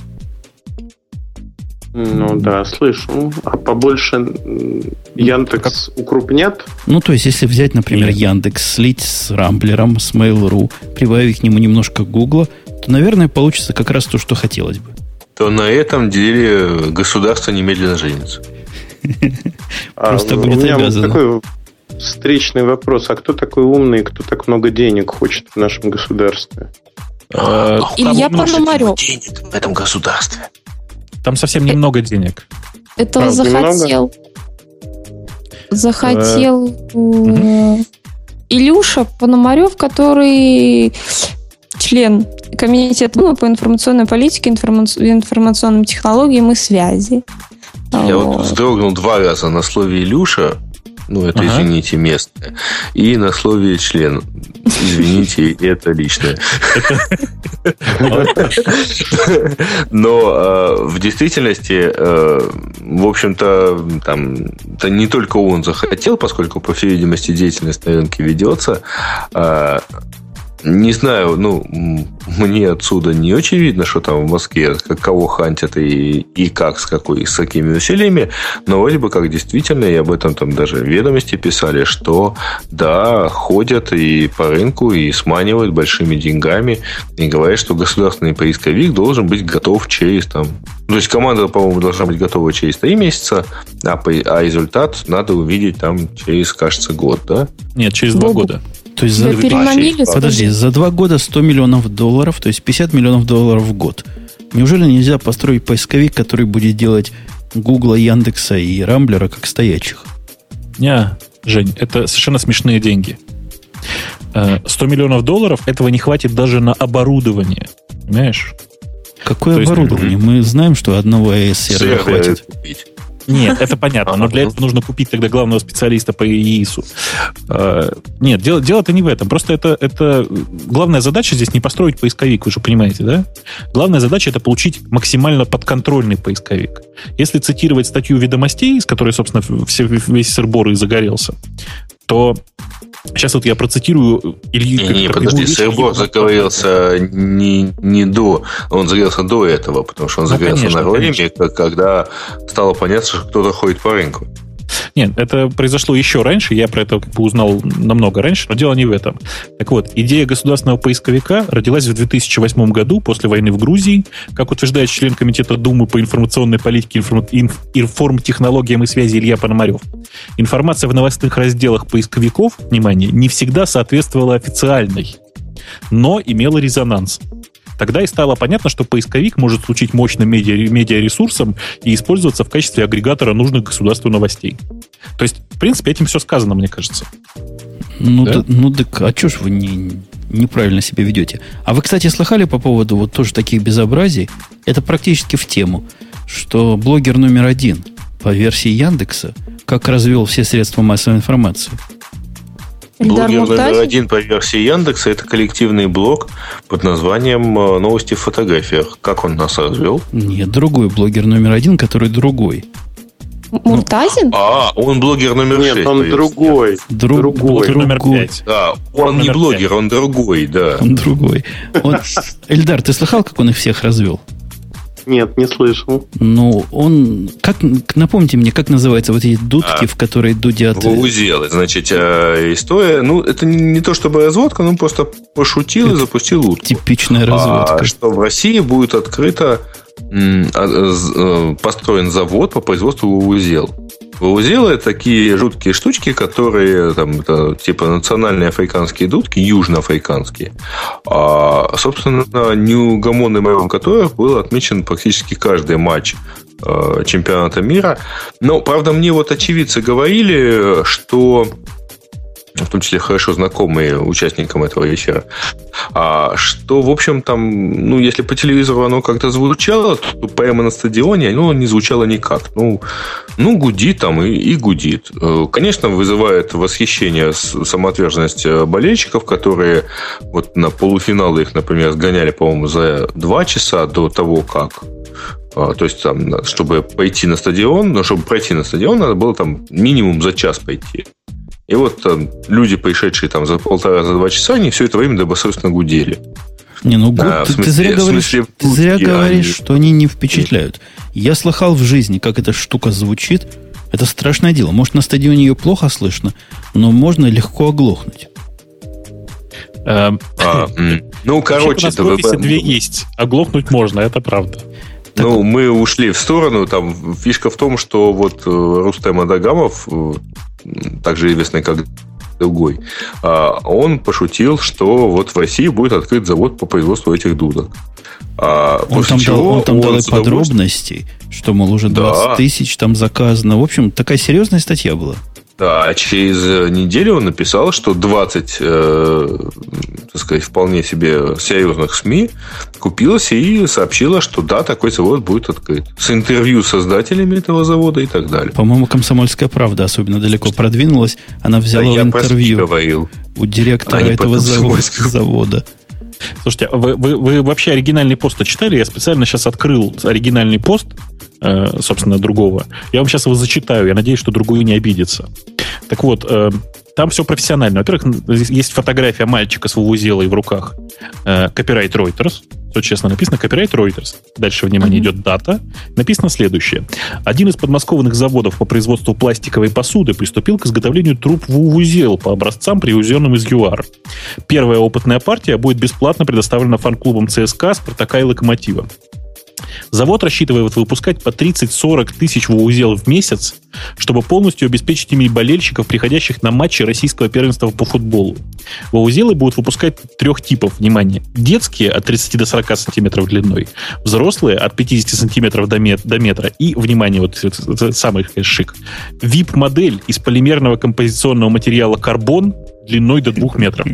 Speaker 4: Ну да, слышу. А побольше Яндекс укрупнят?
Speaker 1: Ну, то есть, если взять, например, Яндекс, слить с Рамблером, с Mail.ru, прибавить к нему немножко Гугла, то, наверное, получится как раз то, что хотелось бы.
Speaker 3: То на этом деле государство немедленно женится.
Speaker 1: Просто
Speaker 4: у
Speaker 1: будет
Speaker 4: меня
Speaker 1: обязано.
Speaker 4: Такой встречный вопрос. А кто такой умный, кто так много денег хочет в нашем государстве?
Speaker 5: Илья Пономарев.
Speaker 3: Денег в этом государстве.
Speaker 2: Там совсем немного денег.
Speaker 5: Это захотел Илюша Пономарев, который член комитета по информационной политике, информационным технологиям и связи.
Speaker 3: Я вот вздрогнул 2 раза на слове «Илюша». Ну, это, извините, местное. И на слове «член». Извините, это личное. Но в действительности, в общем-то, там не только он захотел, поскольку, по всей видимости, деятельность на рынке ведется. Не знаю, мне отсюда не очень видно, что там в Москве, кого хантят и как, с какими усилиями, но вроде бы как действительно, и об этом там даже Ведомости писали, что да, ходят и по рынку, и сманивают большими деньгами, и говорят, что государственный поисковик должен быть готов через там... То есть команда, по-моему, должна быть готова через 3 месяца, а результат надо увидеть там через, кажется, год, да?
Speaker 2: Нет, через 2 года.
Speaker 1: То есть за 2 года $100 миллионов, то есть $50 миллионов в год. Неужели нельзя построить поисковик, который будет делать Гугла, Яндекса и Рамблера как стоячих?
Speaker 2: Не, Жень, это совершенно смешные деньги. $100 миллионов этого не хватит даже на оборудование. Понимаешь?
Speaker 1: Какое оборудование? Мы знаем, что одного AES-сервера хватит.
Speaker 2: Нет, это понятно, но для этого нужно купить тогда главного специалиста по ИИСу. Нет, дело-то не в этом. Просто это главная задача здесь не построить поисковик, вы же понимаете, да? Главная задача — это получить максимально подконтрольный поисковик. Если цитировать статью Ведомостей, с которой, собственно, весь сыр-бор и загорелся, то сейчас вот я процитирую Илью.
Speaker 3: Не, подожди, сыр-бор загорелся не до, он загорелся до этого, потому что он загорелся на время, когда стало понятно, что кто-то ходит по рынку.
Speaker 2: Нет, это произошло еще раньше, я про это узнал намного раньше, но дело не в этом. Так вот, идея государственного поисковика родилась в 2008 году, после войны в Грузии, как утверждает член Комитета Думы по информационной политике, информтехнологиям и связи Илья Пономарев. Информация в новостных разделах поисковиков, внимание, не всегда соответствовала официальной, но имела резонанс. Тогда и стало понятно, что поисковик может служить мощным медиаресурсом и использоваться в качестве агрегатора нужных государству новостей. То есть, в принципе, этим все сказано, мне кажется.
Speaker 1: Так, а что ж вы неправильно себя ведете? А вы, кстати, слыхали по поводу вот тоже таких безобразий? Это практически в тему, что блогер номер 1 по версии Яндекса как развел все средства массовой информации.
Speaker 3: Блогер номер 1 по версии Яндекса — это коллективный блог под названием «Новости в фотографиях». Как он нас развел?
Speaker 1: Нет, другой блогер номер 1, который другой.
Speaker 5: Муртазин?
Speaker 3: Он блогер номер 6.
Speaker 4: Нет, он другой.
Speaker 2: Блогер номер 5.
Speaker 3: Да, он не блогер, он другой, да.
Speaker 1: Он другой. Эльдар, ты слыхал, как он их всех развел?
Speaker 4: Нет, не слышал.
Speaker 1: Ну, он... Напомните мне, как называются вот эти дудки, в которые дудят...
Speaker 3: Вувузелы. Значит, история... Ну, это не то чтобы разводка, но просто пошутил и запустил утку.
Speaker 1: Типичная разводка.
Speaker 3: Что в России будет построен завод по производству вувузел. Вувузелы – это такие жуткие штучки, которые там, это, типа национальные африканские дудки, южноафриканские. Собственно, неугомонным моем которых был отмечен практически каждый матч чемпионата мира. Но, правда, мне вот очевидцы говорили, что, в том числе хорошо знакомые участникам этого вечера, что, в общем, там, ну, если по телевизору оно как-то звучало, то прямо на стадионе оно не звучало никак. Ну гудит там и гудит. Конечно, вызывает восхищение самоотверженность болельщиков, которые вот на полуфиналы их, например, сгоняли, по-моему, за 2 часа до того, как. То есть, там, чтобы пойти на стадион, но чтобы пройти на стадион, надо было там минимум за час пойти. И вот там, люди, пришедшие там за 1,5-2 часа, они все это время добросовестно гудели.
Speaker 1: Не, ну ты зря говоришь, что они не впечатляют. Я слыхал в жизни, как эта штука звучит. Это страшное дело. Может, на стадионе ее плохо слышно, но можно легко оглохнуть.
Speaker 3: Ну, короче...
Speaker 2: У нас в офисе 2 есть. Оглохнуть можно, это правда.
Speaker 3: Ну, мы ушли в сторону. Там фишка в том, что вот Рустем Адагамов, также известный как Другой, он пошутил, что вот в России будет открыт завод по производству этих дудок.
Speaker 1: Он там дал подробности, что, мол, уже 20 тысяч там заказано. В общем, такая серьезная статья была.
Speaker 3: Да, через неделю он написал, что 20, так сказать, вполне себе серьезных СМИ купилось и сообщило, что да, такой завод будет открыт. С интервью с создателями этого завода и так далее.
Speaker 1: По-моему, «Комсомольская правда» особенно далеко продвинулась. Она взяла интервью у директора этого завода.
Speaker 2: Слушайте, вы вообще оригинальный пост читали? Я специально сейчас открыл оригинальный пост, собственно, другого. Я вам сейчас его зачитаю. Я надеюсь, что другой не обидится. Так вот, там все профессионально. Во-первых, есть фотография мальчика с вувузелой в руках. Copyright Reuters. Все честно написано. Copyright Reuters. Дальше, внимание, идет дата. Написано следующее. Один из подмосковных заводов по производству пластиковой посуды приступил к изготовлению труб вувузел по образцам, привезенным из ЮАР. Первая опытная партия будет бесплатно предоставлена фан-клубам ЦСКА, Спартака и Локомотива. Завод рассчитывает выпускать по 30-40 тысяч вувузел в месяц, чтобы полностью обеспечить ими болельщиков, приходящих на матчи российского первенства по футболу. Вувузелы будут выпускать 3 типов, внимание. Детские от 30 до 40 сантиметров длиной, взрослые от 50 сантиметров до метра и, внимание, вот это самый шик, VIP-модель из полимерного композиционного материала карбон длиной до 2 метров.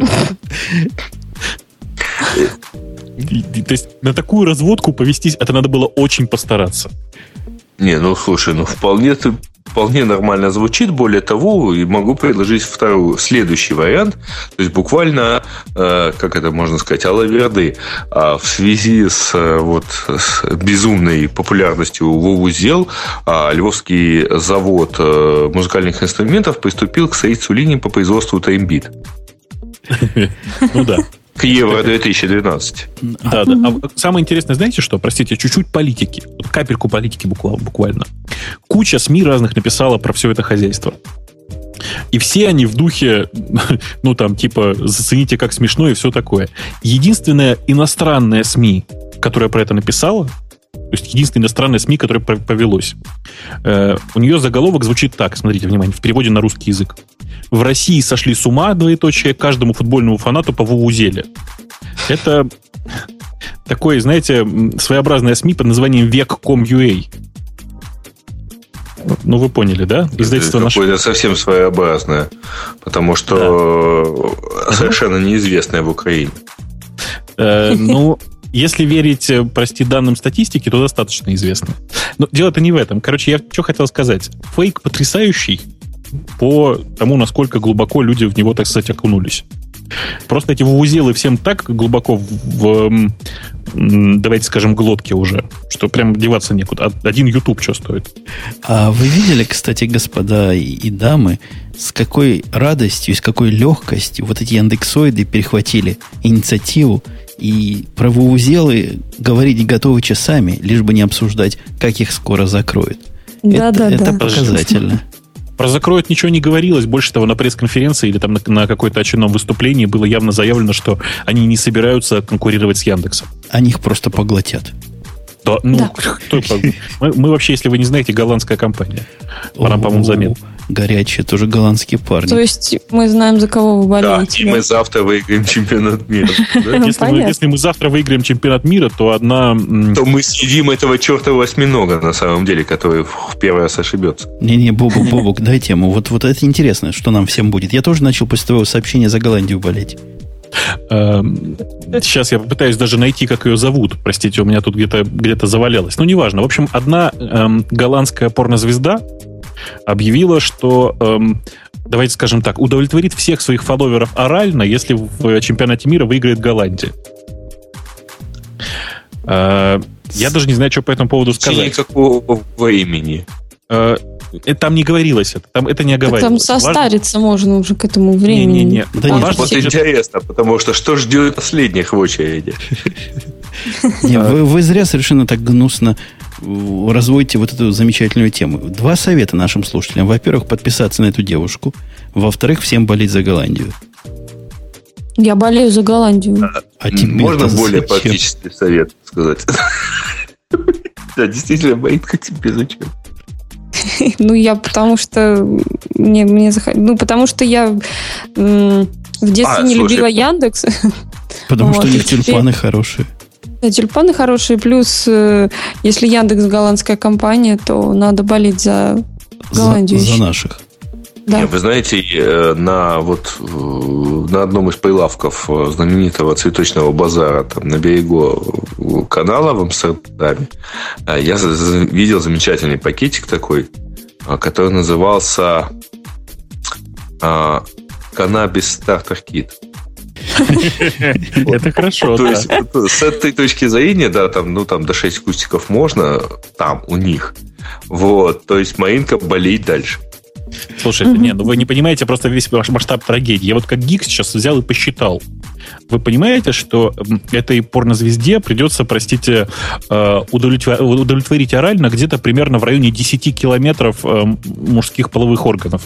Speaker 2: То есть на такую разводку повестись, это надо было очень постараться.
Speaker 3: Не, ну слушай, вполне нормально звучит. Более того, и могу предложить следующий вариант. То есть буквально, как это можно сказать, алаверды. В связи с безумной популярностью вувузел, Львовский завод музыкальных инструментов приступил к строительству линии по производству таймбит.
Speaker 2: Ну да.
Speaker 3: К Евро-2012.
Speaker 2: Да. А самое интересное, знаете что? Простите, чуть-чуть политики. Вот капельку политики буквально. Куча СМИ разных написала про все это хозяйство. И все они в духе, ну там, типа, зацените, как смешно и все такое. Единственная иностранная СМИ, которая про это написала, то есть единственная иностранная СМИ, которая повелось, у нее заголовок звучит так, смотрите, внимание, в переводе на русский язык. В России сошли с ума, двоеточие, каждому футбольному фанату по вувузеле. Это такое, знаете, своеобразное СМИ под названием Век.com.ua. Ну, вы поняли, да?
Speaker 3: Издательство какое-то совсем своеобразное, потому что совершенно неизвестное в Украине.
Speaker 2: Ну, если верить, данным статистики, то достаточно известно. Но дело-то не в этом. Короче, я что хотел сказать. Фейк потрясающий по тому, насколько глубоко люди в него, так сказать, окунулись. Просто эти вувузелы всем так глубоко давайте скажем, глотки уже, что прям деваться некуда. Один YouTube что стоит?
Speaker 1: А вы видели, кстати, господа и дамы, с какой радостью, с какой легкостью вот эти индексоиды перехватили инициативу и про вувузелы говорить готовы часами, лишь бы не обсуждать, как их скоро закроют. Это показательно.
Speaker 2: Про закроют ничего не говорилось. Больше того, на пресс-конференции или там на какой-то очередном выступлении было явно заявлено, что они не собираются конкурировать с Яндексом.
Speaker 1: Они их просто поглотят.
Speaker 2: Да, мы вообще, если вы не знаете, голландская компания. Нам, по-моему, заметно.
Speaker 1: Горячие, тоже голландские парни.
Speaker 5: То есть мы знаем, за кого вы болеете.
Speaker 3: Да, и мы завтра выиграем чемпионат мира.
Speaker 2: Если мы завтра выиграем чемпионат мира, то то
Speaker 3: мы съедим этого чертова осьминога, на самом деле, который в первый раз ошибется.
Speaker 1: Не-не, Бобук, дай тему. Вот это интересно, что нам всем будет. Я тоже начал после твоего сообщения за Голландию болеть.
Speaker 2: Сейчас я попытаюсь даже найти, как ее зовут. Простите, у меня тут где-то завалялось. Ну, неважно. В общем, одна голландская порнозвезда объявила, что, давайте скажем так, удовлетворит всех своих фолловеров орально, если в чемпионате мира выиграет Голландия. Я даже не знаю, что по этому поводу сказать.
Speaker 3: Никакого имени.
Speaker 2: Там не говорилось это. Там это не оговаривалось.
Speaker 5: Там состариться можно уже к этому времени.
Speaker 2: Не.
Speaker 3: Вот интересно, потому что ждет последних в очереди?
Speaker 1: Вы зря совершенно так гнусно разводите вот эту замечательную тему. 2 совета нашим слушателям. Во-первых, подписаться на эту девушку. Во-вторых, всем болеть за Голландию.
Speaker 5: Я болею за Голландию.
Speaker 3: Можно более практический совет сказать? Да, действительно, болит как тебе, зачем?
Speaker 5: Потому что потому что я в детстве не любила Яндекс.
Speaker 1: Потому что у них тюльпаны хорошие.
Speaker 5: Да, тюльпаны хорошие, плюс если Яндекс голландская компания, то надо болеть за Голландию.
Speaker 1: За наших.
Speaker 5: Да.
Speaker 3: Вы знаете, на одном из прилавков знаменитого цветочного базара там, на берегу канала в Амстердаме я видел замечательный пакетик такой, который назывался «Каннабис Стартер Кит».
Speaker 2: Это хорошо.
Speaker 3: То есть, с этой точки зрения, да, там до 6 кустиков можно, там, у них. Вот, то есть, Маринка болеет дальше.
Speaker 2: Слушайте, вы не понимаете просто весь масштаб трагедии. Я вот как гик сейчас взял и посчитал. Вы понимаете, что этой порнозвезде придется, простите, удовлетворить орально где-то примерно в районе 10 километров мужских половых органов?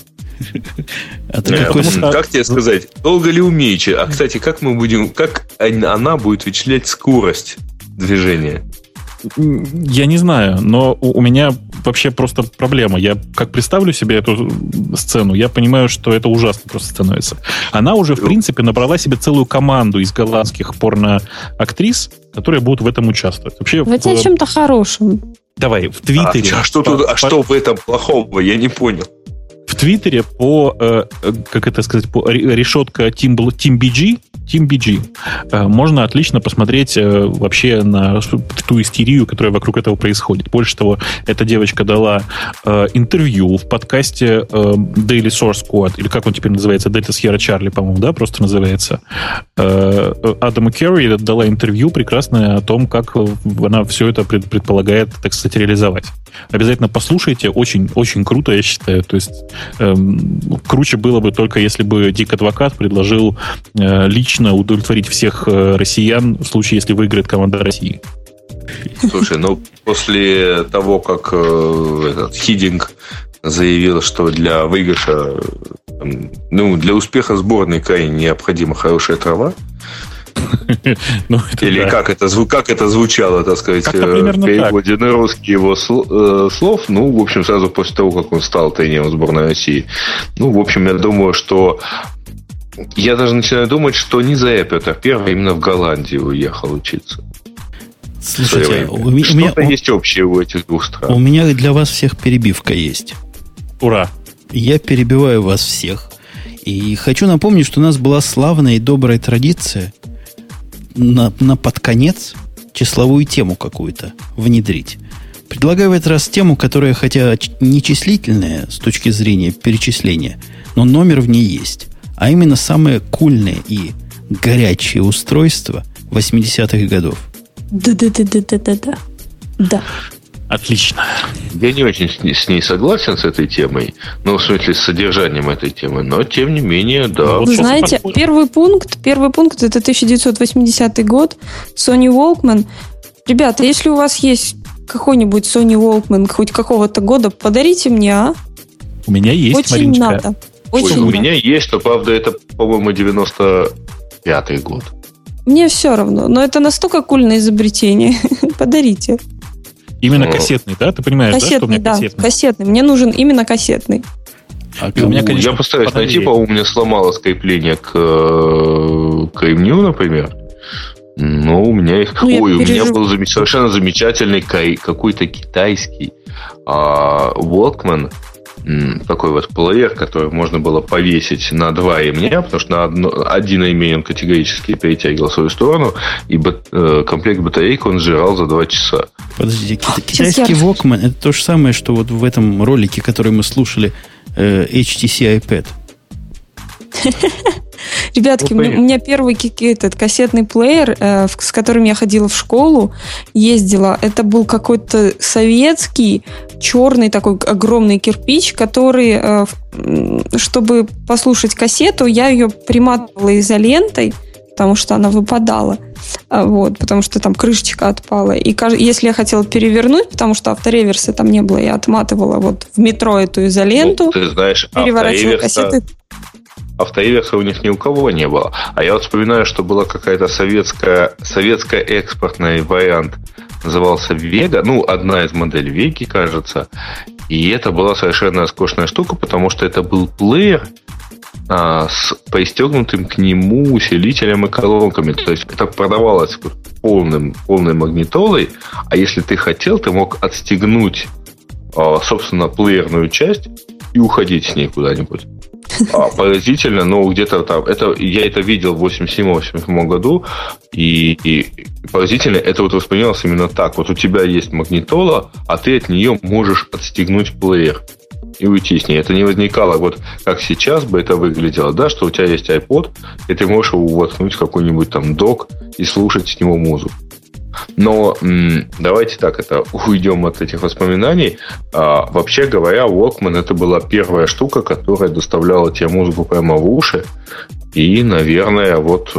Speaker 3: Как тебе сказать? Долго ли умеете? А, кстати, как она будет вычислять скорость движения?
Speaker 2: Я не знаю, но у меня вообще просто проблема. Я как представлю себе эту сцену, я понимаю, что это ужасно просто становится. Она уже, в принципе, набрала себе целую команду из голландских порноактрис, которые будут в этом участвовать. Вообще,
Speaker 5: в чем-то хорошем.
Speaker 2: Давай, в Твиттере.
Speaker 3: Что в этом плохого? Я не понял.
Speaker 2: В Твиттере по решетка Team BG можно отлично посмотреть вообще на ту истерию, которая вокруг этого происходит. Больше того, эта девочка дала интервью в подкасте Daily Source Squad, или как он теперь называется, Delta Sierra Charlie, по-моему, да, просто называется. Адаму Керри дала интервью прекрасное о том, как она все это предполагает, так сказать, реализовать. Обязательно послушайте, очень, очень круто, я считаю. То есть круче было бы только если бы Дик Адвокат предложил лично удовлетворить всех россиян в случае, если выиграет команда России.
Speaker 3: Слушай, после того, как Хидинг заявил, что для выигрыша, для успеха сборной крайне необходима хорошая трава, или как это звучало, так сказать, в переводе на русский его слов, в общем, сразу после того, как он стал тренером сборной России. В общем, я думаю, что я даже начинаю думать, что не зря Петр I именно в Голландию уехал учиться.
Speaker 1: Слушайте,
Speaker 3: что-то есть общее у этих двух стран.
Speaker 1: У меня для вас всех перебивка есть.
Speaker 2: Ура!
Speaker 1: Я перебиваю вас всех. И хочу напомнить, что у нас была славная и добрая традиция на подконец числовую тему какую-то внедрить. Предлагаю в этот раз тему, которая, хотя не числительная с точки зрения перечисления, но номер в ней есть. а именно самые кульные и горячие устройства 80-х годов.
Speaker 5: Да.
Speaker 2: Отлично.
Speaker 3: Я не очень с ней согласен, с этой темой. Ну, в смысле, с содержанием этой темы. Но, тем не менее, да.
Speaker 5: Вы знаете, первый пункт это 1980 год. Sony Walkman. Ребята, если у вас есть какой-нибудь Sony Walkman хоть какого-то года, подарите мне, а?
Speaker 2: У меня есть,
Speaker 5: очень
Speaker 2: Мариночка.
Speaker 5: надо. Очень
Speaker 3: у
Speaker 5: надо.
Speaker 3: меня есть, но, правда, это, по-моему, 95-й год.
Speaker 5: Мне все равно. Но это настолько кульное изобретение. Подарите.
Speaker 2: Именно кассетный, да? Ты понимаешь, да, что у меня кассетный?
Speaker 5: Кассетный. Мне нужен именно кассетный.
Speaker 2: И у меня, конечно,
Speaker 3: я постараюсь найти, по-моему, у меня сломалось крепление к ремню, например. Но у меня их... у меня был совершенно замечательный какой-то китайский Walkman, такой вот плеер, который можно было повесить на два ремня, потому что на один ремень он категорически перетягивал в свою сторону, и комплект батарейки он сжирал за 2 часа.
Speaker 1: Подождите, китайский Walkman — это то же самое, что вот в этом ролике, который мы слушали, HTC iPad.
Speaker 5: Ребятки, у меня первый этот кассетный плеер, с которым я ходила в школу, ездила, это был какой-то советский черный такой огромный кирпич, который, чтобы послушать кассету, я ее приматывала изолентой, потому что она выпадала, вот, потому что там крышечка отпала. И если я хотела перевернуть, потому что автореверса там не было, я отматывала вот в метро эту изоленту,
Speaker 3: ну, ты знаешь,
Speaker 5: переворачивала кассеты.
Speaker 3: Автореверса у них ни у кого не было. А я вот вспоминаю, что была какая-то советская экспортный вариант. Назывался Вега. Ну, одна из моделей Веги, кажется. И это была совершенно роскошная штука, потому что это был плеер с пристегнутым к нему усилителем и колонками. То есть это продавалось полной магнитолой. А если ты хотел, ты мог отстегнуть, собственно, плеерную часть и уходить с ней куда-нибудь. Поразительно, но где-то там я это видел в 87-88 году, и поразительно, это вот воспринималось именно так. Вот у тебя есть магнитола, а ты от нее можешь отстегнуть плеер и уйти с ней. Это не возникало, вот как сейчас бы это выглядело, да, что у тебя есть iPod, и ты можешь его воткнуть в какой-нибудь там док и слушать с него музыку. Но давайте так, уйдем от этих воспоминаний. Вообще говоря, Walkman — это была первая штука, которая доставляла тебе музыку прямо в уши. И, наверное, вот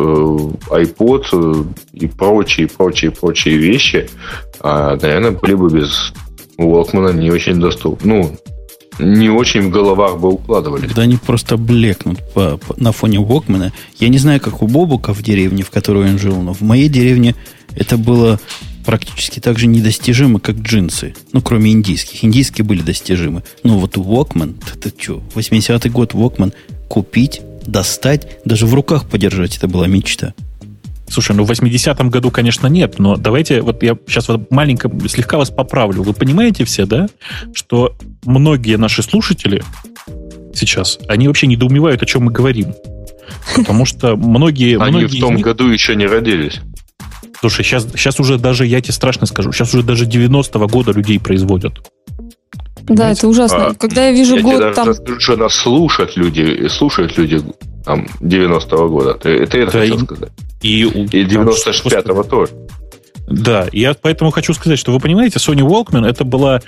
Speaker 3: iPod и прочие вещи, наверное, были бы без Walkman не очень доступны. Ну, не очень в головах бы укладывались.
Speaker 1: Когда они просто блекнут на фоне Walkman. Я не знаю, как у Бобука в деревне, в которой он жил, но в моей деревне это было практически так же недостижимо, как джинсы. Ну, кроме индийских. Индийские были достижимы. Но вот Walkman, это что, 80-й год Walkman купить, достать, даже в руках подержать, это была мечта.
Speaker 2: Слушай, ну в 80-м году, конечно, нет, но давайте, вот я сейчас вот слегка вас поправлю. Вы понимаете все, да, что многие наши слушатели сейчас, они вообще недоумевают, о чем мы говорим. Потому что многие...
Speaker 3: Они в том году еще не родились.
Speaker 2: Слушай, сейчас уже даже, я тебе страшно скажу, сейчас уже даже 90-го года людей производят.
Speaker 5: Да, это ужасно. Когда я вижу год
Speaker 3: даже
Speaker 5: там...
Speaker 3: расскажу, что нас слушают люди там 90-го года. Это я хотел сказать. И 95-го тоже.
Speaker 2: Да, я поэтому хочу сказать, что вы понимаете, Sony Walkman это было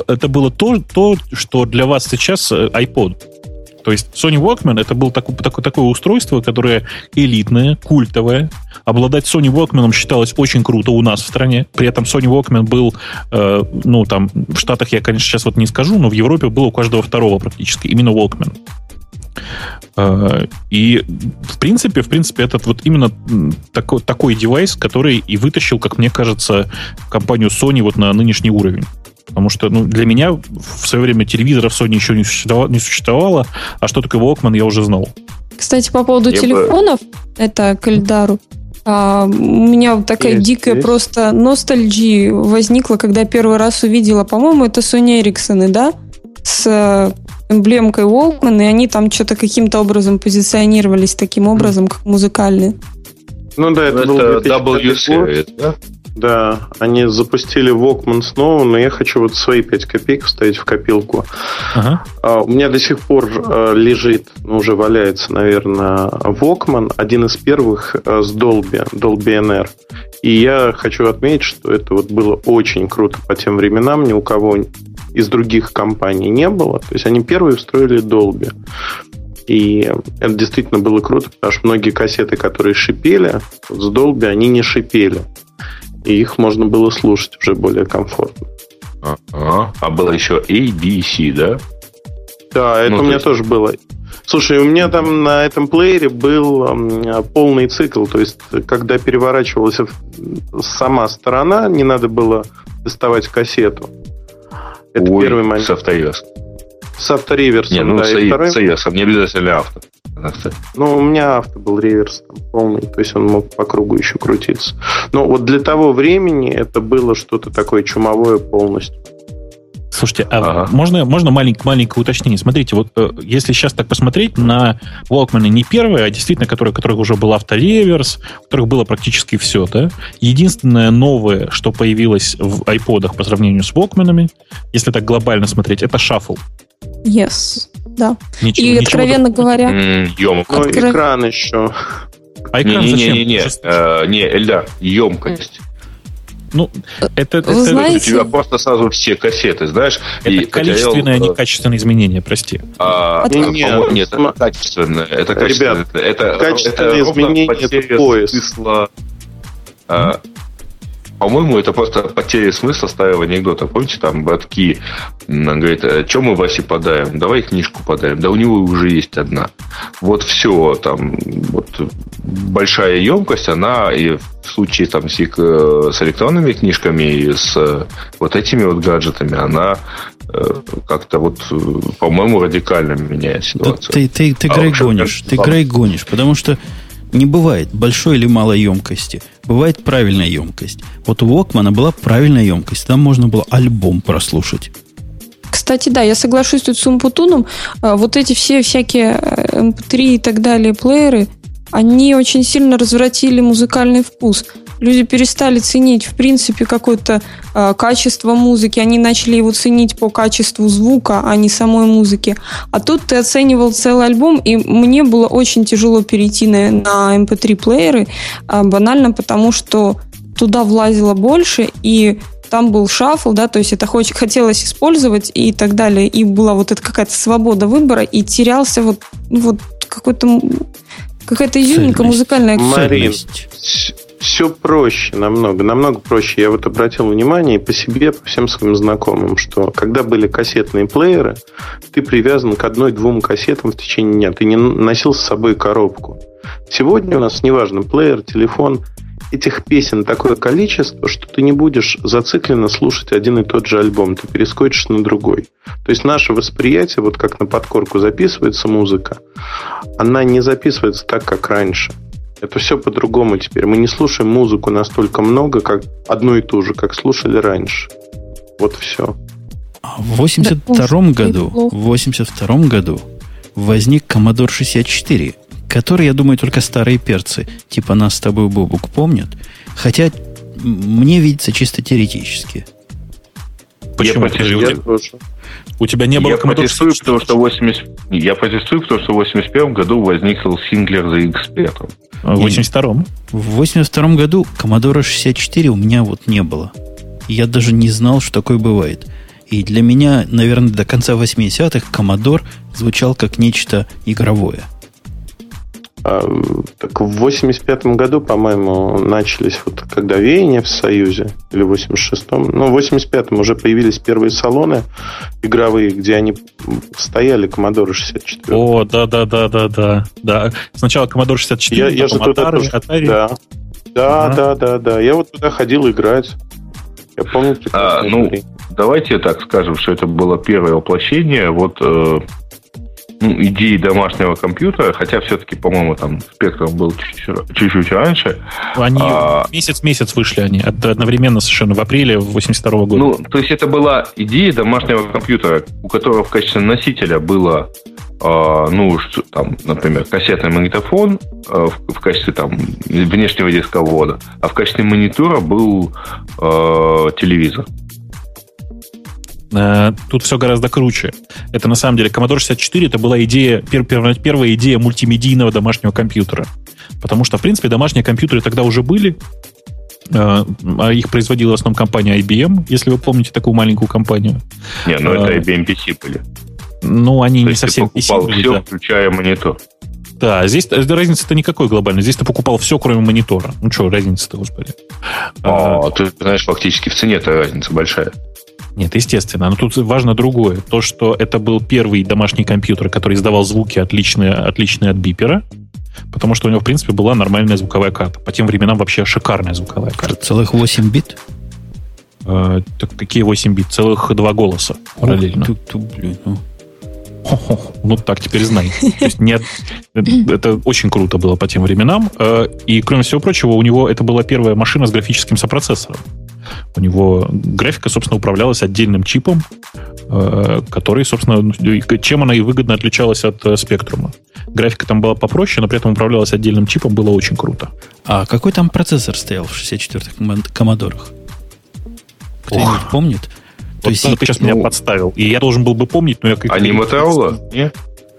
Speaker 2: то, что для вас сейчас iPod. То есть Sony Walkman это было такое устройство, которое элитное, культовое. Обладать Sony Walkman считалось очень круто у нас в стране. При этом Sony Walkman был, там, в Штатах я, конечно, сейчас вот не скажу, но в Европе был у каждого второго практически, именно Walkman. И в принципе, это вот именно такой девайс, который и вытащил, как мне кажется, компанию Sony вот на нынешний уровень. Потому что для меня в свое время телевизоров Sony еще не существовало, а что такое Walkman, я уже знал.
Speaker 5: Кстати, по поводу телефонов, это к Эльдару, у меня такая дикая просто ностальгия возникла, когда я первый раз увидела, по-моему, это Sony Ericsson, да? С эмблемкой Walkman, и они там что-то каким-то образом позиционировались таким образом, как музыкальные.
Speaker 4: Ну да, это был
Speaker 3: W-Series, да?
Speaker 4: Да, они запустили Walkman снова, но я хочу вот свои 5 копеек вставить в копилку. Ага. У меня до сих пор лежит, уже валяется, наверное, Walkman, один из первых с Dolby NR. И я хочу отметить, что это вот было очень круто по тем временам, ни у кого из других компаний не было. То есть они первые встроили Dolby. И это действительно было круто, потому что многие кассеты, которые шипели, с Dolby, они не шипели. И их можно было слушать уже более комфортно.
Speaker 3: А было еще ABC, да?
Speaker 4: Да, это у меня тоже было. Слушай, у меня там на этом плеере был полный цикл. То есть, когда переворачивалась сама сторона, не надо было доставать кассету. Это первый момент.
Speaker 3: С автореверсом.
Speaker 4: С автореверсом, да.
Speaker 3: С реверсом, не обязательно авто.
Speaker 4: Ну, у меня авто был реверс там полный, то есть он мог по кругу еще крутиться. Но вот для того времени это было что-то такое чумовое полностью.
Speaker 2: Слушайте, можно маленькое уточнение? Смотрите, вот если сейчас так посмотреть на Walkman не первые, а действительно, у которых уже был автореверс, у которых было практически все, да? Единственное новое, что появилось в iPod'ах по сравнению с Walkman'ами, если так глобально смотреть, это Shuffle.
Speaker 5: Yes, да. И, откровенно говоря...
Speaker 4: экран еще.
Speaker 2: А экран зачем?
Speaker 3: Не, Эльдар, емкость.
Speaker 2: Ну, это
Speaker 3: знаете... У тебя просто сразу все кассеты, знаешь.
Speaker 2: Это количественное, а не качественное изменение, прости.
Speaker 3: Нет, это качественное. Это качественное.
Speaker 4: Ребят, качественное изменение — это поиск.
Speaker 3: По-моему, это просто потеря смысла старого анекдота. Помните, там братки говорит, что мы Васе подаем? Давай книжку подаем. Да у него уже есть одна. Вот все, там, вот большая емкость, она и в случае там с электронными книжками и с вот этими вот гаджетами, она как-то вот, по-моему, радикально меняет ситуацию.
Speaker 1: Ты Грей гонишь, потому что не бывает большой или малой емкости. Бывает правильная емкость. Вот у Walkman была правильная емкость. Там можно было альбом прослушать.
Speaker 5: Кстати, да, я соглашусь тут с Умпутуном. Вот эти все всякие MP3 и так далее плееры, они очень сильно развратили музыкальный вкус. Люди перестали ценить, в принципе, какое-то качество музыки. Они начали его ценить по качеству звука, а не самой музыки. А тут ты оценивал целый альбом, и мне было очень тяжело перейти на MP3-плееры, банально потому, что туда влазило больше, и там был шаффл, да, то есть это хотелось использовать и так далее. И была вот эта какая-то свобода выбора, и терялся вот какая-то изюминка музыкальная.
Speaker 4: Марин, все проще, намного проще. Я вот обратил внимание по себе, по всем своим знакомым, что когда были кассетные плееры, ты привязан к 1-2 кассетам в течение дня. Ты не носил с собой коробку. Сегодня у нас, неважно, плеер, телефон, этих песен такое количество, что ты не будешь зацикленно слушать один и тот же альбом. Ты перескочишь на другой. То есть наше восприятие, вот как на подкорку записывается музыка, она не записывается так, как раньше. Это все по-другому теперь. Мы не слушаем музыку настолько много, как одну и ту же, как слушали раньше. Вот все.
Speaker 1: В 82 году возник Commodore 64, который, я думаю, только старые перцы, типа нас с тобой, Бобук, помнят. Хотя мне видится чисто теоретически.
Speaker 2: Почему? У тебя не было Commodore 64?
Speaker 3: Я протестую, потому что в 81 году возник синглер за X5.
Speaker 2: В 82-м?
Speaker 1: В 82 году Commodore 64 у меня вот не было. Я даже не знал, что такое бывает. И для меня, наверное, до конца 80-х Commodore звучал как нечто игровое.
Speaker 4: Так в 85-м году, по-моему, начались, вот когда веяния в Союзе, или в 86-м, в 85-м уже появились первые салоны игровые, где они стояли, Commodore 64.
Speaker 2: О, да. Сначала Commodore 64,
Speaker 4: я потом Atari. Да. Я вот туда ходил играть. Я помню прекрасно.
Speaker 3: Давайте так скажем, что это было первое воплощение идеи домашнего компьютера, хотя все-таки, по-моему, там Spectrum был чуть-чуть раньше.
Speaker 2: Они месяц вышли они, одновременно совершенно, в апреле 82 года.
Speaker 3: То есть это была идея домашнего компьютера, у которого в качестве носителя было там, например, кассетный магнитофон в качестве там внешнего дисковода, а в качестве монитора был телевизор.
Speaker 2: Тут все гораздо круче. Это на самом деле Commodore 64 это была идея, первая идея мультимедийного домашнего компьютера. Потому что, в принципе, домашние компьютеры тогда уже были. Их производила в основном компания IBM, если вы помните такую маленькую компанию.
Speaker 3: Не, это IBM PC были.
Speaker 2: Они не совсем PC были.
Speaker 3: Все, включая монитор.
Speaker 2: Да, здесь разница-то никакой глобальной. Здесь ты покупал все, кроме монитора. Что разница-то, господи?
Speaker 3: Ты знаешь, фактически в цене-то разница большая.
Speaker 2: Нет, естественно. Но тут важно другое. То, что это был первый домашний компьютер, который издавал звуки, отличные от бипера, потому что у него, в принципе, была нормальная звуковая карта. По тем временам вообще шикарная звуковая карта.
Speaker 1: Целых 8 бит?
Speaker 2: Так какие 8 бит? Целых 2 голоса параллельно. Ну, так теперь знай. То есть это очень круто было по тем временам. И, кроме всего прочего, у него это была первая машина с графическим сопроцессором. У него графика, собственно, управлялась отдельным чипом, который, собственно, чем она и выгодно отличалась от спектрума. Графика там была попроще, но при этом управлялась отдельным чипом, было очень круто.
Speaker 1: А какой там процессор стоял в 64-х Коммодорах? Кто-нибудь помнит?
Speaker 2: То есть, ты сейчас меня подставил. И я должен был бы помнить, но я как-то...
Speaker 3: А не Motorola? Нет?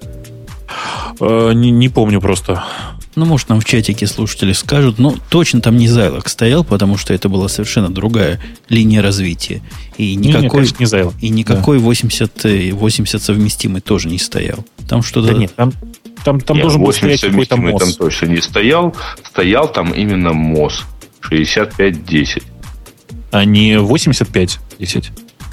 Speaker 2: Не помню просто.
Speaker 1: Может, нам в чатике слушатели скажут. Но точно там не Zilog стоял, потому что это была совершенно другая линия развития. И никакой,
Speaker 2: не Zilog.
Speaker 1: И никакой 80 совместимый тоже не стоял. Там что-то...
Speaker 2: Да нет, там должен был стоять какой-то MOS.
Speaker 3: Там точно не стоял. Стоял там именно MOS 6510.
Speaker 2: А не 8510.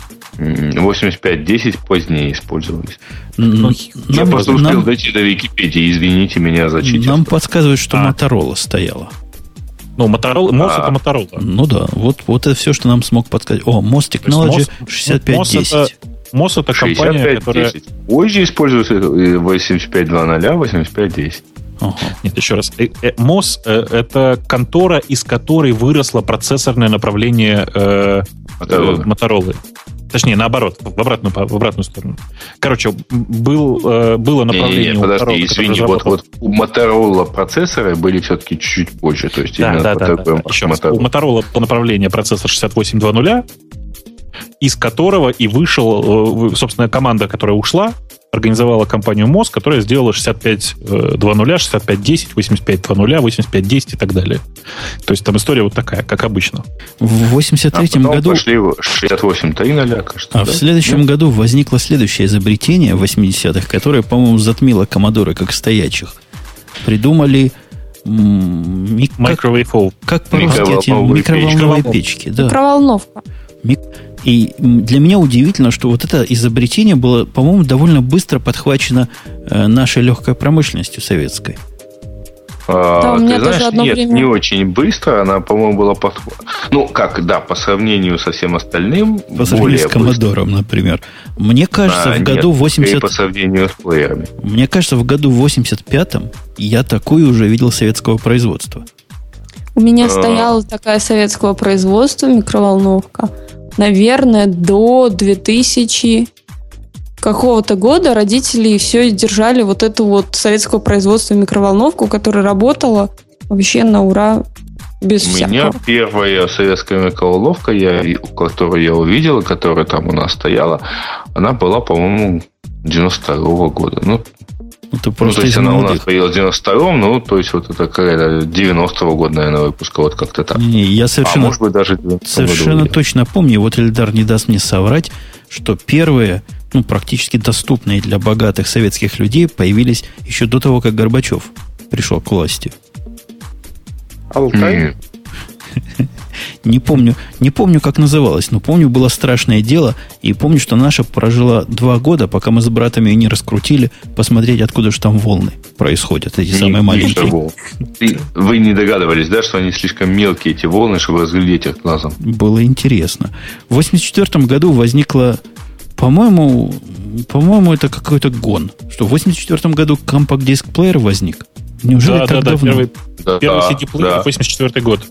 Speaker 3: 8510 позднее использовались.
Speaker 1: Я
Speaker 3: просто успел дойти до Википедии, извините меня за читерство.
Speaker 1: Нам подсказывают, что Motorola стояла.
Speaker 2: Motorola, MOS это Motorola.
Speaker 1: Ну да, вот это все, что нам смог подсказать. MOS Technology 6510.
Speaker 2: MOS это компания, которая...
Speaker 3: Позже используется 8520, 8510.
Speaker 2: Нет, еще раз. MOS это контора, из которой выросло процессорное направление Motorola. Точнее, наоборот, в обратную сторону. Короче, было направление...
Speaker 3: Не, подожди, извини, вот у Motorola процессоры были все-таки чуть-чуть позже. То есть
Speaker 2: да. Еще раз. У Motorola было направление процессор 6800, из которого и вышел, собственно, команда, которая ушла, организовала компанию MOS, которая сделала 6500, 6510, 8520, 8510 и так далее. То есть там история вот такая, как обычно.
Speaker 1: В 83-м году...
Speaker 3: пошли 6830, кажется.
Speaker 1: В следующем году возникло следующее изобретение в 80-х, которое, по-моему, затмило Commodore как стоячих. Придумали...
Speaker 2: Microwave.
Speaker 1: Как по-русски эти микроволновые печки. Да.
Speaker 5: Микроволновка.
Speaker 1: И для меня удивительно, что вот это изобретение было, по-моему, довольно быстро подхвачено нашей легкой промышленностью советской.
Speaker 5: Да, у меня тоже одно время...
Speaker 3: не очень быстро. Она, по-моему, была по сравнению со всем остальным.
Speaker 1: По сравнению с Коммодором, например. Мне кажется, в году 80...
Speaker 3: по сравнению с плеерами.
Speaker 1: Мне кажется, в году 85-м я такую уже видел советского производства.
Speaker 5: У меня стояла такая советского производства микроволновка. Наверное, до 2000 какого-то года родители все держали вот эту вот советского производства микроволновку, которая работала вообще на ура, без всякого.
Speaker 3: У меня первая советская микроволновка, которую я увидел, которая там у нас стояла, она была, по-моему, 92-го года.
Speaker 1: Это просто
Speaker 3: то есть она у нас появилась в 92-м, то есть вот это какая-то 90-го года, наверное, выпуска, вот как-то так.
Speaker 1: Я совершенно,
Speaker 3: может быть, даже
Speaker 1: совершенно точно помню, вот Эльдар не даст мне соврать, что первые, практически доступные для богатых советских людей появились еще до того, как Горбачев пришел к власти.
Speaker 4: Алтай?
Speaker 1: Не помню, как называлось, но помню, было страшное дело, и помню, что наша прожила 2 года, пока мы с братами ее не раскрутили, посмотреть, откуда же там волны происходят, эти самые маленькие.
Speaker 3: Вы не догадывались, да, что они слишком мелкие, эти волны, чтобы разглядеть их глазом?
Speaker 1: Было интересно. В 84 году возникла, по-моему, это какой-то гон, что в 84 году компакт-диск-плеер возник. Неужели так давно?
Speaker 2: Первый CD-плеер 84 год.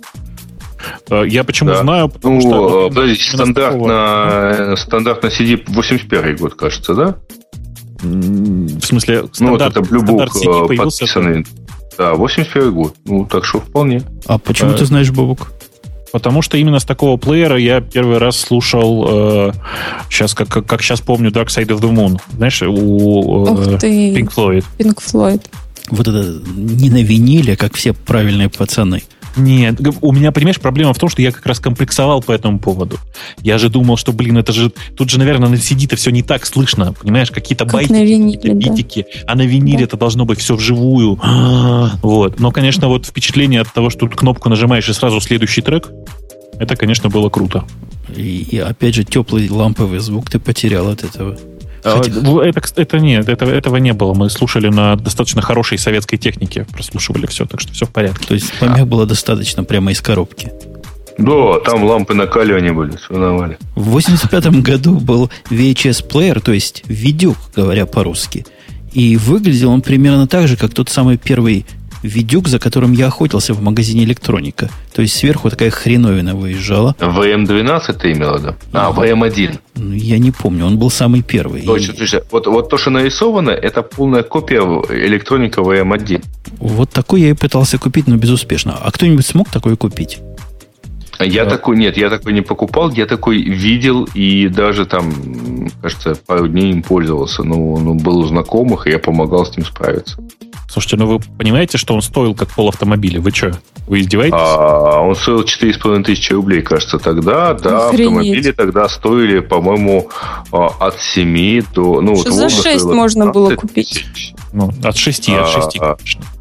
Speaker 2: Я почему знаю, потому что...
Speaker 3: Подождите, стандартно CD 81 год, кажется, да?
Speaker 2: В смысле,
Speaker 3: стандарт, вот это Blue Book
Speaker 2: подписанный.
Speaker 3: Да, 81 год. Ну, так что вполне.
Speaker 1: А почему ты знаешь, Бобук?
Speaker 2: Потому что именно с такого плеера я первый раз слушал, сейчас, как сейчас помню, Dark Side of the Moon. Знаешь, у Pink Floyd.
Speaker 5: Pink Floyd.
Speaker 1: Вот это не на виниле, как все правильные пацаны.
Speaker 2: Нет, у меня, понимаешь, проблема в том, что я как раз комплексовал по этому поводу. Я же думал, что, это же... Тут же, наверное, на CD-то все не так слышно. Понимаешь, какие-то байтики, какие-то битики. Да. А на виниле это должно быть все вживую. Вот. Но, конечно, вот впечатление от того, что тут кнопку нажимаешь и сразу следующий трек, это, конечно, было круто.
Speaker 1: И опять же, теплый ламповый звук ты потерял от этого.
Speaker 2: Это нет, этого не было. Мы слушали на достаточно хорошей советской технике, прослушивали все, так что все в порядке.
Speaker 1: То есть помех было достаточно прямо из коробки.
Speaker 3: Да, там лампы накаливания были, все нормально.
Speaker 1: В 85-м году был VHS-плеер, то есть видюк, говоря по-русски. И выглядел он примерно так же, как тот самый первый видюк, за которым я охотился в магазине «Электроника». То есть сверху такая хреновина выезжала.
Speaker 3: VM12 ты имел в виду? VM1.
Speaker 1: Ну, я не помню, он был самый первый.
Speaker 3: Точно. Вот то, что нарисовано, это полная копия «Электроника» VM1.
Speaker 1: Вот такой я и пытался купить, но безуспешно. А кто-нибудь смог такой купить?
Speaker 3: Я такой не покупал, я такой видел и даже там, кажется, пару дней им пользовался. Ну, был у знакомых, и я помогал с ним справиться.
Speaker 2: Слушайте, вы понимаете, что он стоил как полавтомобиля? Вы что, вы издеваетесь?
Speaker 3: Он стоил 4500 рублей, кажется, тогда. Да,
Speaker 5: охренеть.
Speaker 3: Автомобили тогда стоили, по-моему, от 7 до... Ну,
Speaker 5: что за 6 можно было купить?
Speaker 2: Ну, от 6, конечно.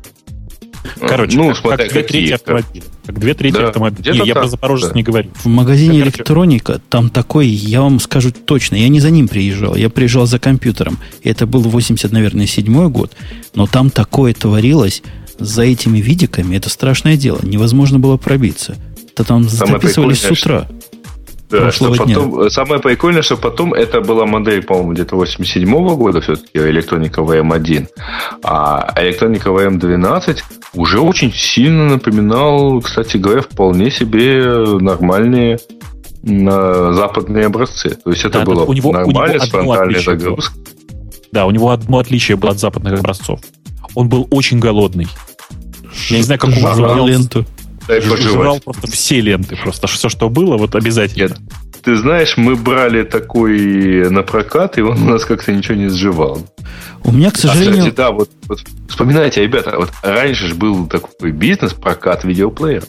Speaker 2: Короче, как 2/3 автомобиля. Как 2/3 автомобиля. Я про Запорожец не говорю.
Speaker 1: В магазине «Электроника» там такой, я вам скажу точно, я не за ним приезжал, я приезжал за компьютером. И это был 87 год. Но там такое творилось за этими видиками, это страшное дело. Невозможно было пробиться. То там записывались с утра.
Speaker 3: Да, что потом, самое прикольное, что потом это была модель, по-моему, где-то 87 года все-таки электроника VM1, а электроника VM12 уже очень сильно напоминал, кстати говоря, вполне себе нормальные западные образцы. То есть это было нормально, с фронтальной загрузкой.
Speaker 2: Да, у него одно отличие было от западных образцов. Он был очень голодный. Я не знаю, как у вас
Speaker 1: ленту.
Speaker 2: Жрал просто все ленты, просто все, что было, вот обязательно.
Speaker 3: Ты знаешь, мы брали такой на прокат, и он у нас как-то ничего не сживал.
Speaker 1: У меня, к сожалению...
Speaker 3: Кстати, да, вот вспоминайте, ребята, вот раньше же был такой бизнес, прокат видеоплеера.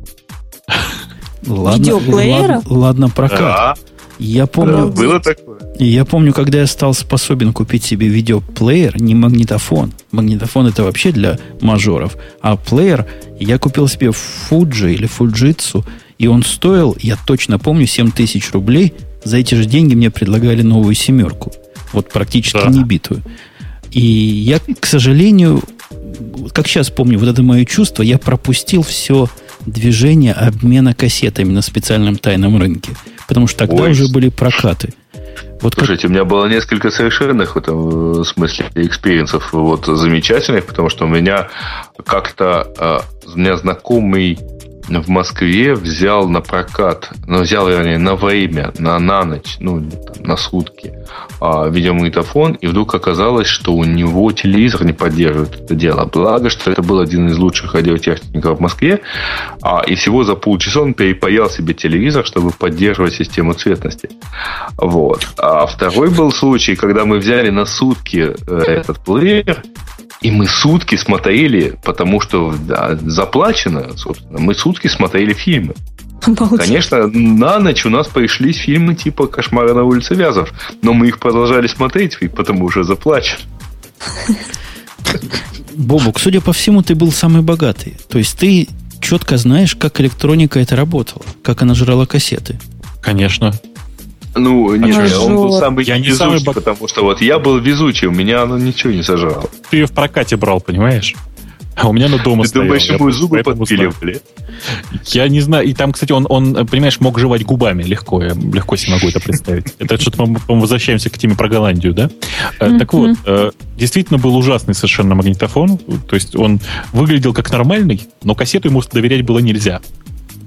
Speaker 5: Видеоплеера?
Speaker 1: Ладно, прокат.
Speaker 3: Да.
Speaker 1: Я помню,
Speaker 3: было такое.
Speaker 1: Я помню, когда я стал способен купить себе видеоплеер, не магнитофон. Магнитофон это вообще для мажоров. А плеер я купил себе Fuji или Fujitsu, и он стоил, я точно помню, 7000 рублей. За эти же деньги мне предлагали новую семерку. Вот практически не битую. И я, к сожалению, как сейчас помню, вот это мое чувство, я пропустил все движение обмена кассетами на специальном тайном рынке. Потому что тогда уже были прокаты. Вот
Speaker 3: слушайте, у меня было несколько совершенных в этом смысле экспириенсов вот, замечательных, потому что у меня как-то знакомый в Москве взял на прокат, вернее, на время, на ночь, на сутки видеомагнитофон, и вдруг оказалось, что у него телевизор не поддерживает это дело. Благо, что это был один из лучших радиотехников в Москве, и всего за полчаса он перепаял себе телевизор, чтобы поддерживать систему цветности. Вот. А второй был случай, когда мы взяли на сутки этот плеер, и мы сутки смотрели, потому что заплачено, собственно, мы сутки смотрели фильмы.
Speaker 5: Обалдеть.
Speaker 3: Конечно, на ночь у нас пришлись фильмы типа «Кошмары на улице Вязов», но мы их продолжали смотреть, потому что заплачено.
Speaker 1: Бобук, судя по всему, ты был самый богатый. То есть ты четко знаешь, как электроника это работала, как она жрала кассеты.
Speaker 2: Конечно.
Speaker 3: Нет, он был самый везучий, потому что вот я был везучий, у меня оно ничего не сожрало.
Speaker 2: Ты ее в прокате брал, понимаешь? А у меня на дома стоял.
Speaker 3: Ты думаешь, ему зубы подпиливали?
Speaker 2: Я не знаю. И там, кстати, он, понимаешь, мог жевать губами легко. Я легко себе могу это представить. Это что-то мы возвращаемся к теме про Голландию, да? Так вот, действительно был ужасный совершенно магнитофон. То есть он выглядел как нормальный, но кассету ему доверять было нельзя.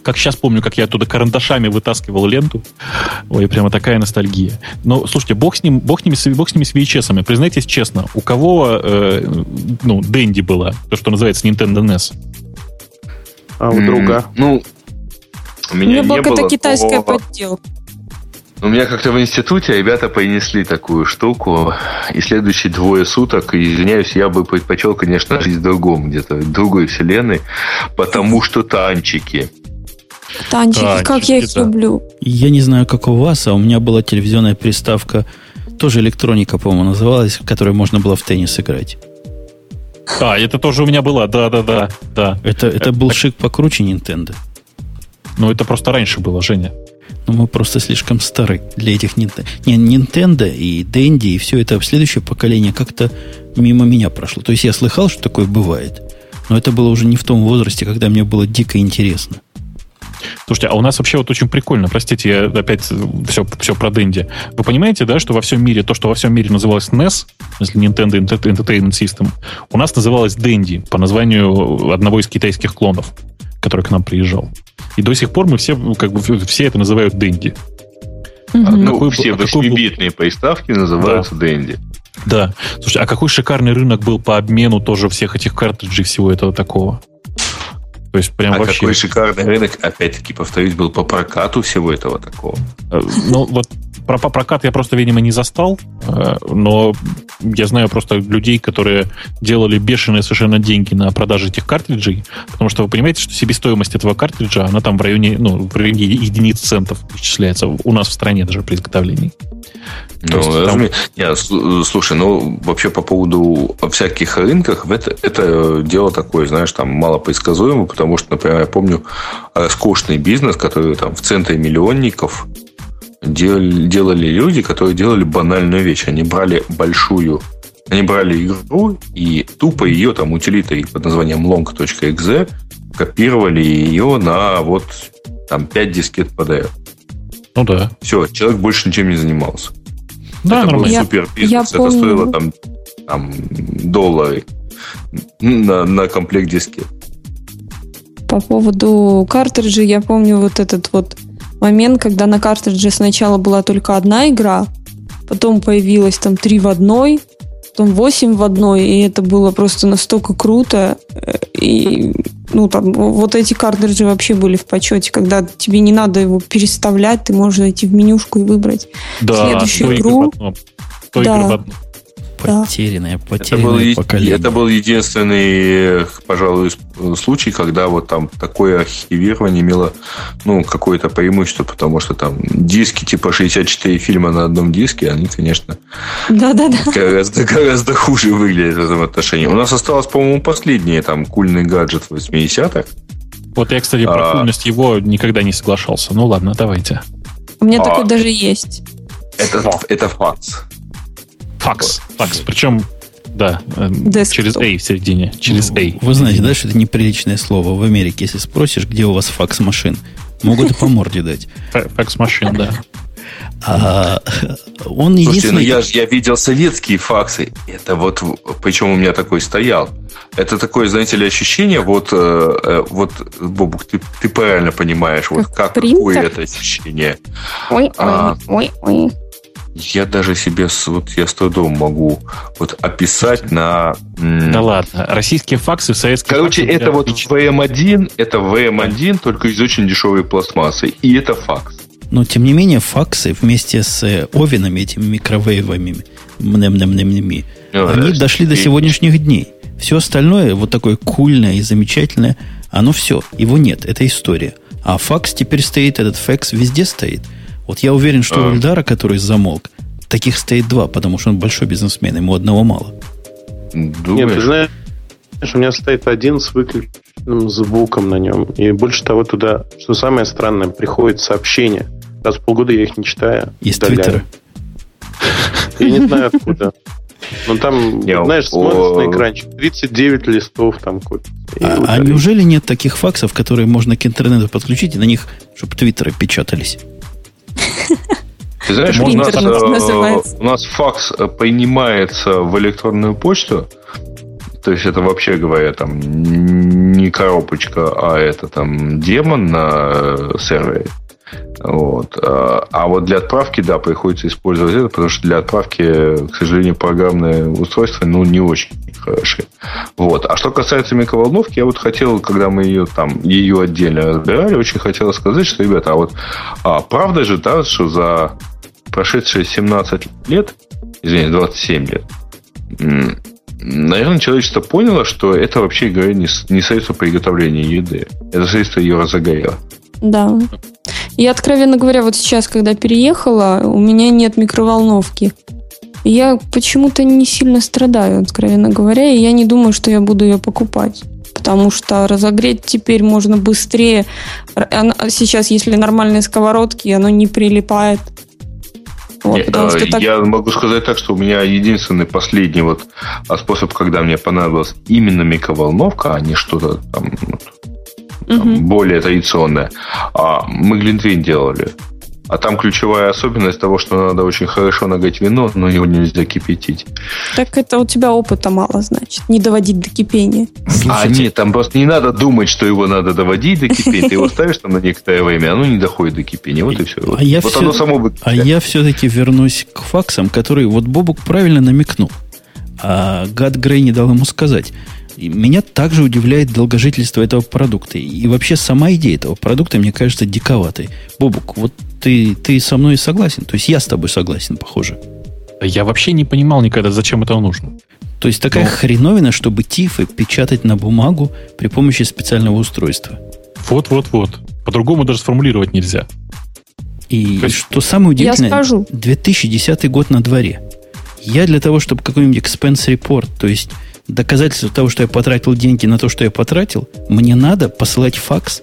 Speaker 2: как сейчас помню, как я оттуда карандашами вытаскивал ленту. Ой, прямо такая ностальгия. Но, слушайте, бог с ними с VHS-ами. Признайтесь честно, у кого Dendy была, то, что называется Nintendo NES?
Speaker 4: А у друга?
Speaker 3: У меня
Speaker 5: была
Speaker 3: не
Speaker 5: какая-то
Speaker 3: было
Speaker 5: китайская
Speaker 3: такого.
Speaker 5: подделка.
Speaker 3: У меня как-то в институте ребята принесли такую штуку, и следующие 2 суток, и, извиняюсь, я бы предпочел, конечно, жить в другом, где-то в другой вселенной, потому что танчики.
Speaker 5: Танчики, как я их
Speaker 2: да.
Speaker 5: люблю.
Speaker 1: Я не знаю, как у вас, а у меня была телевизионная приставка, тоже электроника, по-моему, называлась, в которой можно было в теннис играть.
Speaker 2: Это тоже у меня была, да.
Speaker 1: Это был шик покруче Nintendo.
Speaker 2: Ну, это просто раньше было, Женя.
Speaker 1: Но мы просто слишком стары для этих Nintendo и Dendy, и все это следующее поколение как-то мимо меня прошло. То есть я слыхал, что такое бывает, но это было уже не в том возрасте, когда мне было дико интересно.
Speaker 2: Слушайте, а у нас вообще вот очень прикольно, простите, я опять все про Dendy. Вы понимаете, да, что во всем мире, то, что во всем мире называлось NES, если Nintendo Entertainment System, у нас называлось Dendy по названию одного из китайских клонов, который к нам приезжал. И до сих пор мы все это называют Dendy.
Speaker 3: Все 8-битные приставки называются Dendy.
Speaker 2: Да. Слушайте, а какой шикарный рынок был по обмену тоже всех этих картриджей, всего этого такого? То есть прям вообще...
Speaker 3: какой шикарный рынок, опять-таки, повторюсь, был по прокату всего этого такого.
Speaker 2: Ну, вот про прокат я просто, видимо, не застал, но я знаю просто людей, которые делали бешеные совершенно деньги на продаже этих картриджей, потому что вы понимаете, что себестоимость этого картриджа, она там в районе единиц центов исчисляется у нас в стране даже при изготовлении.
Speaker 3: Слушай, вообще по поводу всяких рынках, это дело такое, знаешь, там мало предсказуемо, потому что, например, я помню роскошный бизнес, который там в центре миллионников делали люди, которые делали банальную вещь. Они брали игру и тупо ее там утилитой под названием long.exe копировали ее на 5 дискет PDF.
Speaker 2: Ну да.
Speaker 3: Все, человек больше ничем не занимался.
Speaker 2: Да,
Speaker 3: это
Speaker 2: нормально.
Speaker 3: был супер бизнес. Это стоило там $1 на комплект дискет.
Speaker 5: По поводу картриджей, я помню вот этот вот момент, когда на картридже сначала была только одна игра, потом появилось там 3 в одной, потом 8 в одной, и это было просто настолько круто. И вот эти картриджи вообще были в почете, когда тебе не надо его переставлять, ты можешь зайти в менюшку и выбрать следующую игру.
Speaker 1: Потерянное поколение.
Speaker 3: Это был единственный, пожалуй, случай, когда вот там такое архивирование имело какое-то преимущество, потому что там диски типа 64 фильма на одном диске, они, конечно, гораздо хуже выглядят в этом отношении. У нас осталось, по-моему, последний там кульный гаджет 80-х.
Speaker 2: Вот я, кстати, про кульность его никогда не соглашался. Ну ладно, давайте.
Speaker 5: У меня такой даже есть.
Speaker 3: Это факс.
Speaker 2: Факс. Причем, да, через A в середине. Через A.
Speaker 1: Вы знаете, да, что это неприличное слово в Америке. Если спросишь, где у вас факс-машин, могут и по морде дать.
Speaker 2: Факс-машин, да.
Speaker 1: Он единственный...
Speaker 3: Слушайте, я видел советские факсы. Это вот, причем у меня такой стоял. Это такое, знаете ли, ощущение, вот Бобук, ты правильно понимаешь, вот какое это ощущение.
Speaker 5: Ой.
Speaker 3: Я даже себе я с трудом могу описать на...
Speaker 2: Да ладно, российские факсы в советских...
Speaker 3: Короче, это вот VM1, это VM1, только из очень дешевой пластмассы. И это факс.
Speaker 1: Но, тем не менее, факсы вместе с овинами, этими микровейвами, они дошли до сегодняшних дней. Все остальное, вот такое кульное и замечательное, оно все, его нет, это история. А факс теперь стоит, этот факс везде стоит. Вот я уверен, что у Эльдара, который замолк, таких стоит 2, потому что он большой бизнесмен, ему одного мало.
Speaker 4: Нет, ты знаешь, у меня стоит один с выключенным звуком на нем. И больше того, туда, что самое странное, приходит сообщение. Раз в полгода я их не читаю.
Speaker 1: Из Твиттера.
Speaker 4: Я не знаю откуда. Но там, знаешь, смотришь на экранчик, 39 листов там копится.
Speaker 1: А неужели нет таких факсов, которые можно к интернету подключить и на них, чтобы твиттеры печатались?
Speaker 3: Ты знаешь, у нас факс принимается в электронную почту. То есть это, вообще говоря, там не коробочка, а это там демон на сервере. Вот. А вот для отправки, да, приходится использовать это, потому что для отправки, к сожалению, программные устройства, не очень хороши. Вот. А что касается микроволновки, я вот хотел, когда мы ее отдельно разбирали, очень хотел сказать, что, ребята, правда же, да, что за прошедшие 17 лет, 27 лет, наверное, человечество поняло, что это, вообще говоря, не средство приготовления еды. Это средство ее разогрева.
Speaker 5: Да. Я, откровенно говоря, вот сейчас, когда переехала, у меня нет микроволновки. Я почему-то не сильно страдаю, откровенно говоря, и я не думаю, что я буду ее покупать. Потому что разогреть теперь можно быстрее. Сейчас, если нормальные сковородки, оно не прилипает. Вот,
Speaker 3: Я могу сказать так, что у меня единственный последний способ, когда мне понадобилась именно микроволновка, а не что-то там более традиционное. Мы глинтвейн делали. А там ключевая особенность того, что надо очень хорошо нагреть вино, но его нельзя кипятить.
Speaker 5: Так это у тебя опыта мало, значит. Не доводить до кипения.
Speaker 3: Нет, там просто не надо думать, что его надо доводить до кипения. Ты его ставишь там на некоторое время, оно не доходит до кипения. Вот и все. Оно само
Speaker 1: я все-таки вернусь к факсам, которые Бобук правильно намекнул. А гад Грей не дал ему сказать. И меня также удивляет долгожительство этого продукта. И вообще сама идея этого продукта, мне кажется, диковатой. Бобук, вот ты со мной согласен? То есть я с тобой согласен, похоже.
Speaker 2: Я вообще не понимал никогда, зачем это нужно.
Speaker 1: То есть такая хреновина, чтобы тифы печатать на бумагу при помощи специального устройства.
Speaker 2: Вот. По-другому даже сформулировать нельзя.
Speaker 1: И что самое удивительное, 2010 год на дворе. Я для того, чтобы какой-нибудь expense report, то есть доказательство того, что я потратил деньги на то, что я потратил, мне надо посылать факс.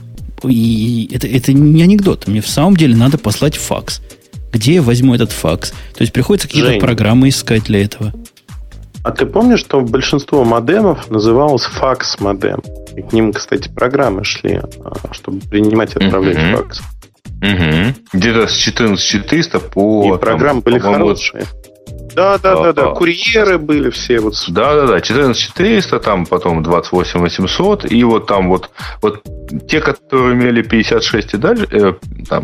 Speaker 1: И это не анекдот. Мне в самом деле надо послать факс. Где я возьму этот факс? То есть приходится какие-то программы искать для этого.
Speaker 4: А ты помнишь, что большинство модемов называлось факс-модем? И к ним, кстати, программы шли, чтобы принимать и отправлять факс.
Speaker 3: Где-то с 14400 по...
Speaker 4: И программы были хорошие. Да. Курьеры были все.
Speaker 3: Да. 14400, там потом 28800. И там те, которые имели 56 и дальше,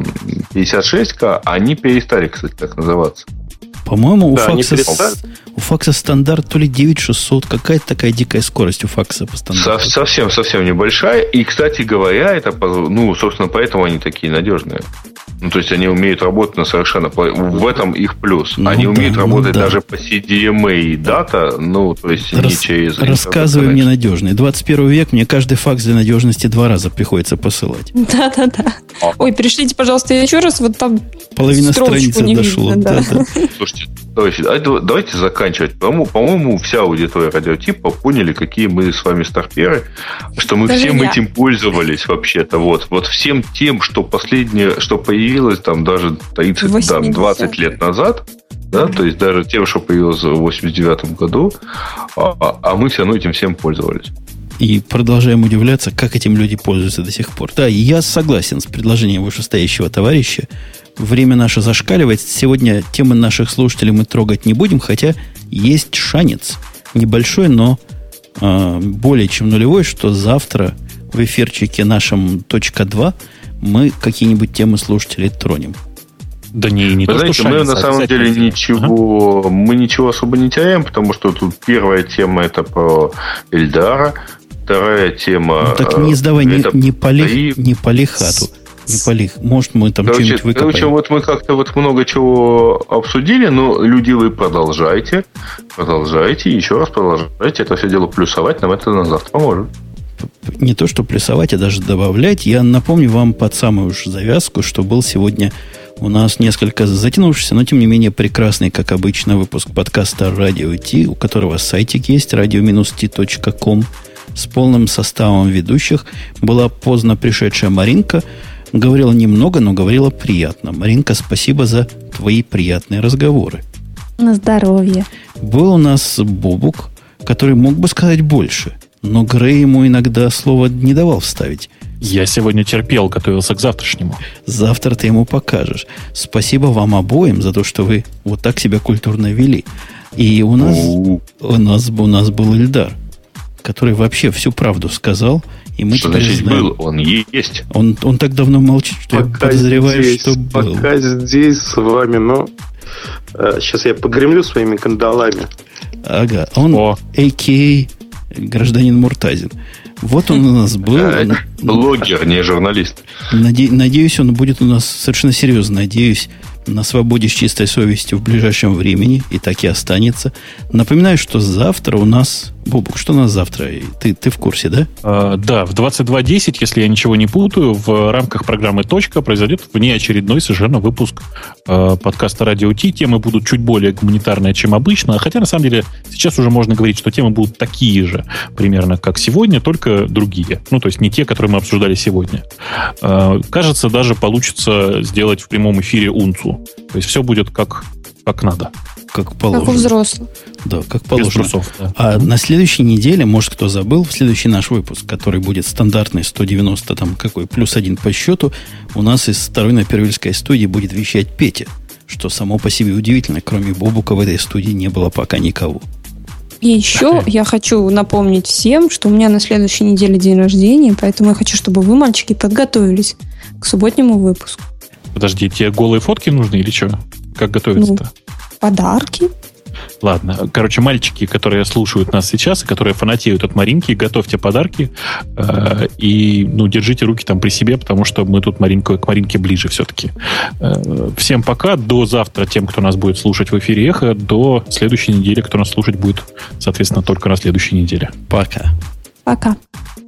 Speaker 3: 56К, они перестали, кстати, так называться.
Speaker 1: По-моему, у факса стандарт то ли 9600, какая-то такая дикая скорость у факса по стандарту.
Speaker 3: Совсем небольшая. И, кстати говоря, это, собственно, поэтому они такие надежные. То есть они умеют работать на совершенно... В этом их плюс. Они умеют работать даже по CDMA и дата, то есть не через...
Speaker 1: Рассказывай мне надежный. 21 век, мне каждый факс для надежности 2 раза приходится посылать.
Speaker 5: Да. Ой, пришлите, пожалуйста, еще раз, там
Speaker 1: половина страницы дошло. Да.
Speaker 3: Слушайте, давайте заканчивать. По-моему, вся аудитория радиотипа поняли, какие мы с вами старперы, что мы даже всем этим пользовались вообще-то. Вот всем тем, что появилось там даже 20 лет назад, да, то есть даже тем, что появилось в 89 году, а мы все равно этим всем пользовались.
Speaker 1: И продолжаем удивляться, как этим люди пользуются до сих пор. Да, я согласен с предложением вышестоящего товарища. Время наше зашкаливает. Сегодня темы наших слушателей мы трогать не будем, хотя есть шанец. Небольшой, но более чем нулевой, что завтра в эфирчике нашем .2 мы какие-нибудь темы слушателей тронем.
Speaker 2: Да не
Speaker 3: то, знаете, что мы на самом деле ничего особо не теряем, потому что тут первая тема это про Эльдара, вторая тема...
Speaker 1: так не сдавай, не пали хату. Не пали. Может, мы там что-нибудь выкопаем.
Speaker 3: Мы как-то много чего обсудили, но, люди, вы продолжайте, еще раз продолжайте это все дело плюсовать, нам это на завтра поможет.
Speaker 1: Не то, что плюсовать, а даже добавлять. Я напомню вам под самую уж завязку, что был сегодня у нас несколько затянувшийся, но тем не менее прекрасный, как обычно, выпуск подкаста Radio T, у которого сайтик есть, radio-t.com, с полным составом ведущих. Была поздно пришедшая Маринка, говорила немного, но говорила приятно. Маринка, спасибо за твои приятные разговоры.
Speaker 5: На здоровье.
Speaker 1: Был у нас Бобук, который мог бы сказать больше, но Грей ему иногда слово не давал вставить.
Speaker 2: Я сегодня терпел, готовился к завтрашнему.
Speaker 1: Завтра ты ему покажешь. Спасибо вам обоим за то, что вы вот так себя культурно вели. И у нас был Эльдар. который вообще всю правду сказал, и мы
Speaker 3: что
Speaker 1: теперь
Speaker 3: значит
Speaker 1: знаем.
Speaker 3: был? Он есть.
Speaker 1: Он так давно молчит, что
Speaker 4: Пока
Speaker 1: я подозреваю,
Speaker 4: здесь,
Speaker 1: что был.
Speaker 4: Пока здесь с вами, но... Сейчас я погремлю своими кандалами.
Speaker 1: Ага, он а.к.а. гражданин Муртазин. Вот он у нас был.
Speaker 3: Блогер, не журналист.
Speaker 1: Надеюсь, он будет у нас совершенно серьезно. Надеюсь, на свободе с чистой совестью в ближайшем времени. И так и останется. Напоминаю, что завтра у нас... Бобук, что у нас завтра? Ты в курсе, да?
Speaker 2: Да, в 22:10, если я ничего не путаю, в рамках программы «Точка» произойдет внеочередной совершенно выпуск подкаста «Радио Ти». Темы будут чуть более гуманитарные, чем обычно. Хотя, на самом деле, сейчас уже можно говорить, что темы будут такие же, примерно, как сегодня, только другие. Ну, то есть не те, которые мы обсуждали сегодня. Кажется, даже получится сделать в прямом эфире унцу. То есть все будет как надо.
Speaker 1: Как положено.
Speaker 5: Как у взрослых.
Speaker 1: Да, как положено.
Speaker 2: Без трусов, да.
Speaker 1: А на следующей неделе, может, кто забыл, в следующий наш выпуск, который будет стандартный 190, там какой, +1 по счету, у нас из второй напервильской студии будет вещать Петя, что само по себе удивительно. Кроме Бобука в этой студии не было пока никого.
Speaker 5: И еще я хочу напомнить всем, что у меня на следующей неделе день рождения, поэтому я хочу, чтобы вы, мальчики, подготовились к субботнему выпуску.
Speaker 2: Подожди, тебе голые фотки нужны или что? Как готовиться-то?
Speaker 5: Подарки.
Speaker 2: Ладно. Короче, мальчики, которые слушают нас сейчас, и которые фанатеют от Маринки, готовьте подарки и держите руки там при себе, потому что мы тут к Маринке ближе все-таки. Всем пока. До завтра тем, кто нас будет слушать в эфире «Эхо». До следующей недели, кто нас слушать будет, соответственно, только на следующей неделе.
Speaker 1: Пока.
Speaker 5: Пока.